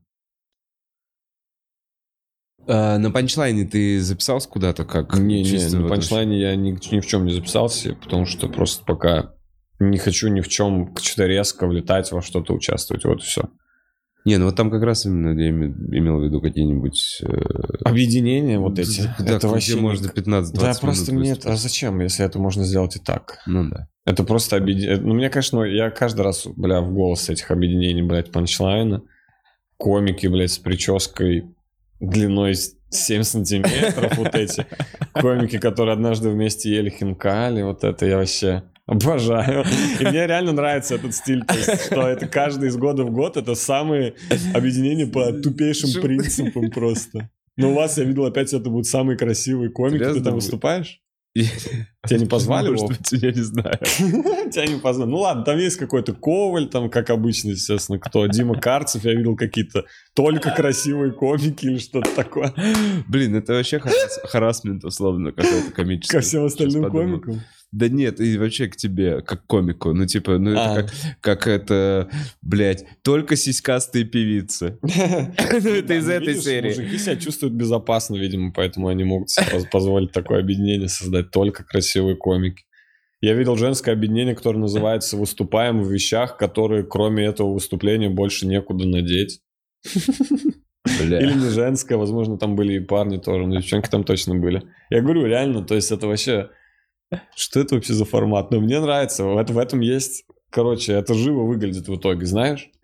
На панчлайне ты записался куда-то как? Не, на панчлайне я ни в чем не записался, потому что просто пока не хочу ни в чем что-то резко влетать во что-то участвовать. Вот и все. Не, ну вот там как раз именно я имел в виду какие-нибудь... Объединения вот эти. Да, это вообще можно 15-20 минут. Да, просто мне это... А зачем, если это можно сделать и так? Ну да. Это просто объединение. Ну, мне, конечно, я каждый раз, бля, в голос этих объединений, блядь, панчлайна. Комики, блядь, с прической длиной 7 сантиметров, вот эти. Комики, которые однажды вместе ели хинкали, вот это я вообще... Обожаю. И мне реально нравится этот стиль, то есть, что это каждый из года в год, это самые объединения по тупейшим принципам просто. Но у вас, я видел, опять это будут самые красивые комики. Ты там выступаешь? Тебя не позвали? Может быть, я не знаю. Тебя не позвали. Ну ладно, там есть какой-то Коваль, там, как обычно, естественно, кто? Дима Карцев, я видел какие-то только красивые комики или что-то такое. Блин, это вообще харассмент, условно, какой-то комический. Ко всем остальным комикам? Да нет, и вообще к тебе, как комику. Ну, типа, ну это как это, блядь, только сиськастые певицы. Ну, это из этой серии. Мужики себя чувствуют безопасно, видимо, поэтому они могут себе позволить такое объединение создать. Только красивые комики. Я видел женское объединение, которое называется «Выступаем в вещах, которые кроме этого выступления больше некуда надеть». Или не женское, возможно, там были и парни тоже, но девчонки там точно были. Я говорю, реально, то есть это вообще... Что это вообще за формат? Но мне нравится, в этом есть... Короче, это живо выглядит в итоге, знаешь?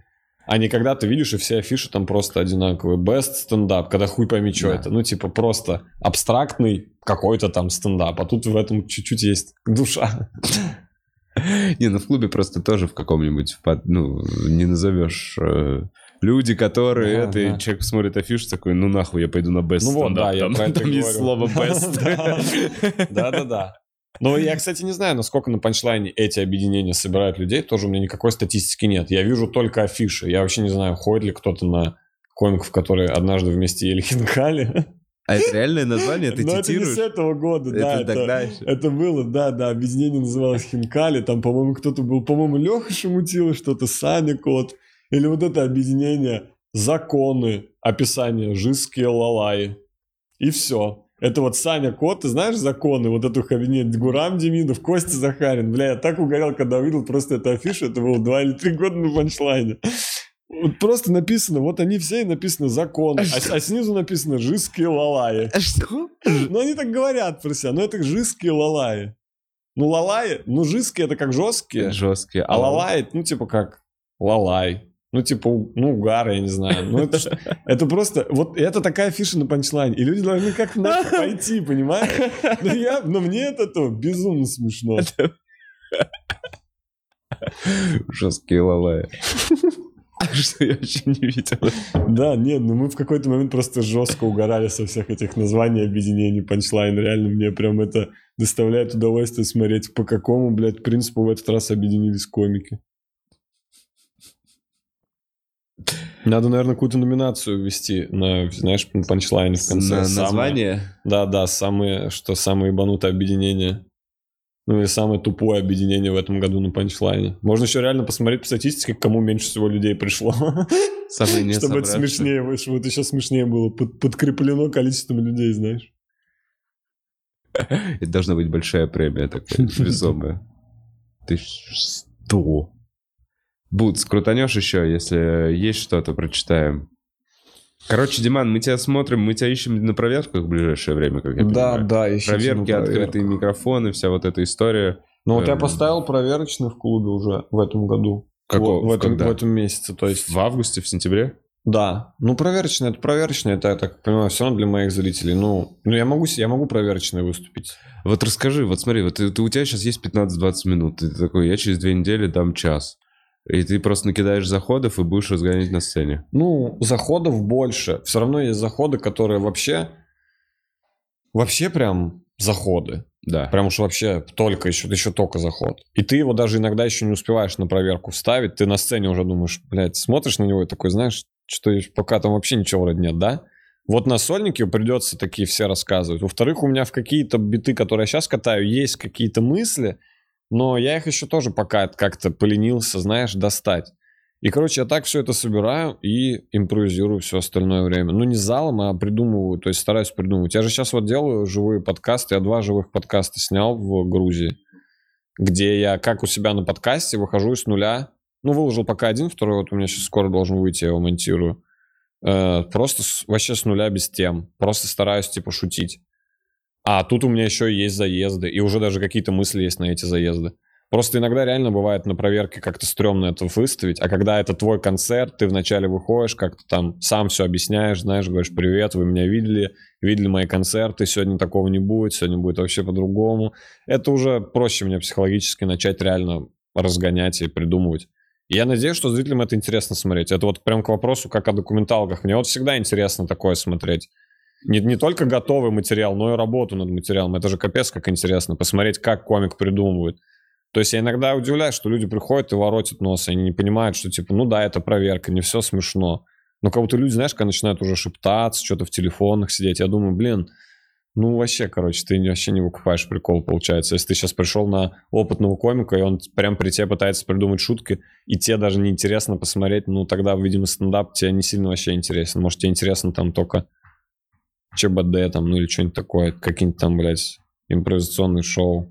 А не когда ты видишь, и все афиши там просто одинаковые. Best стендап, когда хуй пойми, что это. Ну, типа, просто абстрактный какой-то там стендап. А тут в этом чуть-чуть есть душа. Не, ну в клубе просто тоже в каком-нибудь, ну, не назовешь... Люди, которые человек смотрит афишу, такой, ну нахуй, я пойду на best ну вот, да, там есть слово best. Да. Но я, кстати, не знаю, насколько на панчлайне эти объединения собирают людей. Тоже у меня никакой статистики нет. Я вижу только афиши. Я вообще не знаю, ходит ли кто-то на комиков, которые однажды вместе ели хинкали. А это реальное название? Ты цитируешь? Ну, это не с этого года, да. Это было, да. Объединение называлось Хинкали. Там, по-моему, кто-то был, по-моему, Леха Шамутилов, что-то Саня Кот. Или вот это объединение законы, описание, жидкие лалаи. И все. Это вот Саня Кот, ты знаешь законы, вот эту объединение, Гурам Демидов, Костя Захарин. Бля, я так угорел, когда увидел просто эту афишу, это было 2 или 3 года на панчлайне. Вот просто написано, вот они все, и написано законы, а снизу написано жидкие лалаи. Что? Ну, они так говорят про себя, но это жидкие лалаи. Ну, лалаи, ну, жидкие это как жесткие. Жесткие. А лалаи, ну, типа как лалай. Ну, типа, ну, угар, я не знаю. Ну, это просто... Вот это такая фиша на панчлайне. И люди должны как-то нахуй пойти, понимаешь? Но мне это безумно смешно. Жесткие лалаи. Что я вообще не видел. Да, нет, ну мы в какой-то момент просто жестко угорали со всех этих названий объединений панчлайн. Реально мне прям это доставляет удовольствие смотреть, по какому, блядь, принципу в этот раз объединились комики. Надо, наверное, какую-то номинацию ввести на, знаешь, панчлайн в конце. На название? Да, самое ебанутое объединение. Ну и самое тупое объединение в этом году на панчлайне. Можно еще реально посмотреть по статистике, к кому меньше всего людей пришло. Чтобы это смешнее вышло. Вот еще смешнее было. Подкреплено количеством людей, знаешь. Это должна быть большая премия такая, весомая. 1100. Бутс, крутанешь еще, если есть что-то, прочитаем. Короче, Диман, мы тебя смотрим, мы тебя ищем на проверках в ближайшее время, как я понимаю. Да, ищем. Проверки, открытые микрофоны, вся вот эта история. Ну, вот я поставил проверочный в клубе уже в этом году. Какого? В этом месяце, то есть... В августе, в сентябре? Да. Ну, проверочный, это, я так понимаю, все равно для моих зрителей. Ну я могу проверочный выступить. Вот расскажи, вот смотри, вот у тебя сейчас есть 15-20 минут. Ты такой, я через 2 недели дам час. И ты просто накидаешь заходов и будешь разгонять на сцене. Ну, заходов больше. Все равно есть заходы, которые вообще прям заходы. Да. Прям уж вообще еще только заход. И ты его даже иногда еще не успеваешь на проверку вставить. Ты на сцене уже думаешь, блядь, смотришь на него и такой, знаешь, что пока там вообще ничего вроде нет, да? Вот на сольнике придется такие все рассказывать. Во-вторых, у меня в какие-то биты, которые я сейчас катаю, есть какие-то мысли, но я их еще тоже пока как-то поленился, знаешь, достать. И, короче, я так все это собираю и импровизирую все остальное время. Ну, не залом, а придумываю, то есть стараюсь придумывать. Я же сейчас вот делаю живые подкасты. Я 2 живых подкаста снял в Грузии, где я, как у себя на подкасте, выхожу с нуля. Ну, выложил пока 1, второй вот у меня сейчас скоро должен выйти, я его монтирую. Просто вообще с нуля без тем. Просто стараюсь, типа, шутить. А тут у меня еще есть заезды, и уже даже какие-то мысли есть на эти заезды. Просто иногда реально бывает на проверке как-то стрёмно это выставить, а когда это твой концерт, ты вначале выходишь, как-то там сам все объясняешь, знаешь, говоришь, привет, вы меня видели мои концерты, сегодня такого не будет, сегодня будет вообще по-другому. Это уже проще мне психологически начать реально разгонять и придумывать. И я надеюсь, что зрителям это интересно смотреть. Это вот прям к вопросу, как о документалках. Мне вот всегда интересно такое смотреть. Не только готовый материал, но и работу над материалом. Это же капец как интересно. Посмотреть, как комик придумывает. То есть я иногда удивляюсь, что люди приходят и воротят нос, и они не понимают, что типа, ну да, это проверка, не все смешно. Но как будто люди, знаешь, когда начинают уже шептаться, что-то в телефонах сидеть, я думаю, блин, ну вообще, короче, ты вообще не выкупаешь прикол, получается. Если ты сейчас пришел на опытного комика, и он прям при тебе пытается придумать шутки, и тебе даже не интересно посмотреть, ну тогда, видимо, стендап тебе не сильно вообще интересен. Может, тебе интересно там только ЧБД там, ну или что-нибудь такое, какие-нибудь там, блядь, импровизационные шоу.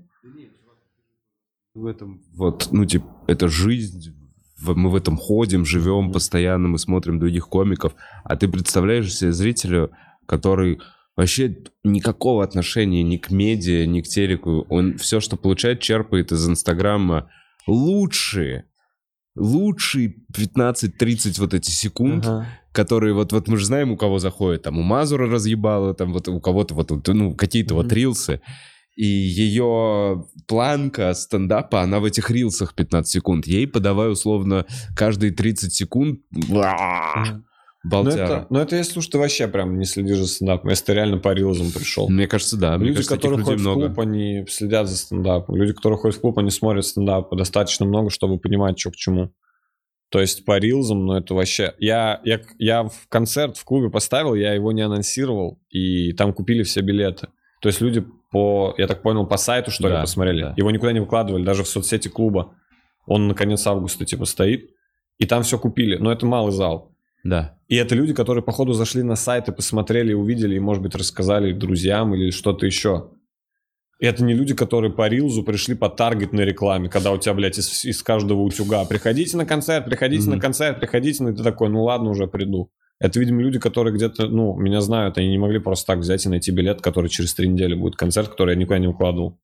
В этом вот, ну, типа, это жизнь, мы в этом ходим, живем постоянно, мы смотрим других комиков, а ты представляешь себе зрителю, который вообще никакого отношения ни к медиа, ни к телеку, он все, что получает, черпает из Инстаграма лучшие лучшие 15-30 вот эти секунд, которые вот мы же знаем, у кого заходит, там у Мазура разъебало, там вот у кого-то вот, ну, какие-то вот рилсы. И ее планка стендапа, она в этих рилсах 15 секунд. Ей подавай условно каждые 30 секунд. Болтяра. Но это если уж ты вообще прям не следишь за стендапом, если ты реально по рилзам пришел. Мне кажется, да. Люди, которые ходят в клуб, они следят за стендапом. Люди, которые ходят в клуб, они смотрят стендап достаточно много, чтобы понимать, что к чему. То есть по рилзам, ну это вообще... Я в концерт в клубе поставил, я его не анонсировал, и там купили все билеты. То есть люди я так понял, по сайту, что ли, посмотрели. Да. Его никуда не выкладывали, даже в соцсети клуба. Он на конец августа типа стоит, и там все купили. Но это малый зал. Да. И это люди, которые, походу, зашли на сайт и посмотрели, увидели, и, может быть, рассказали друзьям или что-то еще. И это не люди, которые по рилзу пришли по таргетной рекламе, когда у тебя, блядь, из каждого утюга приходите на концерт, приходите, и ты такой, ну ладно, уже приду. Это, видимо, люди, которые где-то, ну, меня знают, они не могли просто так взять и найти билет, который через 3 недели будет концерт, который я никуда не укладывал.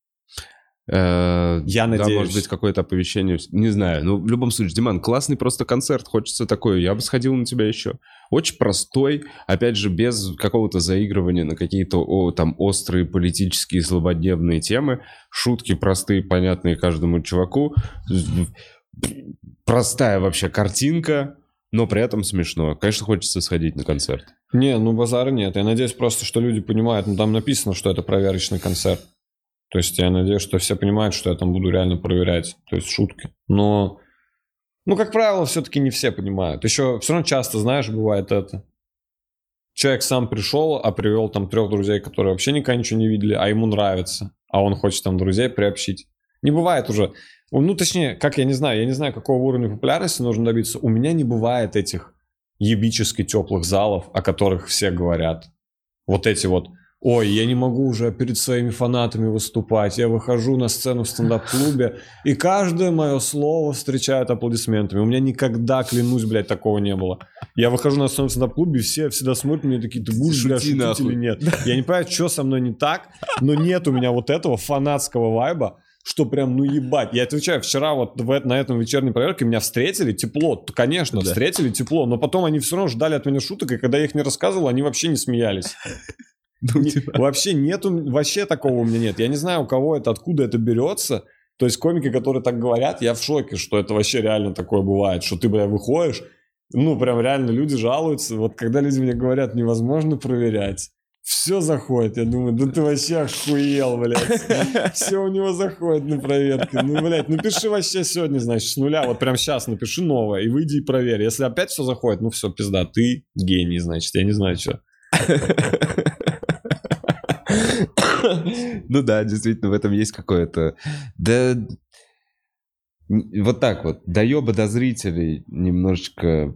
Я надеюсь. Да, может быть, какое-то оповещение. Не знаю. Ну, в любом случае, Диман, классный просто концерт. Хочется такое. Я бы сходил на тебя еще. Очень простой. Опять же, без какого-то заигрывания на какие-то там острые политические злободневные темы. Шутки простые, понятные каждому чуваку. Простая вообще картинка, но при этом смешно. Конечно, хочется сходить на концерт. Не, ну базара нет. Я надеюсь просто, что люди понимают. Ну, там написано, что это проверочный концерт. То есть я надеюсь, что все понимают, что я там буду реально проверять. То есть шутки. Но, ну, как правило, все-таки не все понимают. Еще все равно часто, знаешь, бывает это. Человек сам пришел, а привел там 3 друзей, которые вообще никогда ничего не видели, а ему нравится. А он хочет там друзей приобщить. Не бывает уже. Ну, точнее, как я не знаю, какого уровня популярности нужно добиться. У меня не бывает этих ебически теплых залов, о которых все говорят. Вот эти вот. Ой, я не могу уже перед своими фанатами выступать. Я выхожу на сцену в стендап-клубе, и каждое мое слово встречают аплодисментами. У меня никогда, клянусь, блядь, такого не было. Я выхожу на сцену в стендап-клубе, все всегда смотрят на меня такие, ты будешь, блядь, шутить или нет? Я не понимаю, что со мной не так, но нет у меня вот этого фанатского вайба, что прям, ну ебать. Я отвечаю, вчера вот на этом вечерней проверке меня встретили тепло. Конечно, да. Встретили тепло, но потом они все равно ждали от меня шуток, и когда я их не рассказывал, они вообще не смеялись. Вообще нету, вообще такого у меня нет. Я не знаю, у кого это, откуда это берется. То есть комики, которые так говорят, я в шоке, что это вообще реально такое бывает, что ты, бля, выходишь, ну, прям реально люди жалуются. Вот когда люди мне говорят, невозможно проверять, все заходит. Я думаю, да ты вообще охуел, блядь. Все у него заходит на проверки. Ну, блядь, напиши вообще сегодня, значит, с нуля. Вот прям сейчас напиши новое и выйди и проверь. Если опять все заходит, ну все, пизда, ты гений, значит, я не знаю, что. Ну да, действительно, в этом есть какое-то... Да, вот так вот, доеба до зрителей немножечко...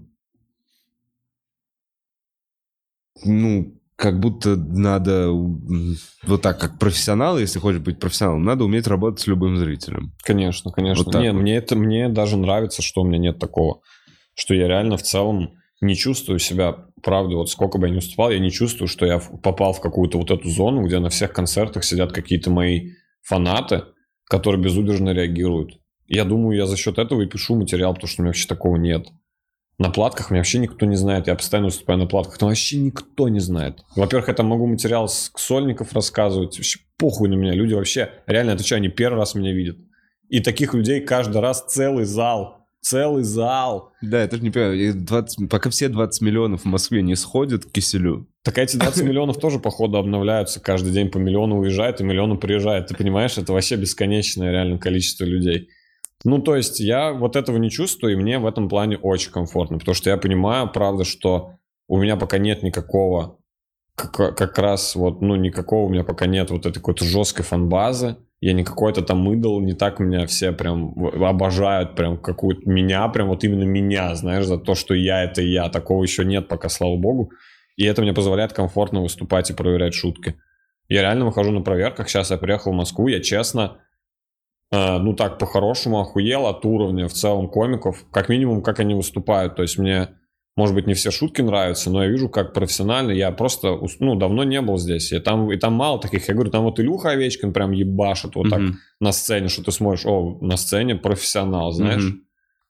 Ну, как будто надо... Вот так, как профессионал, если хочешь быть профессионалом, надо уметь работать с любым зрителем. Конечно, конечно. Вот не, вот. Мне даже нравится, что у меня нет такого. Что я реально в целом не чувствую себя, правда, вот сколько бы я ни выступал, я не чувствую, что я попал в какую-то вот эту зону, где на всех концертах сидят какие-то мои фанаты, которые безудержно реагируют. Я думаю, я за счет этого и пишу материал, потому что у меня вообще такого нет. На платках меня вообще никто не знает, я постоянно выступаю на платках, но вообще никто не знает. Во-первых, я там могу материал с сольников рассказывать, вообще похуй на меня, люди вообще, реально отвечаю, они первый раз меня видят. И таких людей каждый раз целый зал. Целый зал. Да, я тоже не понимаю. Пока все 20 миллионов в Москве не сходят к Киселю. Так эти 20 миллионов тоже, походу, обновляются. Каждый день по миллиону уезжает и миллиону приезжает. Ты понимаешь, это вообще бесконечное реально количество людей. Ну, то есть я вот этого не чувствую, и мне в этом плане очень комфортно. Потому что я понимаю, правда, что у меня пока нет никакого, как раз вот, ну, никакого у меня пока нет вот этой какой-то жесткой фан-базы. Я не какой-то там идол, не так меня все прям обожают, прям какую-то меня, прям вот именно меня, знаешь, за то, что я это я. Такого еще нет пока, слава богу. И это мне позволяет комфортно выступать и проверять шутки. Я реально выхожу на проверках. Сейчас я приехал в Москву, я честно, ну так, по-хорошему охуел от уровня в целом комиков. Как минимум, как они выступают. То есть мне, может быть, не все шутки нравятся, но я вижу, как профессионально. Я просто, ну, давно не был здесь. И там мало таких. Я говорю, там вот Илюха Овечкин прям ебашит вот так на сцене, что ты смотришь, о, на сцене профессионал, знаешь.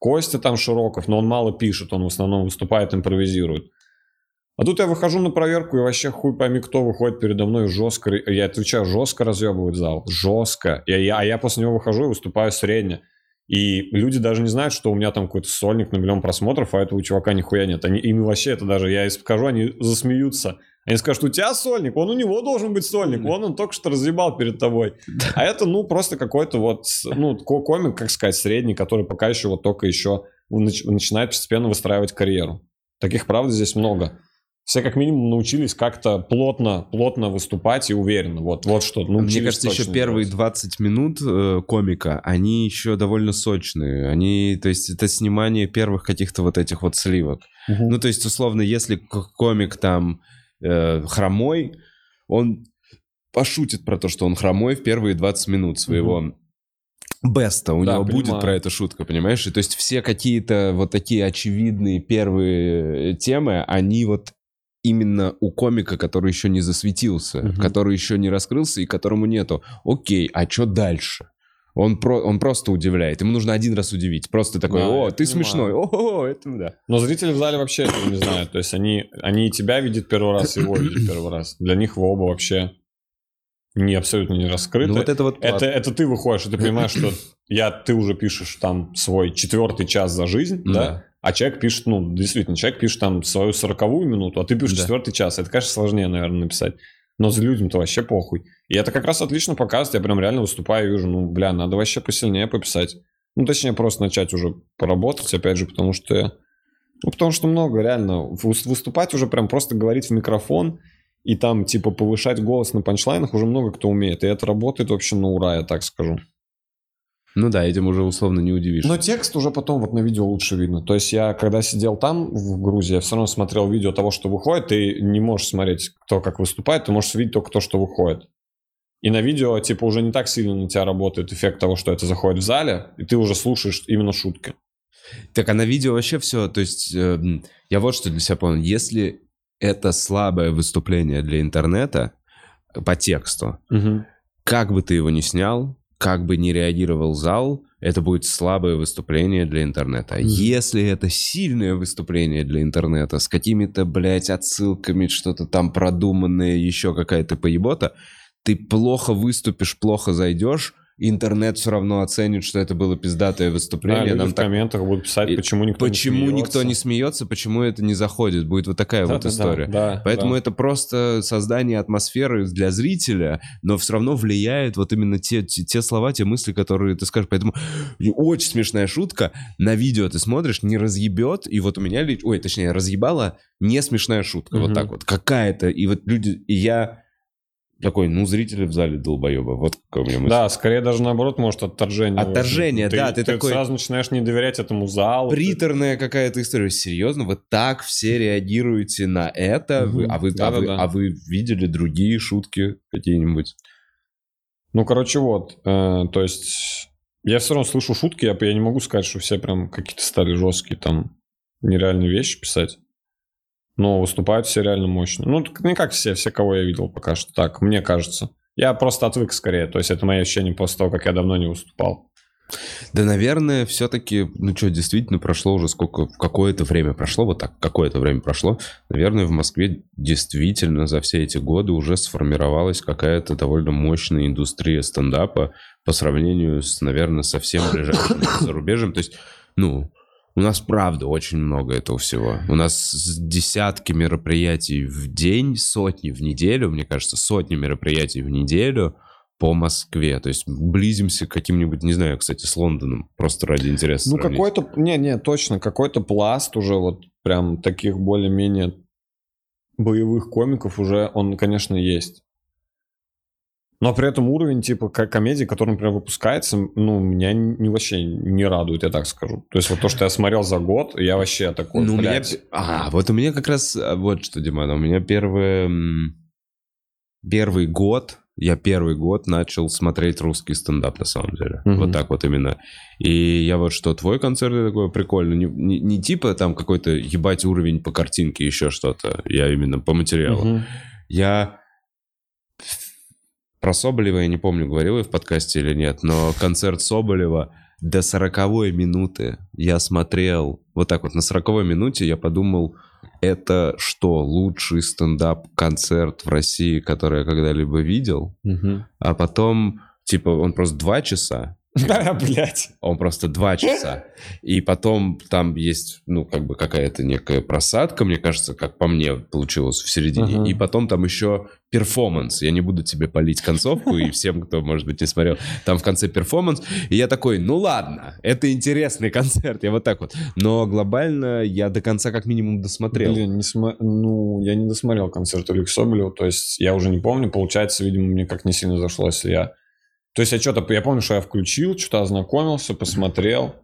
Костя там Широков, но он мало пишет, он в основном выступает, импровизирует. А тут я выхожу на проверку, и вообще хуй пойми, кто выходит передо мной жестко, я отвечаю, жестко разъебывает зал, жестко. А я после него выхожу и выступаю средне. И люди даже не знают, что у меня там какой-то сольник на 1 миллион просмотров, а этого чувака нихуя нет. Им вообще это даже, я если покажу, они засмеются. Они скажут, у тебя сольник, у него должен быть сольник, он только что разъебал перед тобой. А это, просто какой-то вот, комик, как сказать, средний, который пока еще вот только еще начинает постепенно выстраивать карьеру. Таких, правда, здесь много. Все как минимум научились как-то плотно выступать и уверенно. Вот что. Мне кажется, еще первые 20 минут комика, они еще довольно сочные. То есть это снимание первых каких-то вот этих вот сливок. Угу. То есть, условно, если комик там хромой, он пошутит про то, что он хромой в первые 20 минут своего беста. У него будет про это шутка, понимаешь? И то есть все какие-то вот такие очевидные первые темы, они вот именно у комика, который еще не засветился, который еще не раскрылся и которому нету окей, а что дальше? Он просто удивляет. Ему нужно один раз удивить. Просто такой, ты смешной. Это да. Но зрители в зале вообще этого не знают. То есть они и тебя видят первый раз, и его видят первый раз. Для них вы оба вообще абсолютно не раскрыты. Это ты выходишь, и ты понимаешь, что ты уже пишешь там свой 4-й час за жизнь, да? А человек пишет, действительно, человек пишет там свою 40-ю минуту, а ты пишешь 4-й час. Это, конечно, сложнее, наверное, написать. Но за людям-то вообще похуй. И это как раз отлично показывает. Я прям реально выступаю и вижу, надо вообще посильнее пописать. Точнее, просто начать уже поработать, опять же, потому что много, реально. Выступать уже прям просто говорить в микрофон и там, повышать голос на панчлайнах уже много кто умеет. И это работает вообще на ура, я так скажу. Этим уже условно не удивишь. Но текст уже потом вот на видео лучше видно. То есть я, когда сидел там, в Грузии, я все равно смотрел видео того, что выходит. Ты не можешь смотреть, кто как выступает, ты можешь видеть только то, что выходит. И на видео, уже не так сильно на тебя работает эффект того, что это заходит в зале, и ты уже слушаешь именно шутки. Так, а на видео вообще все, то есть я вот что для себя понял. Если это слабое выступление для интернета по тексту, как бы ты его ни снял, как бы ни реагировал зал, это будет слабое выступление для интернета. Если это сильное выступление для интернета с какими-то, отсылками, что-то там продуманное, еще какая-то поебота, ты плохо выступишь, плохо зайдешь, интернет все равно оценит, что это было пиздатое выступление. Люди в комментах будут писать, почему никто не смеется, почему это не заходит. Будет вот такая вот история. Поэтому это просто создание атмосферы для зрителя, но все равно влияет вот именно те слова, те мысли, которые ты скажешь. Поэтому очень смешная шутка. На видео ты смотришь, не разъебет. И вот у меня, разъебала не смешная шутка. Вот так вот. Какая-то. И вот люди... И я... Такой, зрители в зале долбоеба. Вот какая у меня мысль. Да, скорее даже наоборот, может, отторжение. Отторжение, ты такой... Ты сразу начинаешь не доверять этому залу. Приторная какая-то история. Серьезно, вы так все реагируете на это? А вы видели другие шутки какие-нибудь? То есть... Я все равно слышу шутки, я не могу сказать, что все прям какие-то стали жесткие, там, нереальные вещи писать. Но выступают все реально мощно. Не как все, кого я видел пока что. Так, мне кажется. Я просто отвык скорее. То есть это мои ощущения после того, как я давно не выступал. Да, наверное, все-таки, действительно прошло уже какое-то время прошло, вот так, какое-то время прошло. Наверное, в Москве действительно за все эти годы уже сформировалась какая-то довольно мощная индустрия стендапа по сравнению с, наверное, совсем ближайшим зарубежьем. То есть, у нас, правда, очень много этого всего. У нас десятки мероприятий в день, сотни в неделю, мне кажется, сотни мероприятий в неделю по Москве. То есть близимся к каким-нибудь, не знаю, кстати, с Лондоном, просто ради интереса сравнить. Какой-то, точно, какой-то пласт уже вот прям таких более-менее боевых комиков уже, он, конечно, есть. Но при этом уровень, комедии, который, например, выпускается, меня вообще не радует, я так скажу. То есть вот то, что я смотрел за год, я вообще такой, вот у меня как раз, вот что, Диман, у меня первый год начал смотреть русский стендап, на самом деле. Вот так вот именно. И я вот что, твой концерт такой прикольный. Не типа там какой-то ебать уровень по картинке, еще что-то. Я именно по материалу. Я... Про Соболева я не помню, говорил я в подкасте или нет, но концерт Соболева до 40-й минуты я смотрел, вот так вот, на 40-й минуте я подумал, это что, лучший стендап-концерт в России, который я когда-либо видел? А потом, типа, он просто 2 часа. Да, блядь. Он просто 2 часа. И потом там есть, ну, как бы какая-то некая просадка, мне кажется, как по мне получилось в середине. И потом там еще перформанс. Я не буду тебе палить концовку, и всем, кто, может быть, не смотрел, там в конце перформанс. И я такой, ну ладно, это интересный концерт. Я вот так вот. Но глобально я до конца как минимум досмотрел. Блин, я не досмотрел концерт Ильи Соболева, то есть я уже не помню. Получается, видимо, мне как не сильно зашло, если я... То есть я помню, что я включил, что-то ознакомился, посмотрел,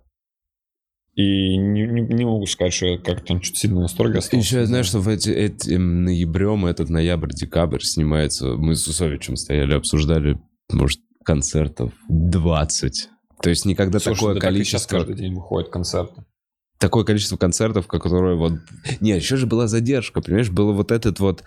и не могу сказать, что я как-то там что-то сильно в восторге остался. Еще я знаю, что этим ноябрем, этот ноябрь-декабрь снимается, мы с Усовичем стояли, обсуждали, может, концертов 20. То есть никогда такое количество... Сейчас каждый день выходят концерты. Такое количество концертов, которые вот... Нет, еще же была задержка, понимаешь? Было вот этот вот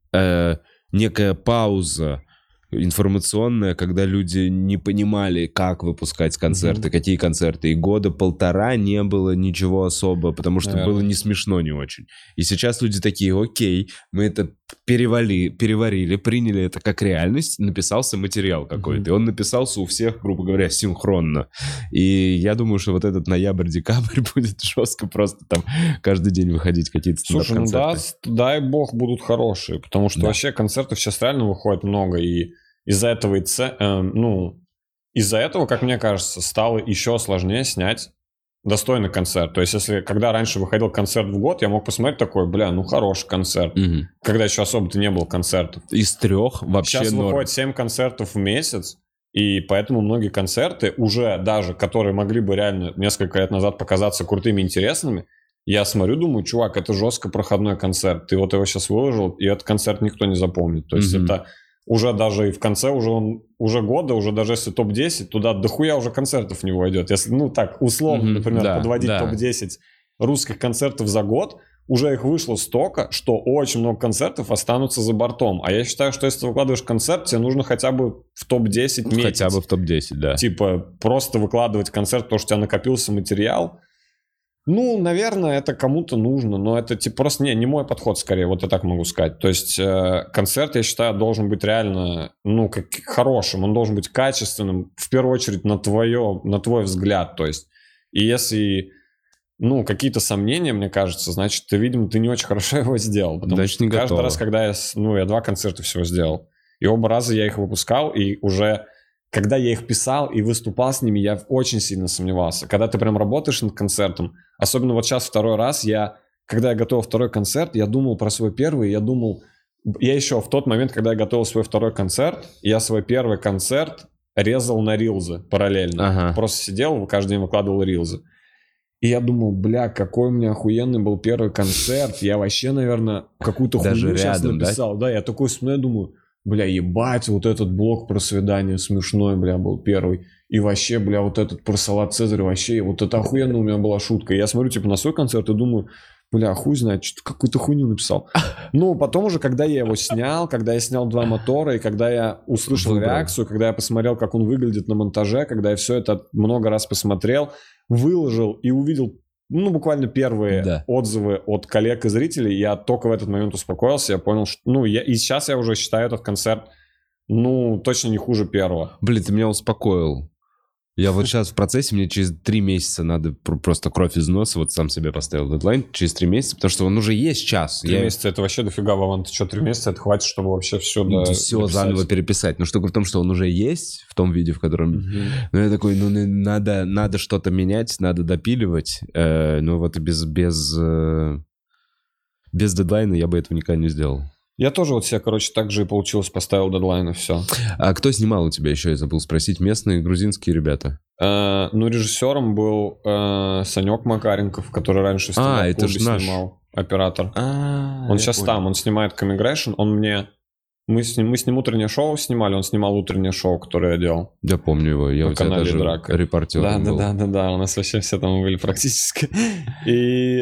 некая пауза информационная, когда люди не понимали, как выпускать концерты, какие концерты. И года 1.5 не было ничего особо, потому что было не смешно не очень. И сейчас люди такие, окей, мы это переварили, приняли это как реальность, написался материал какой-то. И он написался у всех, грубо говоря, синхронно. И я думаю, что вот этот ноябрь-декабрь будет жестко просто там каждый день выходить какие-то стендап-концерты. Слушай, ну да, дай бог будут хорошие, потому что вообще концертов сейчас реально выходит много, и из-за этого, из-за этого, как мне кажется, стало еще сложнее снять достойный концерт. То есть, когда раньше выходил концерт в год, я мог посмотреть такой, ну хороший концерт. Когда еще особо-то не было концертов. Из 3 вообще сейчас выходит 7 концертов в месяц, и поэтому многие концерты уже даже, которые могли бы реально несколько лет назад показаться крутыми и интересными, я смотрю, думаю, чувак, это жестко проходной концерт. Ты вот его сейчас выложил, и этот концерт никто не запомнит. То есть это... Уже даже и в конце уже года, уже даже если топ-10, туда дохуя уже концертов в него идет. Если, так, условно, например, подводить топ-10 русских концертов за год, уже их вышло столько, что очень много концертов останутся за бортом. А я считаю, что если ты выкладываешь концерт, тебе нужно хотя бы в топ-10 месяц. Хотя бы в топ-10, да. Типа, просто выкладывать концерт, потому что у тебя накопился материал. Наверное, это кому-то нужно, но это просто не мой подход скорее, вот я так могу сказать. То есть концерт, я считаю, должен быть реально, как хорошим, он должен быть качественным, в первую очередь на твой взгляд. То есть, и если, какие-то сомнения, мне кажется, значит, видимо, ты не очень хорошо его сделал. Потому значит, что каждый раз, когда я 2 концерта всего сделал, и оба раза я их выпускал, и уже... Когда я их писал и выступал с ними, я очень сильно сомневался. Когда ты прям работаешь над концертом, особенно вот сейчас второй раз, когда я готовил второй концерт, я думал про свой первый, я еще в тот момент, когда я готовил свой второй концерт, я свой первый концерт резал на рилзы параллельно. Просто сидел, каждый день выкладывал рилзы. И я думал, какой у меня охуенный был первый концерт. Я вообще, наверное, какую-то хуйню сейчас написал. Да, я такой смотрю, думаю... ебать, вот этот блок про свидание смешной, был первый. И вообще, вот этот про салат Цезарь, вообще, вот это охуенно у меня была шутка. И я смотрю, на свой концерт и думаю, хуй знает, что-то какую-то хуйню написал. Потом уже, когда я его снял, когда я снял 2 мотора, и когда я услышал реакцию, когда я посмотрел, как он выглядит на монтаже, когда я все это много раз посмотрел, выложил и увидел буквально первые отзывы от коллег и зрителей, я только в этот момент успокоился, я понял, что... и сейчас я уже считаю этот концерт, точно не хуже первого. Блин, ты меня успокоил. Я вот сейчас в процессе, мне через 3 месяца надо просто кровь из носа, вот сам себе поставил дедлайн, через 3 месяца, потому что он уже есть час. 3 месяца это вообще дофига, Вован, ты что, 3 месяца это хватит, чтобы вообще все все заново переписать. Но штука в том, что он уже есть в том виде, в котором... я такой, надо что-то менять, надо допиливать, вот и без дедлайна я бы этого никогда не сделал. Я тоже вот себе, так же и получилось, поставил дедлайн и все. А кто снимал у тебя еще, я забыл спросить, местные грузинские ребята? Режиссером был Санек Макаренков, который раньше в стендап-клубе снимал, оператор. Он сейчас там, он снимает Comigration, мы с ним утреннее шоу снимали, он снимал утреннее шоу, которое я делал. Я помню его, я у тебя даже репортер был. Да, у нас вообще все там были практически. И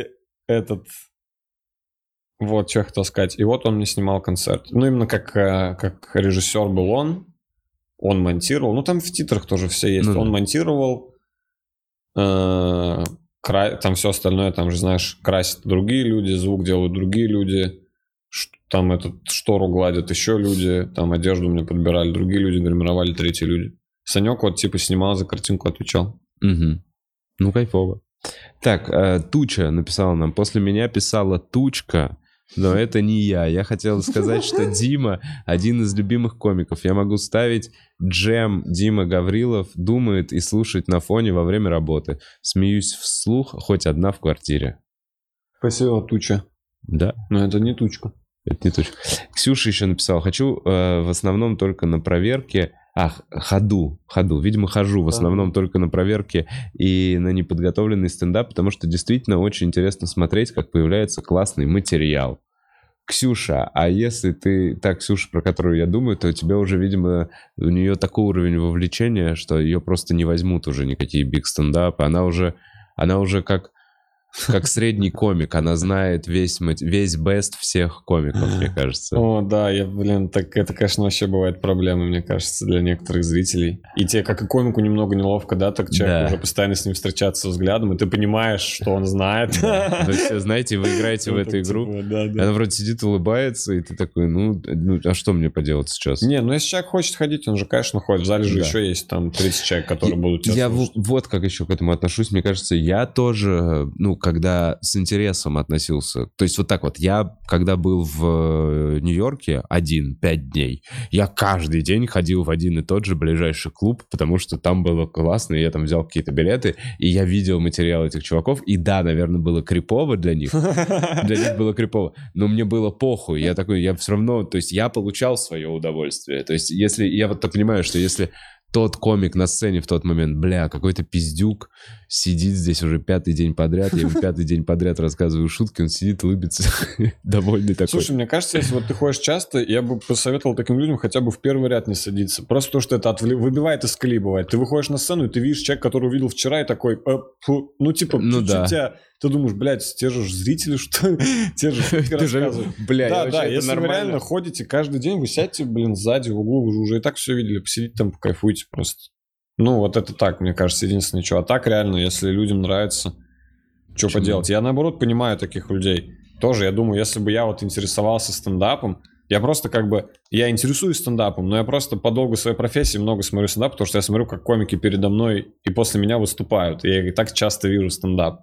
вот, что я хотел сказать. И вот он мне снимал концерт. Именно как режиссер был он монтировал. Там в титрах тоже все есть. Он монтировал, там все остальное, там же, знаешь, красят другие люди, звук делают другие люди, там штору гладят еще люди, там одежду мне подбирали другие люди, гримировали третьи люди. Санек вот типа снимал, за картинку отвечал. Угу. Ну, кайфово. Так, Туча написала нам. После меня писала Тучка, но это не я. Я хотел сказать, что Дима один из любимых комиков. Я могу ставить джем Дима Гаврилов думает и слушать на фоне во время работы. Смеюсь вслух, хоть одна в квартире. Спасибо, Туча. Да. Но это не Тучка. Это не Тучка. Ксюша еще написала. Хочу в основном только на проверке... Ходу. Видимо, хожу в основном только на проверке и на неподготовленный стендап, потому что действительно очень интересно смотреть, как появляется классный материал. Ксюша, а если ты та Ксюша, про которую я думаю, то у тебя уже, видимо, у нее такой уровень вовлечения, что ее просто не возьмут уже никакие биг-стендапы. Она уже как средний комик, она знает весь бест всех комиков, мне кажется. О, да, так это, конечно, вообще бывает проблема, мне кажется, для некоторых зрителей. И тебе, как и комику, немного неловко, да, так человек уже постоянно с ним встречаться взглядом, и ты понимаешь, что он знает. Вы все знаете, вы играете в эту игру, она вроде сидит, улыбается, и ты такой, ну, а что мне поделать сейчас? Не, ну если человек хочет ходить, он же, конечно, ходит. В зале же еще есть там 30 человек, которые будут тебя слушать. Я вот как еще к этому отношусь, мне кажется, я тоже, когда с интересом относился. То есть вот так вот. Я, когда был в Нью-Йорке 5 дней, я каждый день ходил в один и тот же ближайший клуб, потому что там было классно, и я там взял какие-то билеты, и я видел материал этих чуваков, и да, наверное, было крипово для них. Для них было крипово. Но мне было похуй. Я все равно... То есть я получал свое удовольствие. То есть если... Я вот так понимаю, что если... Тот комик на сцене в тот момент, какой-то пиздюк сидит здесь уже 5-й день подряд, я ему 5-й день подряд рассказываю шутки, он сидит, улыбится, довольный такой. Слушай, мне кажется, если вот ты ходишь часто, я бы посоветовал таким людям хотя бы в первый ряд не садиться. Просто потому что это выбивает из колеи бывает. Ты выходишь на сцену, и ты видишь человека, которого увидел вчера, и такой, чуть-чуть тебя... Ты думаешь, блядь, те же зрители, что те же шутки рассказывают. Да, если вы реально ходите каждый день, вы сядьте, сзади в углу, вы уже и так все видели, посидите там, покайфуйте просто. Ну, вот это так, мне кажется, единственное, что. А так реально, если людям нравится, что поделать. Я, наоборот, понимаю таких людей. Тоже, я думаю, если бы я вот интересовался стендапом, я просто я интересуюсь стендапом, но я просто по долгу своей профессии много смотрю стендап, потому что я смотрю, как комики передо мной и после меня выступают. И я и так часто вижу стендап.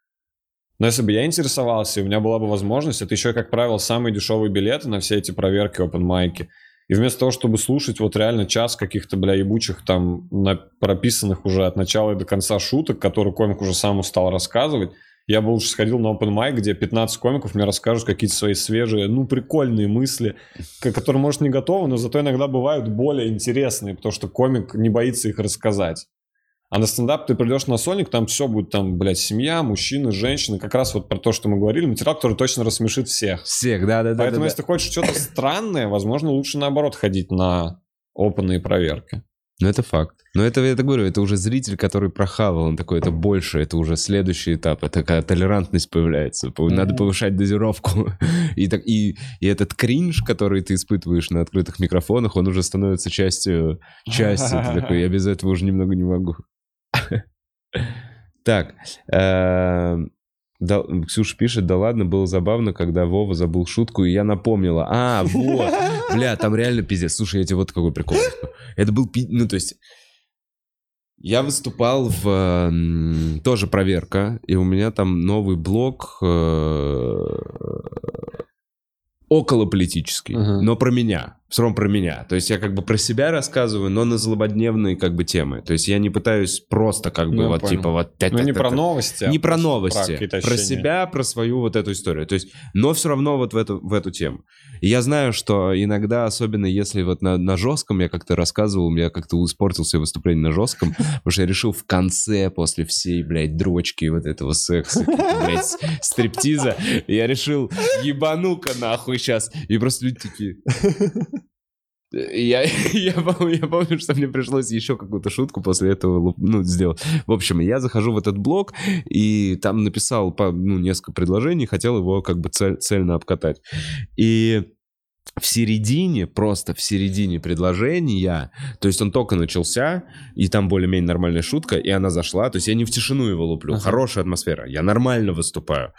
Но если бы я интересовался, и у меня была бы возможность, это еще, как правило, самые дешевые билеты на все эти проверки, опен-майки. И вместо того, чтобы слушать вот реально час каких-то, ебучих там прописанных уже от начала и до конца шуток, которые комик уже сам устал рассказывать, я бы лучше сходил на опен-майк, где 15 комиков мне расскажут какие-то свои свежие, прикольные мысли, которые, может, не готовы, но зато иногда бывают более интересные, потому что комик не боится их рассказать. А на стендап ты придешь на сольник, там все будет, семья, мужчины, женщины, как раз вот про то, что мы говорили, материал, который точно рассмешит всех. Всех, да. Поэтому, если ты хочешь что-то странное, возможно, лучше, наоборот, ходить на опенные проверки. Ну, это факт. Но это, я так говорю, это уже зритель, который прохавал, он такой, это больше, это уже следующий этап, это такая толерантность появляется, надо повышать дозировку. И этот кринж, который ты испытываешь на открытых микрофонах, он уже становится частью. Ты такой, я без этого уже немного не могу. Так, Ксюша пишет, да ладно, было забавно, когда Вова забыл шутку, и я напомнила. Вот, там реально пиздец. Слушай, я тебе вот какой прикол. Это был, то есть, я выступал в тоже проверка, и у меня там новый блог околополитический, но про меня. Все равно про меня. То есть я про себя рассказываю, но на злободневные темы. То есть я не пытаюсь просто не про новости. Не про новости. Про себя, про свою вот эту историю. То есть, но все равно вот в эту тему. И я знаю, что иногда, особенно если вот на жестком, я как-то рассказывал, я как-то испортил себе выступление на жестком, потому что я решил в конце, после всей, дрочки вот этого секса, стриптиза, я решил, ебану-ка нахуй сейчас. И просто люди такие... Я помню, что мне пришлось еще какую-то шутку после этого сделать. В общем, я захожу в этот блог и там написал несколько предложений, хотел его цельно обкатать. И просто в середине предложения, то есть он только начался, и там более-менее нормальная шутка, и она зашла, то есть я не в тишину его луплю, хорошая атмосфера, я нормально выступаю.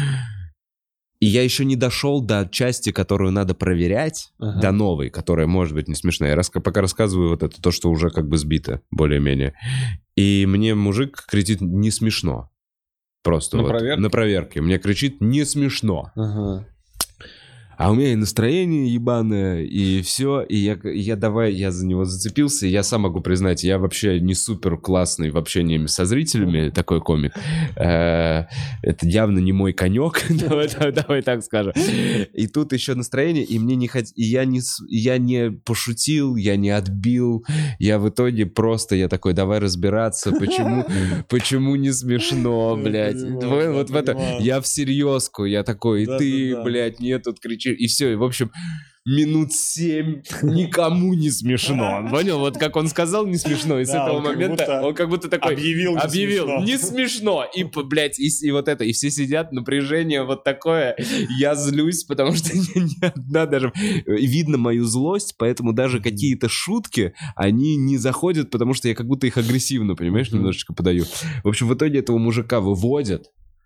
И я еще не дошел до части, которую надо проверять, до новой, которая может быть не смешная. Я пока рассказываю вот это, то, что уже как бы сбито, более-менее. И мне мужик кричит «не смешно». Просто на проверке. Мне кричит «не смешно». А у меня и настроение ебаное, и все, и я за него зацепился, и я сам могу признать, я вообще не супер классный в общении со зрителями, такой комик. Это явно не мой конек, давай так скажем. И тут еще настроение, и мне не я не пошутил, я не отбил, я в итоге просто, я такой, давай разбираться, почему не смешно, блядь. Вот в это, я всерьезку, я такой, и ты, блядь, нет, тут кричишь. И все, и в общем, минут 7 никому не смешно. Понял? Вот как он сказал, не смешно. И с этого момента он как будто такой объявил не смешно. И, блядь, и вот это, и все сидят, напряжение вот такое. Я злюсь, потому что ни одна даже... Видно мою злость, поэтому даже какие-то шутки, они не заходят, потому что я как будто их агрессивно, понимаешь, немножечко подаю. В общем, в итоге этого мужика выводят.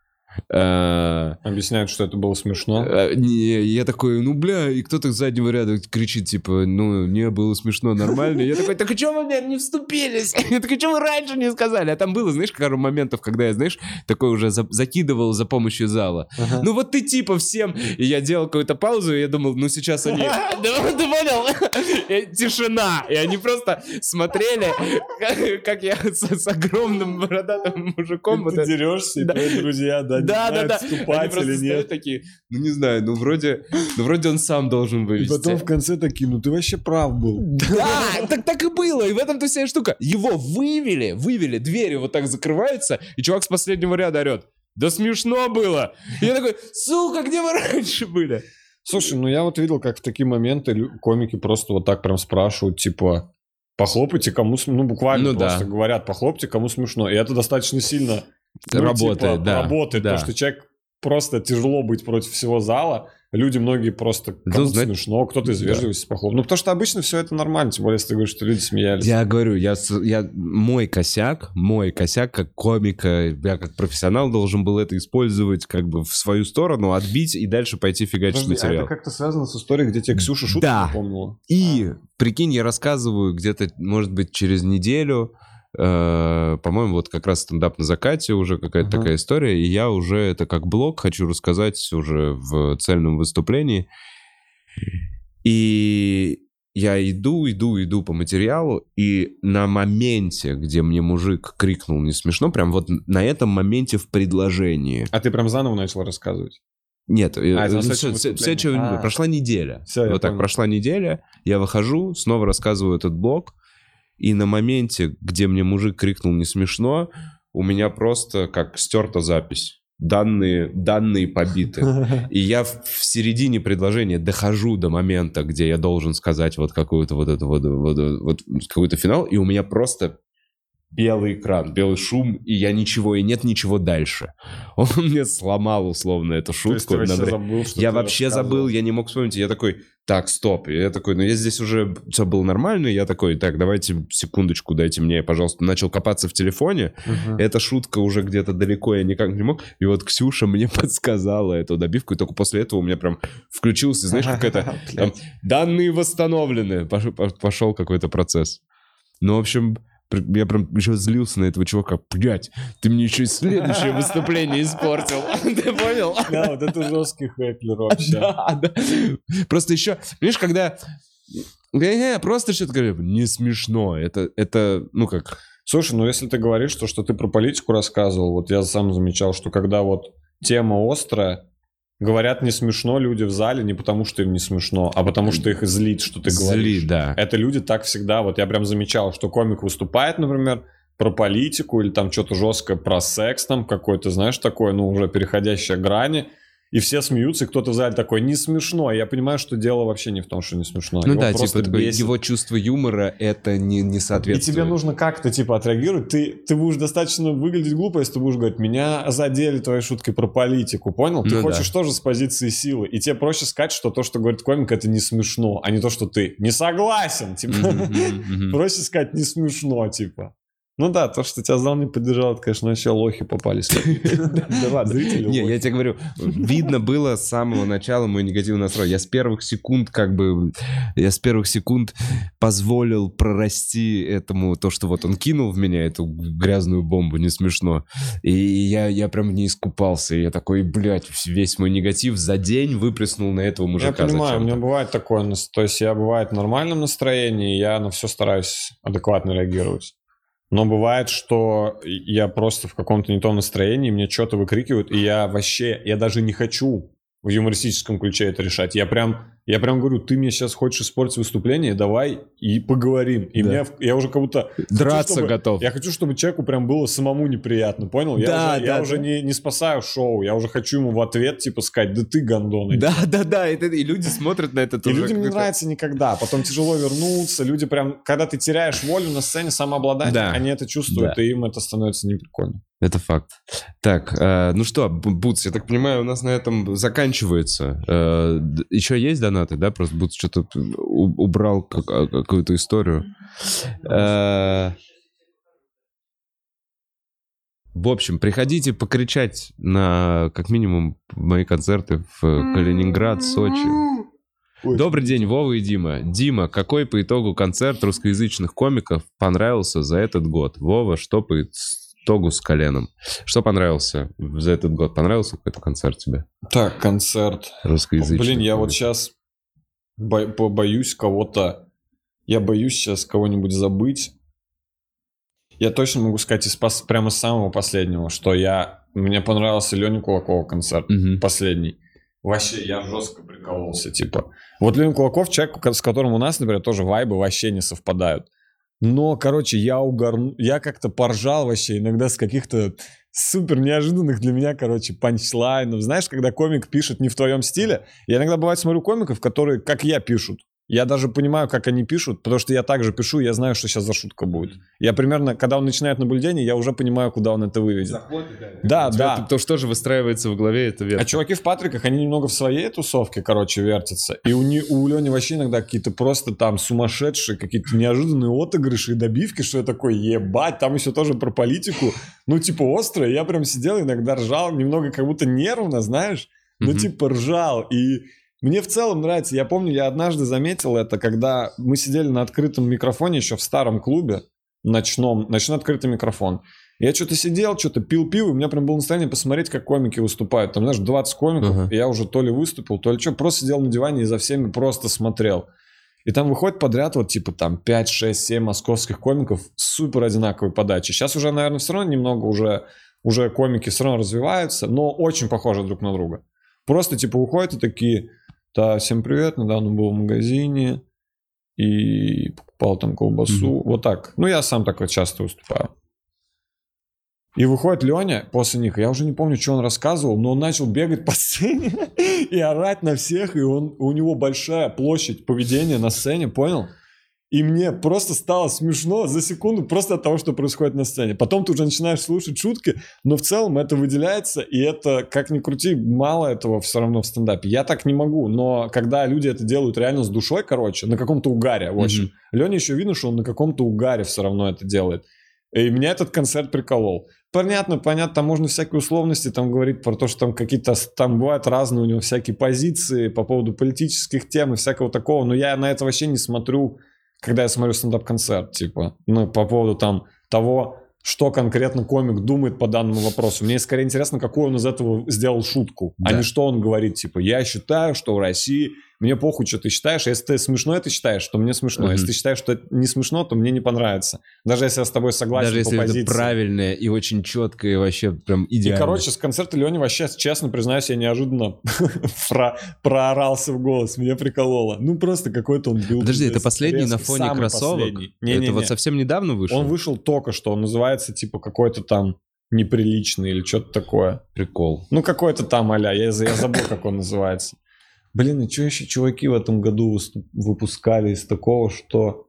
Объясняют, что это было смешно. Я такой, и кто-то с заднего ряда кричит, типа, не было смешно, нормально. Я такой, так а что вы мне не вступились? Я такой, что вы раньше не сказали? А там было, знаешь, пару моментов, когда я, знаешь, такой уже закидывал за помощью зала. Вот ты типа всем... И я делал какую-то паузу, и я думал, сейчас они... Ты понял? Тишина. И они просто смотрели, как я с огромным бородатым мужиком... Ты дерешься, и твои друзья, да. Они просто стоят такие, не знаю, вроде он сам должен вывести. И потом в конце такие, ты вообще прав был. Да, так и было, и в этом-то вся штука. Его вывели, двери вот так закрываются, и чувак с последнего ряда орет, да смешно было. И я такой, сука, где вы раньше были? Слушай, я вот видел, как в такие моменты комики просто вот так прям спрашивают, типа, похлопайте кому смешно, буквально просто говорят, похлопайте кому смешно. И это достаточно сильно... Работает, да. Работает, потому что человек просто тяжело быть против всего зала. Люди многие просто кому-то смешно, кто-то из вежливости похлопал. Потому что обычно все это нормально, тем более, если ты говоришь, что люди смеялись. Я говорю, мой косяк, как комика, я как профессионал должен был это использовать как бы в свою сторону, отбить и дальше пойти фигачить материал. А это как-то связано с историей, где тебе Ксюша шутку напомнила? И, прикинь, я рассказываю где-то, может быть, через неделю... по-моему, вот как раз стендап на закате уже какая-то такая история, и я уже это как блог хочу рассказать уже в цельном выступлении. И я иду по материалу, и на моменте, где мне мужик крикнул не смешно, прям вот на этом моменте в предложении. А ты прям заново начал рассказывать? Нет, прошла неделя. Вот так, прошла неделя, я выхожу, снова рассказываю этот блог, и на моменте, где мне мужик крикнул не смешно, у меня просто как стерта запись. Данные побиты. И я в середине предложения дохожу до момента, где я должен сказать вот какую-то вот какой-то финал, и у меня просто белый экран, белый шум, и нет ничего дальше. Он мне сломал условно эту шутку. То есть ты вообще забыл, что я вообще забыл, я не мог вспомнить. Я такой, так, стоп. И я такой, я здесь уже все было нормально. Я такой, так, давайте секундочку, дайте мне, пожалуйста. Начал копаться в телефоне. Эта шутка уже где-то далеко, я никак не мог. И вот Ксюша мне подсказала эту добивку, и только после этого у меня прям включился, знаешь, какая-то там, данные восстановлены. Пошел какой-то процесс. В общем... Я прям еще злился на этого чувака. Блять, ты мне еще и следующее выступление испортил. Ты понял? Да, вот это жесткий хэклер вообще. Да. Просто еще, понимаешь, когда... Я просто что-то говорю, не смешно. Это, как... Слушай, если ты говоришь, что ты про политику рассказывал, вот я сам замечал, что когда вот тема острая, говорят не смешно люди в зале не потому, что им не смешно, а потому, что их злит, что ты говоришь. Злит, да. Это люди так всегда. Вот я прям замечал, что комик выступает, например, про политику или там что-то жесткое про секс там какой-то, знаешь, такое, уже переходящее грани. и все смеются, и кто-то в зале такой, не смешно. Я понимаю, что дело вообще не в том, что не смешно. Ну его да, просто типа, бесит. его чувство юмора, это не соответствует. И тебе нужно как-то, типа, отреагировать. Ты будешь достаточно выглядеть глупо, если ты будешь говорить, меня задели твои шутки про политику, понял? Ты хочешь тоже с позиции силы. И тебе проще сказать, что то, что говорит комик, это не смешно, а не то, что ты не согласен. Типа, проще сказать не смешно, типа. Ну да, то, что тебя зал не поддержал, это, конечно, вообще лохи попались. Да, зрители лохи. Не, я тебе говорю, видно было с самого начала мой негативный настрой. Я с первых секунд позволил прорасти этому, то, что вот он кинул в меня эту грязную бомбу, не смешно. И я прям не искупался. И я такой, блядь, весь мой негатив за день выплеснул на этого мужика. Я понимаю, у меня бывает такое, то есть я бывает в нормальном настроении, и я на все стараюсь адекватно реагировать. Но бывает, что я просто в каком-то не том настроении, мне что-то выкрикивают, и я даже не хочу в юмористическом ключе это решать. Я прям говорю, ты мне сейчас хочешь испортить выступление, давай и поговорим. И я уже как будто... Драться готов. Я хочу, чтобы человеку прям было самому неприятно, понял? Я уже не спасаю шоу, я уже хочу ему в ответ, типа, сказать, да ты гандон. Да, и люди смотрят на это тоже. И людям не нравится никогда, потом тяжело вернуться, люди прям, когда ты теряешь волю на сцене, самообладание, они это чувствуют, и им это становится неприкольно. Это факт. Так, ну что, Бутс, я так понимаю, у нас на этом заканчивается. Еще есть донаты, да? Просто Бутс что-то убрал какую-то историю. В общем, приходите покричать на, как минимум, мои концерты в Калининград, Сочи. Добрый день, Вова и Дима. Дима, какой по итогу концерт русскоязычных комиков понравился за этот год? Вова, что по итогу с коленом? Что понравился за этот год? Понравился какой-то концерт тебе? Так, концерт. Русскоязычный. Блин, я вот сейчас боюсь кого-то... Я боюсь сейчас кого-нибудь забыть. Я точно могу сказать прямо с самого последнего, что мне понравился Леня Кулакова концерт. Последний. Вообще, я жестко прикололся, типа. Вот Леня Кулаков, человек, с которым у нас, например, тоже вайбы вообще не совпадают. Но, короче, я как-то поржал вообще иногда с каких-то супер неожиданных для меня, короче, панчлайнов. Знаешь, когда комик пишет не в твоем стиле, я иногда, бывает, смотрю комиков, которые, как я, пишут. Я даже понимаю, как они пишут, потому что я также пишу, я знаю, что сейчас за шутка будет. Я примерно, когда он начинает наблюдение, я уже понимаю, куда он это выведет. Да. То, что же выстраивается в голове, это верно. А чуваки в Патриках, они немного в своей тусовке, короче, вертятся. И у Лени вообще иногда какие-то просто там сумасшедшие, какие-то неожиданные отыгрыши и добивки, что я такой, ебать, там еще тоже про политику. Ну, типа, острое. Я прям сидел, иногда ржал, немного как будто нервно, знаешь. Ну, типа, ржал. И... Мне в целом нравится. Я помню, я однажды заметил это, когда мы сидели на открытом микрофоне еще в старом клубе, ночной открытый микрофон. Я что-то сидел, что-то пил пиво, и у меня прям было настроение посмотреть, как комики выступают. Там, знаешь, 20 комиков, и я уже то ли выступил, то ли что, просто сидел на диване и за всеми просто смотрел. И там выходит подряд вот типа там 5, 6, 7 московских комиков с супер одинаковой подачей. Сейчас уже, наверное, все равно немного уже комики все равно развиваются, но очень похожи друг на друга. Просто типа уходят и такие... Да, всем привет, недавно был в магазине и покупал там колбасу, вот так. Ну, я сам так вот часто выступаю. И выходит Леня после них, я уже не помню, что он рассказывал, но он начал бегать по сцене и орать на всех, и у него большая площадь поведения на сцене, понял? И мне просто стало смешно за секунду просто от того, что происходит на сцене. Потом ты уже начинаешь слушать шутки, но в целом это выделяется, и это, как ни крути, мало этого все равно в стендапе. Я так не могу, но когда люди это делают реально с душой, короче, на каком-то угаре, в общем. Леня еще видно, что он на каком-то угаре все равно это делает. И меня этот концерт приколол. Понятно, там можно всякие условности там говорить про то, что там какие-то, там бывают разные у него всякие позиции по поводу политических тем и всякого такого, но я на это вообще не смотрю, когда я смотрю стендап-концерт, типа, ну, по поводу там того, что конкретно комик думает по данному вопросу. Мне скорее интересно, какую он из этого сделал шутку, а не что он говорит, типа, я считаю, что в России... Мне похуй, что ты считаешь. Если ты смешно это считаешь, то мне смешно. Если ты считаешь, что это не смешно, то мне не понравится. Даже если я с тобой согласен даже по если позиции. Это правильное и очень четкое, и вообще прям идеально. И, короче, с концерта Лени вообще, честно признаюсь, я неожиданно проорался в голос. Меня прикололо. Ну, просто какой-то он был... Подожди, это последний на фоне кроссовок? Не-не-не. Это вот совсем недавно вышел? Он вышел только что. Он называется, типа, какой-то там... неприличный или что-то такое. Прикол. Ну, какой-то там а-ля, я забыл, как он называется. Блин, и что еще чуваки в этом году выпускали из такого, что...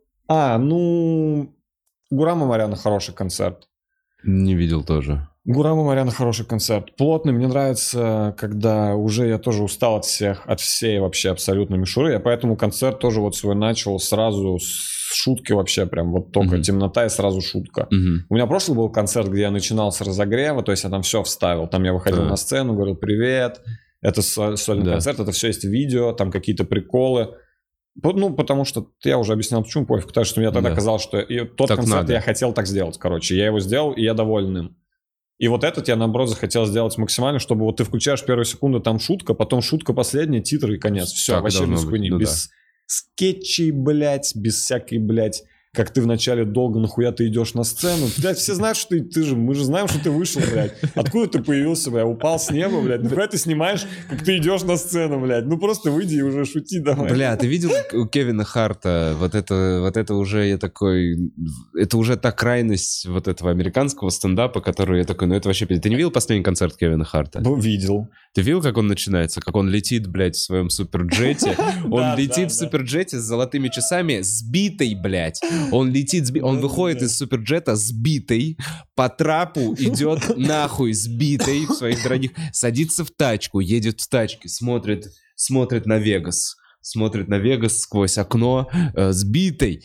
Гурам Мамаряна хороший концерт. Не видел тоже. Гурам Мамаряна хороший концерт. Плотный, мне нравится, когда уже я тоже устал от всей вообще абсолютно мишуры. Я поэтому концерт тоже вот свой начал сразу с шутки вообще, прям вот только темнота и сразу шутка. У меня прошлый был концерт, где я начинал с разогрева, то есть я там все вставил. Там я выходил на сцену, говорил «Привет». Это сольный концерт, это все есть видео, там какие-то приколы. Ну, потому что я уже объяснял, почему пофиг, потому что мне тогда казалось, что тот так концерт надо. Я хотел так сделать, короче. Я его сделал, и я доволен им. И вот этот я, наоборот, захотел сделать максимально, чтобы вот ты включаешь первую секунду, там шутка, потом шутка последняя, титры и конец. Все, так вообще без хуйни. Без скетчей, блядь, без всякой, блядь, как ты вначале долго нахуя ты идешь на сцену. Блядь, все знают, что мы же знаем, что ты вышел, блядь. Откуда ты появился, блядь? Упал с неба, блядь. Нахуя ты снимаешь, как ты идешь на сцену, блядь? Ну просто выйди и уже шути давай. Бля, ты видел у Кевина Харта? Вот это уже я такой... Это уже та крайность вот этого американского стендапа, который я такой, ну это вообще... Ты не видел последний концерт Кевина Харта? Ну, видел. Ты видел, как он начинается? Как он летит, блядь, в своем суперджете? Он летит в суперджете с золотыми часами, сбитый, блядь. Он летит, он выходит из суперджета сбитый, по трапу идет нахуй сбитый в своих дорогих, садится в тачку, едет в тачке, смотрит на Вегас. Смотрит на Вегас сквозь окно, сбитый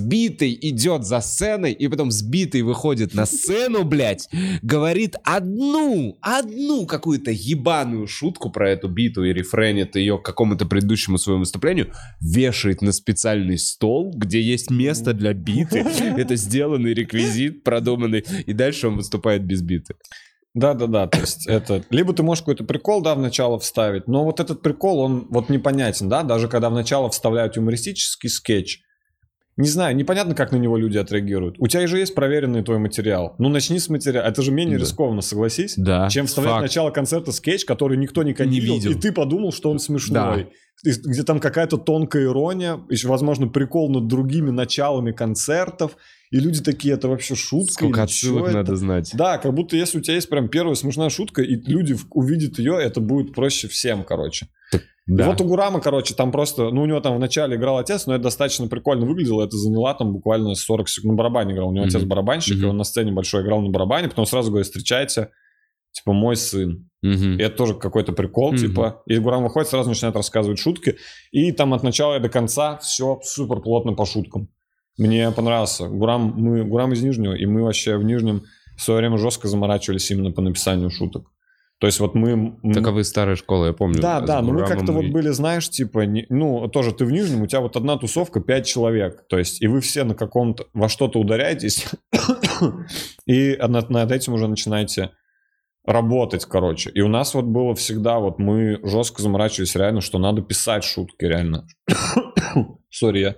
идет за сценой, и потом сбитый выходит на сцену, блядь, говорит одну какую-то ебаную шутку про эту биту и рефренит ее к какому-то предыдущему своему выступлению, вешает на специальный стол, где есть место для биты, это сделанный реквизит, продуманный, и дальше он выступает без биты. Да, то есть это... Либо ты можешь какой-то прикол, в начало вставить, но вот этот прикол, он вот непонятен, да, даже когда в начало вставляют юмористический скетч, не знаю, непонятно, как на него люди отреагируют. У тебя же есть проверенный твой материал. Ну, начни с материала. Это же менее рискованно, согласись? Да. Чем вставлять в начало концерта скетч, который никто никогда не видел, и ты подумал, что он смешной. Да. Где там какая-то тонкая ирония, еще, возможно, прикол над другими началами концертов. И люди такие, это вообще шутка? Сколько отсылок надо знать. Да, как будто если у тебя есть прям первая смешная шутка, и люди увидят ее, это будет проще всем, короче. Да. И вот у Гурама, короче, там просто... Ну, у него там вначале играл отец, но это достаточно прикольно выглядело. Это заняло там буквально 40 секунд. На барабане играл. У него отец барабанщик, и он на сцене большой играл на барабане. Потом сразу говорит, встречайте, типа, мой сын. И это тоже какой-то прикол, типа. И Гурам выходит, сразу начинает рассказывать шутки. И там от начала и до конца все супер плотно по шуткам. Мне понравился. Гурам из Нижнего, и мы вообще в Нижнем в свое время жестко заморачивались именно по написанию шуток. То есть вот мы... Таковы старая школа, я помню. Да, но мы как-то вот были, знаешь, типа... тоже ты в Нижнем, у тебя вот одна тусовка, 5 человек. То есть и вы все на каком-то... Во что-то ударяетесь, и над этим уже начинаете работать, короче. И у нас вот было всегда... Вот мы жестко заморачивались реально, что надо писать шутки, реально. Сори, я...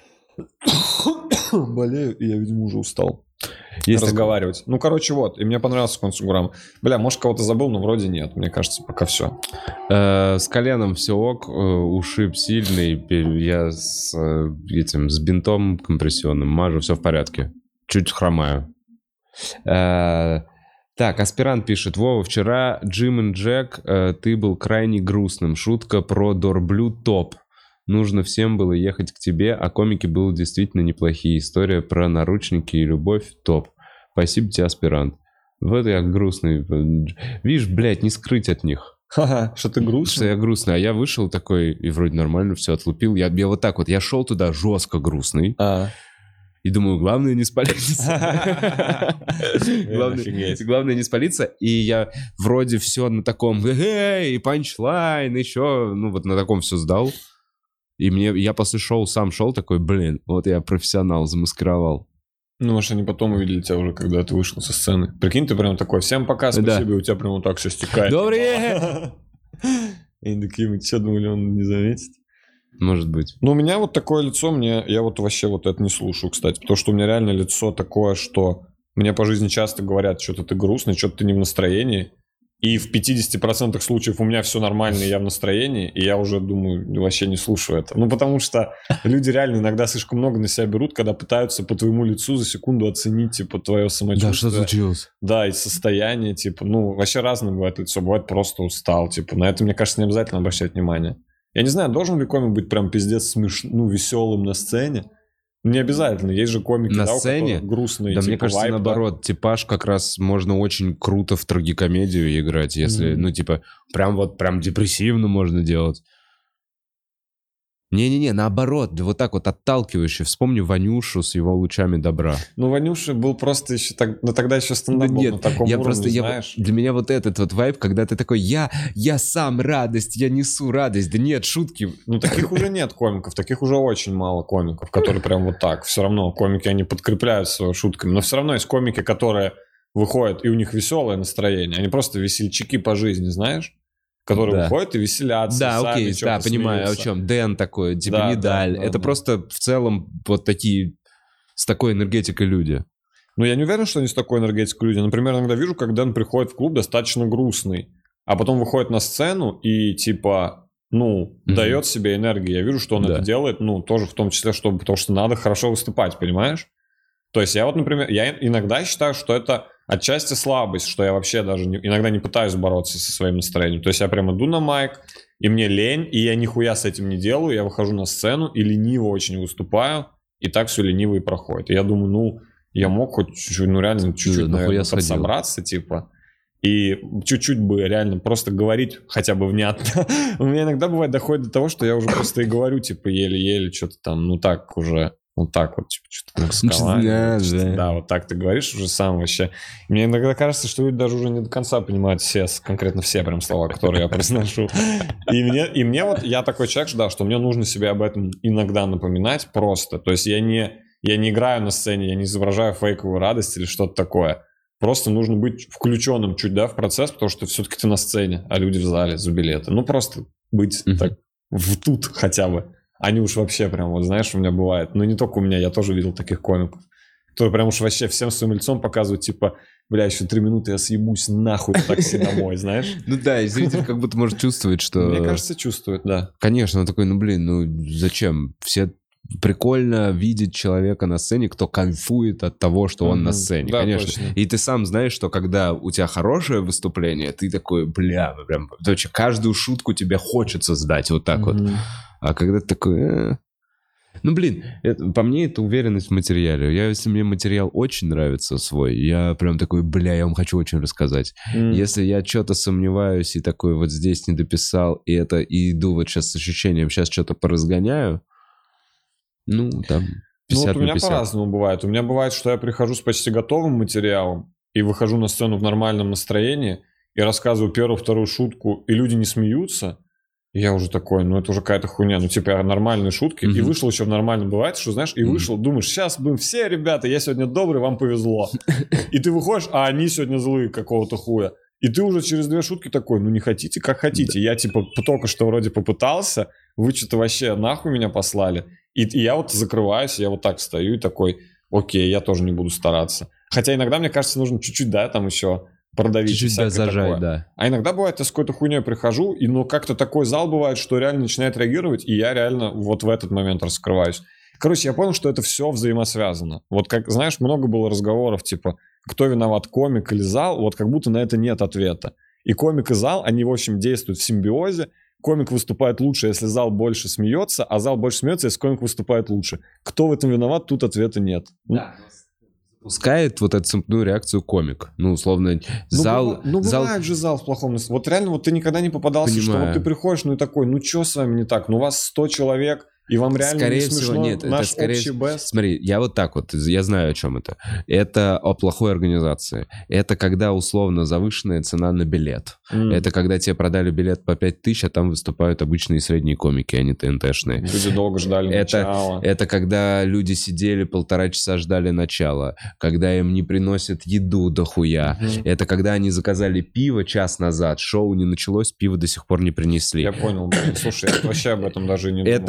болею, и я, видимо, уже устал разговаривать. Ну, короче, вот. И мне понравился концерт Гурама. Бля, может, кого-то забыл, но вроде нет. Мне кажется, пока все. С коленом все ок. Ушиб сильный. Я с бинтом компрессионным мажу. Все в порядке. Чуть хромаю. Так, аспирант пишет. Вова, вчера Джим и Джек, ты был крайне грустным. Шутка про Дорблю топ. Нужно всем было ехать к тебе, а комики были действительно неплохие. История про наручники и любовь топ. Спасибо тебе, аспирант. Вот я грустный. Видишь, блядь, не скрыть от них. Ха-ха, что ты грустный? Что я грустный. А я вышел такой, и вроде нормально все отлупил. Я вот так вот, я шел туда жестко грустный. И думаю, главное не спалиться. Главное не спалиться. И я вроде все на таком, и панчлайн, еще, ну вот на таком все сдал. И я после шоу сам шел такой, блин, вот я профессионал, замаскировал. Ну, может, они потом увидели тебя уже, когда ты вышел со сцены. Прикинь, ты прям такой, всем пока, спасибо, и у тебя прям вот так все стекает. Добрый! И они такие, мы что, думали, он не заметит? Может быть. Ну, у меня вот такое лицо, я вот вообще вот это не слушаю, кстати, потому что у меня реально лицо такое, что мне по жизни часто говорят, что-то ты грустный, что-то ты не в настроении. и в 50% случаев у меня все нормально, и я в настроении, и я уже думаю, вообще не слушаю это. Ну, потому что люди реально иногда слишком много на себя берут, когда пытаются по твоему лицу за секунду оценить, типа, твое самочувствие. Да, что случилось? Да, и состояние, типа, ну, вообще разное бывает лицо, бывает просто устал, типа, на это, мне кажется, не обязательно обращать внимание. Я не знаю, должен ли комик быть прям пиздец веселым на сцене? Не обязательно, есть же комики, на да, сцене? У которых грустные, да, типа, мне кажется, вайб, наоборот, да? типаж как раз можно очень круто в трагикомедию играть, если, ну, типа, прям депрессивно можно делать. Не-не-не, наоборот, вот так вот отталкивающе. Вспомни Ванюшу с его лучами добра. Ну, Ванюша был просто еще так, ну, тогда еще стендап был на таком уровне, знаешь. Для меня вот этот вот вайб, когда ты такой, я сам радость, я несу радость. Да нет, шутки. Ну, таких уже нет комиков, таких уже очень мало комиков, которые прям вот так. Все равно комики, они подкрепляются шутками, но все равно есть комики, которые выходят, и у них веселое настроение. Они просто весельчаки по жизни, знаешь? Которые выходят и веселятся. Да, сами окей, да, понимаю, смеются. о чем. Дэн такой, типа, Да, Медаль. да, Это да. просто в целом вот такие, с такой энергетикой люди. Ну, я не уверен, что они с такой энергетикой люди. Например, иногда вижу, как Дэн приходит в клуб достаточно грустный, а потом выходит на сцену и, типа, ну, дает себе энергии. Я вижу, что он это делает, ну, тоже в том числе, потому что надо хорошо выступать, понимаешь? То есть я вот, например, я иногда считаю, что это отчасти слабость, что я вообще даже иногда не пытаюсь бороться со своим настроением. То есть я прям иду на майк, и мне лень, и я нихуя с этим не делаю, я выхожу на сцену и лениво очень выступаю, и так все лениво и проходит. И я думаю, ну, я мог хоть чуть-чуть, ну реально чуть-чуть, наверное, подсобраться, типа, и чуть-чуть бы реально просто говорить хотя бы внятно. У меня иногда бывает доходит до того, что я уже просто и говорю, типа, еле-еле, что-то там, ну так уже... Вот так вот, типа, что-то нарисковали. Да, вот так ты говоришь уже сам вообще. Мне иногда кажется, что люди даже уже не до конца понимают конкретно все прям слова, которые я произношу. И мне вот, я такой человек, да, что мне нужно себе об этом иногда напоминать просто. То есть я не играю на сцене, я не изображаю фейковую радость или что-то такое. Просто нужно быть включенным чуть, да, в процесс, потому что все-таки ты на сцене, а люди в зале за билеты. Ну, просто быть так тут хотя бы. Они уж вообще прям, вот знаешь, у меня бывает, ну не только у меня, я тоже видел таких комиков, которые прям уж вообще всем своим лицом показывают, типа, бля, еще 3 минуты, я съебусь нахуй в такси домой, знаешь? Ну да, и зритель как будто может чувствовать, что... Мне кажется, чувствует, да. Конечно, он такой, ну блин, ну зачем? Все прикольно видеть человека на сцене, кто кайфует от того, что он на сцене, да, конечно. Точно. И ты сам знаешь, что когда у тебя хорошее выступление, ты такой, бля, прям, короче, каждую шутку тебе хочется сдать вот так вот. А когда ты такой... Ну, блин, по мне это уверенность в материале. Если мне материал очень нравится свой, я прям такой, бля, я вам хочу очень рассказать. Если я что-то сомневаюсь и такой вот здесь не дописал, и иду вот сейчас с ощущением, сейчас что-то поразгоняю, ну, там, 50 Ну, вот у меня 50. по-разному бывает. У меня бывает, что я прихожу с почти готовым материалом и выхожу на сцену в нормальном настроении и рассказываю первую-вторую шутку, и люди не смеются. И я уже такой, ну это уже какая-то хуйня, ну типа нормальные шутки. И вышел еще в нормальном, бывает, что знаешь, и вышел, думаешь, сейчас будем все, ребята, я сегодня добрый, вам повезло. И ты выходишь, а они сегодня злые какого-то хуя. И ты уже через 2 шутки такой, ну не хотите, как хотите. Я типа только что вроде попытался, вы что-то вообще нахуй меня послали. И я вот закрываюсь, я вот так стою и такой, окей, я тоже не буду стараться. Хотя иногда, мне кажется, нужно чуть-чуть, да, там еще... продавить. Чуть-чуть зажать, да. А иногда бывает, я с какой-то хуйней прихожу, и ну как-то такой зал бывает, что реально начинает реагировать, и я реально вот в этот момент раскрываюсь. Короче, я понял, что это все взаимосвязано. Вот как, знаешь, много было разговоров, типа, кто виноват, комик или зал, вот как будто на это нет ответа. И комик и зал, они, в общем, действуют в симбиозе. Комик выступает лучше, если зал больше смеется, а зал больше смеется, если комик выступает лучше. Кто в этом виноват, тут ответа нет. Да. Пускает вот эту цепную реакцию комик. Ну, условно, зал... бывает же зал в плохом настроении. Вот реально, вот ты никогда не попадался, Понимаю. что вот ты приходишь, ну и такой, ну что с вами не так? Ну у вас 100 человек, и вам реально скорее не смешно всего, нет, наш это скорее... общий бест? Смотри, я вот так вот, я знаю, о чем это. Это о плохой организации. Это когда, условно, завышенная цена на билет. Это когда тебе продали билет по 5000, а там выступают обычные средние комики, а не ТНТшные. Люди долго ждали начала. Это когда люди сидели 1,5 часа, ждали начала. Когда им не приносят еду дохуя. Это когда они заказали пиво час назад, шоу не началось, пиво до сих пор не принесли. Я понял, блин. Слушай, я вообще об этом даже не думал. Это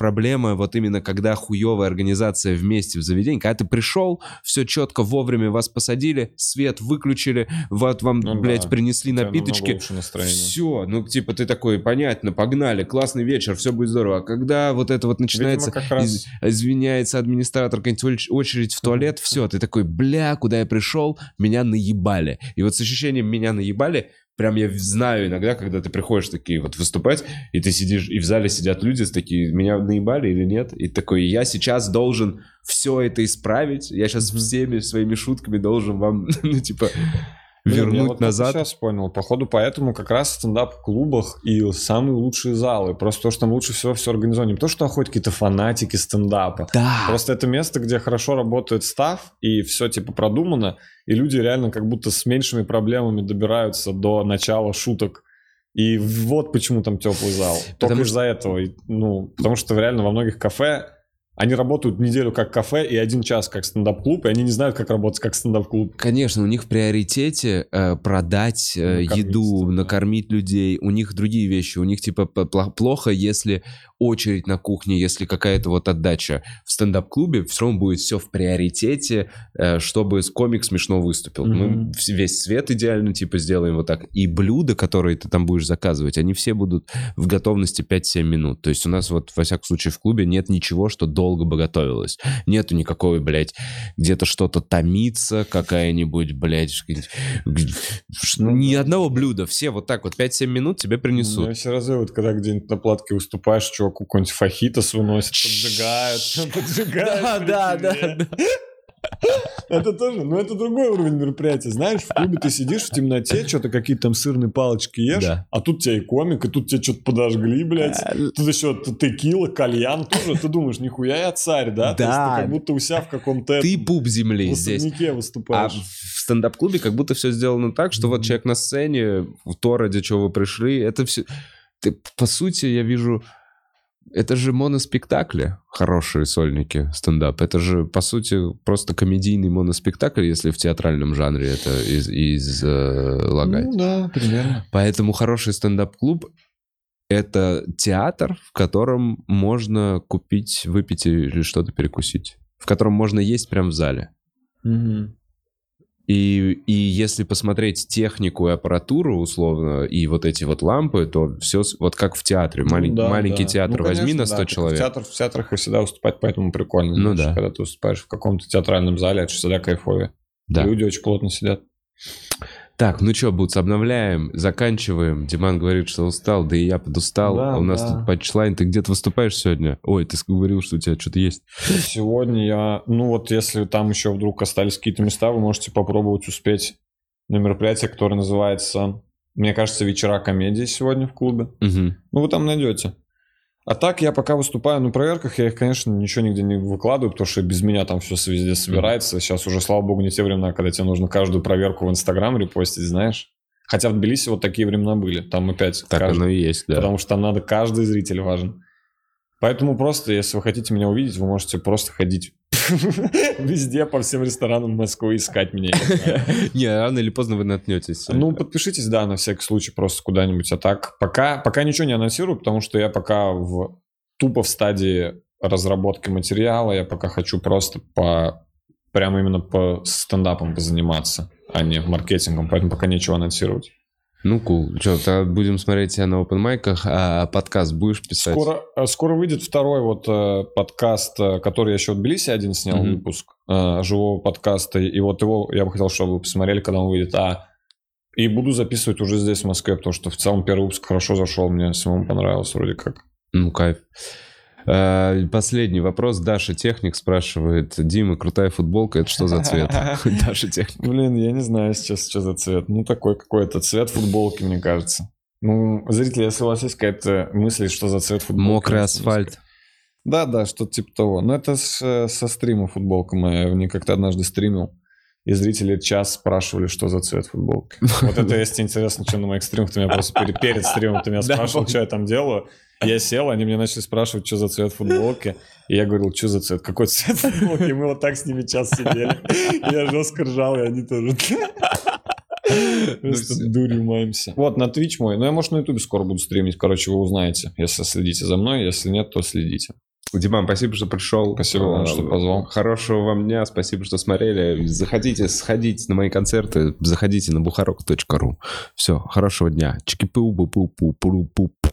проблема вот именно когда хуевая организация вместе в заведении. Когда ты пришел, все четко, вовремя вас посадили, свет выключили, вот вам, блядь, принесли напиточки. Все, ну, типа, ты такой, понятно, погнали, классный вечер, все будет здорово. А когда вот это вот начинается, извиняется администратор, какая-нибудь очередь в туалет, все, ты такой, бля, куда я пришел, меня наебали. И вот с ощущением «меня наебали» прям я знаю иногда, когда ты приходишь такие вот выступать, и ты сидишь, и в зале сидят люди с такие, меня наебали или нет? И такой, я сейчас должен все это исправить, я сейчас всеми своими шутками должен вам, ну, типа, вернуть я вот назад. Я сейчас понял. Походу, поэтому как раз в стендап-клубах и самые лучшие залы. Просто то, что там лучше всего все организовано. Не то, что там ходят какие-то фанатики стендапа. Да. Просто это место, где хорошо работает стафф, и все типа продумано, и люди реально как будто с меньшими проблемами добираются до начала шуток. И вот почему там теплый зал. Только из-за этого. Ну, потому что реально во многих кафе они работают неделю как кафе и 1 час как стендап-клуб, и они не знают, как работать как стендап-клуб. Конечно, у них в приоритете продать еду, накормить людей. У них другие вещи. У них типа плохо, если очередь на кухне, если какая-то вот отдача. В стендап-клубе все равно будет все в приоритете, чтобы комик смешно выступил. Мы весь свет идеально типа сделаем вот так. И блюда, которые ты там будешь заказывать, они все будут в готовности 5-7 минут. То есть у нас вот, во всяком случае, в клубе нет ничего, что долго бы готовилось. Нету никакой, блядь, где-то что-то томится, какая-нибудь, блядь, ни одного блюда. Все вот так вот 5-7 минут тебе принесут. Меня все разывают, когда где-нибудь на платке выступаешь, чуваку какой-нибудь фахитос выносят, поджигают. Да. Это тоже, ну это другой уровень мероприятия. Знаешь, в клубе ты сидишь в темноте, что-то какие-то там сырные палочки ешь, а тут тебя и комик, и тут тебя что-то подожгли, блядь. Тут еще текила, кальян тоже. Ты думаешь, нихуя я царь, да? То есть ты как будто у себя в каком-то... Ты пуп земли здесь. Выступаешь. А в стендап-клубе как будто все сделано так, что вот человек на сцене, то, ради чего вы пришли, это все... По сути, я вижу... Это же моноспектакли, хорошие сольники, стендап. Это же, по сути, просто комедийный моноспектакль, если в театральном жанре это излагать. Ну да, примерно. Поэтому хороший стендап-клуб — это театр, в котором можно купить, выпить или что-то перекусить. В котором можно есть прямо в зале. И если посмотреть технику и аппаратуру, условно, и вот эти вот лампы, то все вот как в театре. Маленький театр возьми на 100 человек. В театрах всегда выступать, поэтому прикольно. Ну да. Когда ты выступаешь в каком-то театральном зале, это всегда кайфовее. Да. Люди очень плотно сидят. Так, ну что, Бутс, обновляем, заканчиваем. Диман говорит, что устал, да и я подустал. Да, у нас тут панчлайн. Ты где-то выступаешь сегодня? Ой, ты говорил, что у тебя что-то есть. Сегодня я... Ну вот, если там еще вдруг остались какие-то места, вы можете попробовать успеть на мероприятие, которое называется, мне кажется, «Вечера комедии» сегодня в клубе. Ну, вы там найдете. А так, я пока выступаю на проверках, я их, конечно, ничего нигде не выкладываю, потому что без меня там все везде собирается. Сейчас уже, слава богу, не те времена, когда тебе нужно каждую проверку в Инстаграм репостить, знаешь. Хотя в Тбилиси вот такие времена были. Там опять... Так оно и есть, да. Потому что там надо каждый зритель важен. Поэтому просто, если вы хотите меня увидеть, вы можете просто ходить везде, по всем ресторанам Москвы, искать меня. Не, рано или поздно вы наткнетесь. Ну, подпишитесь, да, на всякий случай, просто куда-нибудь. А так, пока ничего не анонсирую, потому что я пока тупо в стадии разработки материала, я пока хочу просто прямо именно по стендапам позаниматься, а не маркетингом, поэтому пока нечего анонсировать. Ну, кул. Что, тогда будем смотреть тебя на опенмайках, а подкаст будешь писать? Скоро выйдет второй вот подкаст, который я еще в Тбилиси один снял, выпуск живого подкаста, и вот его я бы хотел, чтобы вы посмотрели, когда он выйдет. И буду записывать уже здесь, в Москве, потому что в целом первый выпуск хорошо зашел, мне самому понравился вроде как. Ну, кайф. Последний вопрос. Даша Техник спрашивает: Дима, крутая футболка, это что за цвет? Даша Техник. Блин, я не знаю сейчас, что за цвет. Ну, такой какой-то цвет футболки, мне кажется. Ну, зрители, если у вас есть какая-то мысль, что за цвет футболки... Мокрый асфальт. Да, что-то типа того. Но это со стрима футболка моя. Я в ней как-то однажды стримил. И зрители час спрашивали, что за цвет футболки. Вот это, если интересно, что на моих стримах, ты меня просто перед стримом ты меня спрашивал, что я там делаю. Я сел, они мне начали спрашивать, что за цвет футболки. И я говорил, что за цвет? Какой цвет футболки? И мы вот так с ними час сидели. Я жестко ржал, и они тоже... Просто дурью маемся. Вот, на Twitch мой. Ну, я, может, на Ютубе скоро буду стримить. Короче, вы узнаете, если следите за мной. Если нет, то следите. Диман, спасибо, что пришел. Спасибо вам, что позвал. Хорошего вам дня, спасибо, что смотрели. Заходите, сходите на мои концерты, заходите на bukharok.ru. Все, хорошего дня. Чики-пу-пу-пу-пу-пу-пу.